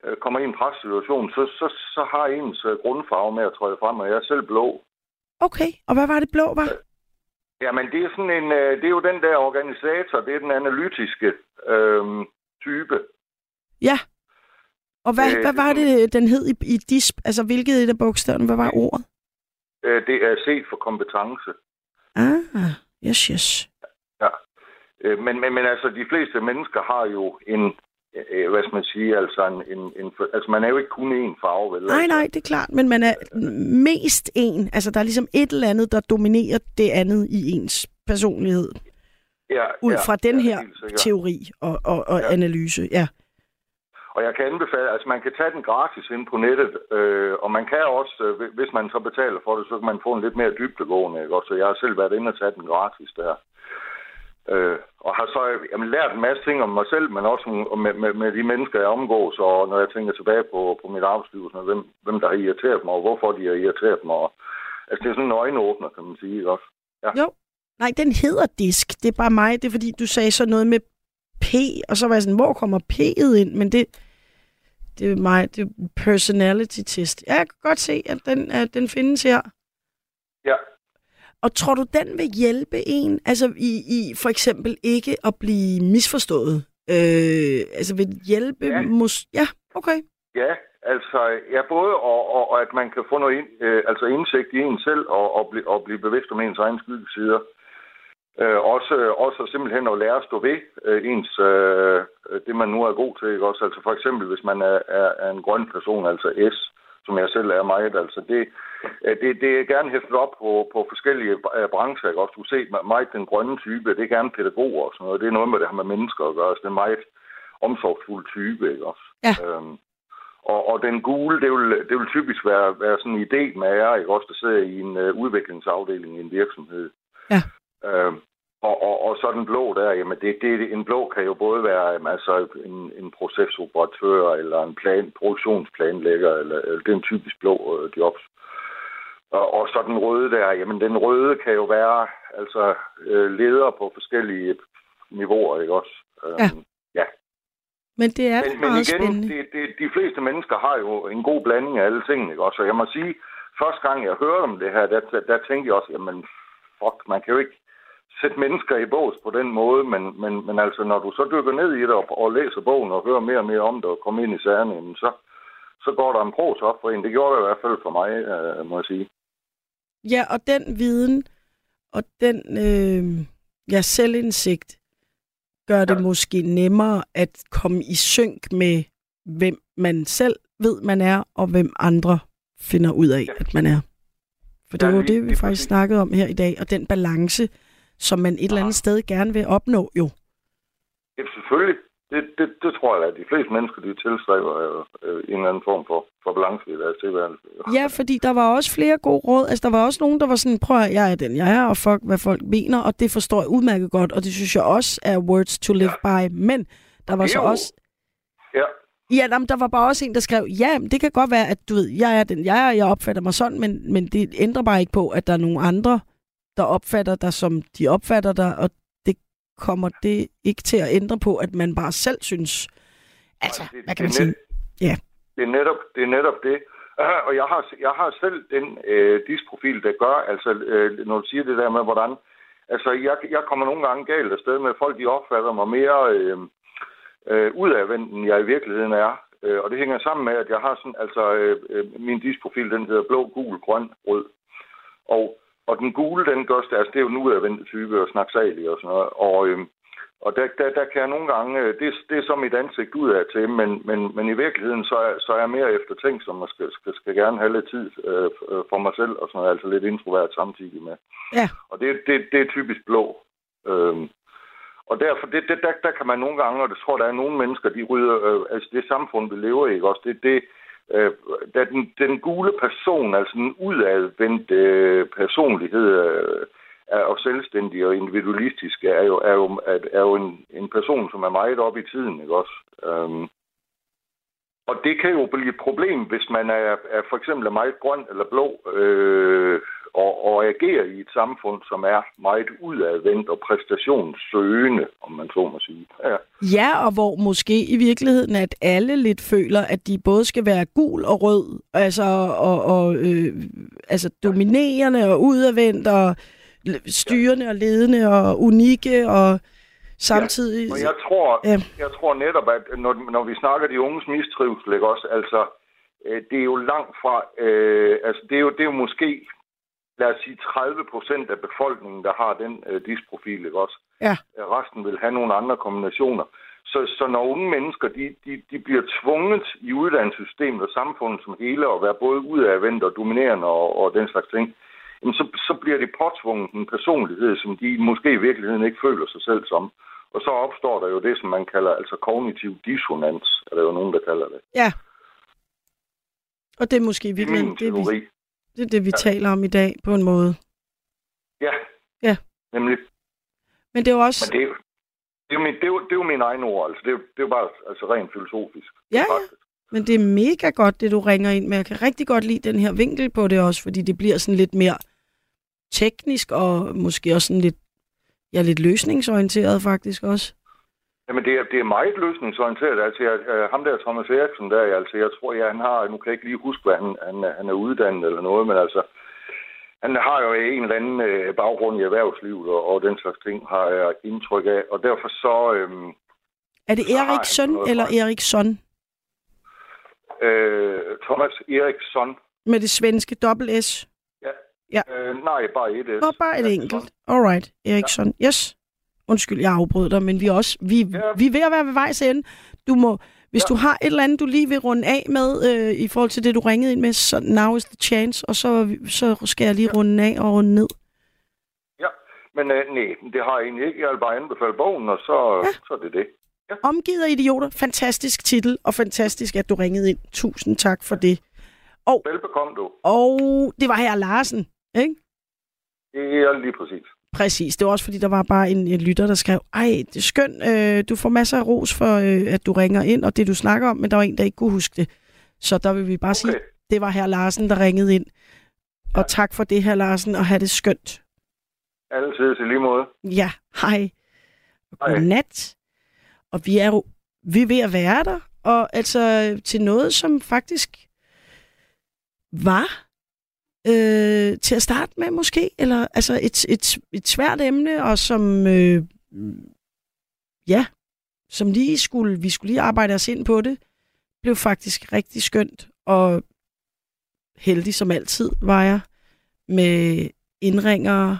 kommer i en pressituation, så har ens grundfarve med at træde frem, og jeg er selv blå. Okay, og hvad var det blå var? Jamen, det er sådan det er jo den der organisator, det er den analytiske type. Ja. Og hvad var det, den hed i DISP? Altså, hvilket et af bogstaverne? Hvad var ordet? Det er set for kompetence. Yes. Ja. Men altså, de fleste mennesker har jo en, hvad skal man sige, altså altså man er jo ikke kun én farve, vel? Nej, det er klart, men man er mest en. Altså, der er ligesom et eller andet, der dominerer det andet i ens personlighed. Ja, ud fra den her teori og analyse, ja. Og jeg kan anbefale, altså man kan tage den gratis ind på nettet, og man kan også, hvis man så betaler for det, så kan man få en lidt mere dybdegående, ikke? Så jeg har selv været inde og taget den gratis der. Og har så lært en masse ting om mig selv, men også med de mennesker, jeg omgås, og når jeg tænker tilbage på mit arbejdsliv, så hvem der har irriteret mig, og hvorfor de har irriteret mig. Altså det er sådan en øjenåbner, kan man sige, ikke også? Ja. Jo. Nej, den hedder disk. Det er bare mig. Det er fordi, du sagde så noget med P, og så var jeg sådan, hvor kommer P'et ind? Men det er mig. Det er personality test. Ja, jeg kan godt se, at den findes her. Ja. Og tror du, den vil hjælpe en, altså i for eksempel ikke at blive misforstået? Altså vil hjælpe... Ja, okay. Ja, altså, både og at man kan få noget indsigt i en selv og blive bevidst om ens egen skyggesider. Også simpelthen at lære at stå ved ens, det man nu er god til, ikke også? Altså for eksempel, hvis man er en grøn person, altså S, som jeg selv er meget, altså det er gerne hæftet op på forskellige brancher, ikke også? Du ser meget den grønne type, det er gerne pædagoger og sådan noget, det er noget med det her med mennesker at gøre, så det er meget omsorgsfuld type, ikke også? Ja. Og den gule, det vil typisk være sådan en idé med jer, ikke også, der sidder i en udviklingsafdeling i en virksomhed. Ja. Og så den blå der, jamen en blå kan jo både være altså en procesoperatør eller en produktionsplanlægger, eller det er en typisk blå jobs. Og så den røde der, jamen den røde kan jo være altså leder på forskellige niveauer, ikke også? Ja. Men det er meget spændende. De fleste mennesker har jo en god blanding af alle tingene, ikke også? Så jeg må sige, første gang jeg hørte om det her, der tænkte jeg også, jamen fuck, man kan jo ikke sætte mennesker i bås på den måde, men altså, når du så dykker ned i det og læser bogen og hører mere og mere om det og kommer ind i sagerne, så går der en pros op for en. Det gjorde det i hvert fald for mig, må jeg sige. Ja, og den viden og den selvindsigt gør det måske nemmere at komme i synk med, hvem man selv ved, man er, og hvem andre finder ud af, at man er. For det er jo det, vi faktisk snakkede om her i dag, og den balance, som man et eller andet sted gerne vil opnå, jo. Ja, selvfølgelig. Det tror jeg, at de fleste mennesker, de tilstræber en eller anden form for balance i deres tilværelse. Ja, fordi der var også flere gode råd. Altså, der var også nogen, der var sådan, prøv at jeg er den, jeg er, og fuck, hvad folk mener, og det forstår jeg udmærket godt, og det synes jeg også er words to live by. Men der var så også... Ja, der var bare også en, der skrev, ja, det kan godt være, at du ved, jeg er den, jeg er, jeg opfatter mig sådan, men det ændrer bare ikke på, at der er nogle andre, der opfatter dig, som de opfatter dig, og det kommer det ikke til at ændre på, at man bare selv synes, altså, hvad kan man sige? Ja. Det er netop det. Og jeg har selv den disprofil, der gør, altså, når du siger det der med, hvordan, altså, jeg kommer nogle gange galt afsted med, folk, de opfatter mig mere udadvendt, end jeg i virkeligheden er. Og det hænger sammen med, at jeg har sådan, altså, min disprofil, den hedder blå, gul, grøn, rød. Og den gule, den gør altså, det er jo en udadvendt type og snaksalig og sådan noget. Og der kan jeg nogle gange, det er så mit ansigt udad til, men i virkeligheden, så er jeg mere eftertænksom og skal gerne have lidt tid for mig selv og sådan noget, altså lidt introvert samtidig med. Ja. Og det er typisk blå. Og derfor, der kan man nogle gange, og det tror der er nogle mennesker, de rydder, altså det samfund, vi lever i, ikke også, da den gule person, altså den udadvendte personlighed og selvstændig og individualistisk, er jo en person, som er meget oppe i tiden, ikke også? Og det kan jo blive et problem, hvis man er for eksempel meget grøn eller blå, at agere i et samfund, som er meget udadvendt og præstationssøgende, om man så må sige. Ja. Ja, og hvor måske i virkeligheden, at alle lidt føler, at de både skal være gul og rød, altså dominerende og udadvendt og styrende og ledende og unikke og samtidig... Ja, og jeg tror netop, at når vi snakker de unges mistrivsel, ikke også, altså det er jo langt fra, det er jo måske, lad os sige 30% af befolkningen, der har den dysprofil, ikke også? Ja. Resten vil have nogle andre kombinationer. Så når unge mennesker, de bliver tvunget i uddannelsessystemet og samfundet som hele at være både udadvendt og dominerende og den slags ting, så bliver det påtvunget en personlighed, som de måske i virkeligheden ikke føler sig selv som. Og så opstår der jo det, som man kalder altså kognitiv dissonans, er der jo nogen, der kalder det. Ja. Og det er måske i virkeligheden det vi taler om i dag, på en måde. Ja. Nemlig. Men det er jo også... Men det er jo mine egne ord, altså. Det er jo bare altså rent filosofisk. Ja. Men det er mega godt, det du ringer ind med. Jeg kan rigtig godt lide den her vinkel på det også, fordi det bliver sådan lidt mere teknisk, og måske også sådan lidt løsningsorienteret faktisk også. Jamen, det er meget løsningsorienteret. Altså, ham der Thomas Eriksen der, altså, jeg tror, han har, nu kan jeg ikke lige huske, hvad han er uddannet eller noget, men altså, han har jo en eller anden baggrund i erhvervslivet og den slags ting, har jeg indtryk af, og derfor så... er det Eriksson eller Eriksson? Thomas Eriksson. Med det svenske dobbelt S? Ja. Nej, bare et S. Bare et enkelt. Alright, Eriksson. Ja. Yes. Undskyld, jeg afbrød dig, men vi er ved at være ved vejs ende. Hvis du har et eller andet, du lige vil runde af med, i forhold til det, du ringede ind med, så now is the chance, og så skal jeg lige runde af og runde ned. Ja, men nej, det har jeg egentlig ikke. Jeg vil bare anbefale bogen, og så er det. Ja. Omgivet af idioter. Fantastisk titel, og fantastisk, at du ringede ind. Tusind tak for det. Velbekomme du. Og det var her Larsen, ikke? Ja, lige præcis. Præcis. Det var også, fordi der var bare en lytter, der skrev, ej, det er skønt, du får masser af ros for, at du ringer ind, og det, du snakker om, men der var en, der ikke kunne huske det. Så der vil vi bare sige, det var her Larsen, der ringede ind. Og tak for det, her Larsen, og have det skønt. Altid til lige måde. Ja, hej. Og godnat. Og vi er ved at være der, og altså til noget, som faktisk var til at starte med måske, eller altså et svært emne, og som som vi skulle lige arbejde os ind på det, blev faktisk rigtig skønt, og heldig som altid var jeg med indringere,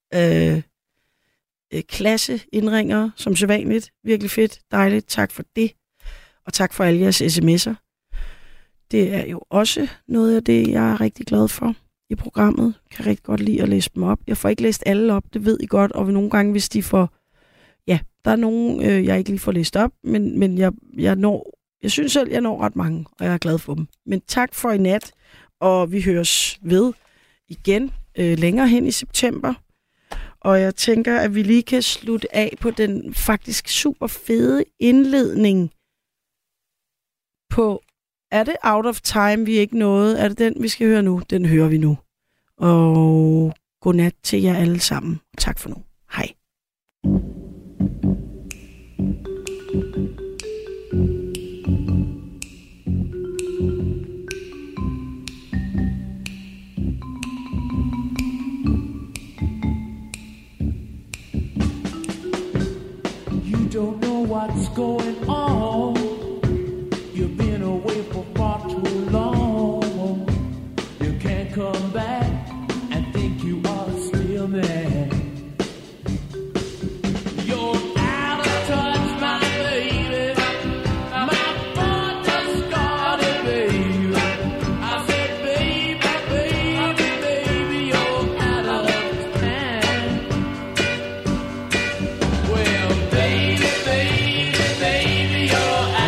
klasseindringere, som sædvanligt. Virkelig fedt, dejligt. Tak for det. Og tak for alle jeres sms'er. Det er jo også noget af det, jeg er rigtig glad for i programmet. Jeg kan rigtig godt lide at læse dem op. Jeg får ikke læst alle op, det ved I godt. Og nogle gange, hvis de får... Ja, der er nogen, jeg ikke lige får læst op, men jeg synes selv, jeg når ret mange, og jeg er glad for dem. Men tak for i nat, og vi høres ved igen længere hen i september. Og jeg tænker, at vi lige kan slutte af på den faktisk super fede indledning på, er det Out of Time, vi ikke nåede? Er det den, vi skal høre nu? Den hører vi nu. Og godnat til jer alle sammen. Tak for nu. Hej. Don't know what's going on. You've been away for far too long. You can't come back and think you are still there. You're out of touch, my baby. My thought just got it, baby. I said, baby, baby, baby, you're out of time. Well, baby, baby, you're out.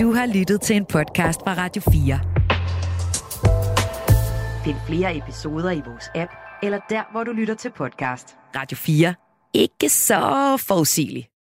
Du har lyttet til en podcast fra Radio 4. Find flere episoder i vores app, eller der, hvor du lytter til podcast. Radio 4. Ikke så forudsigeligt.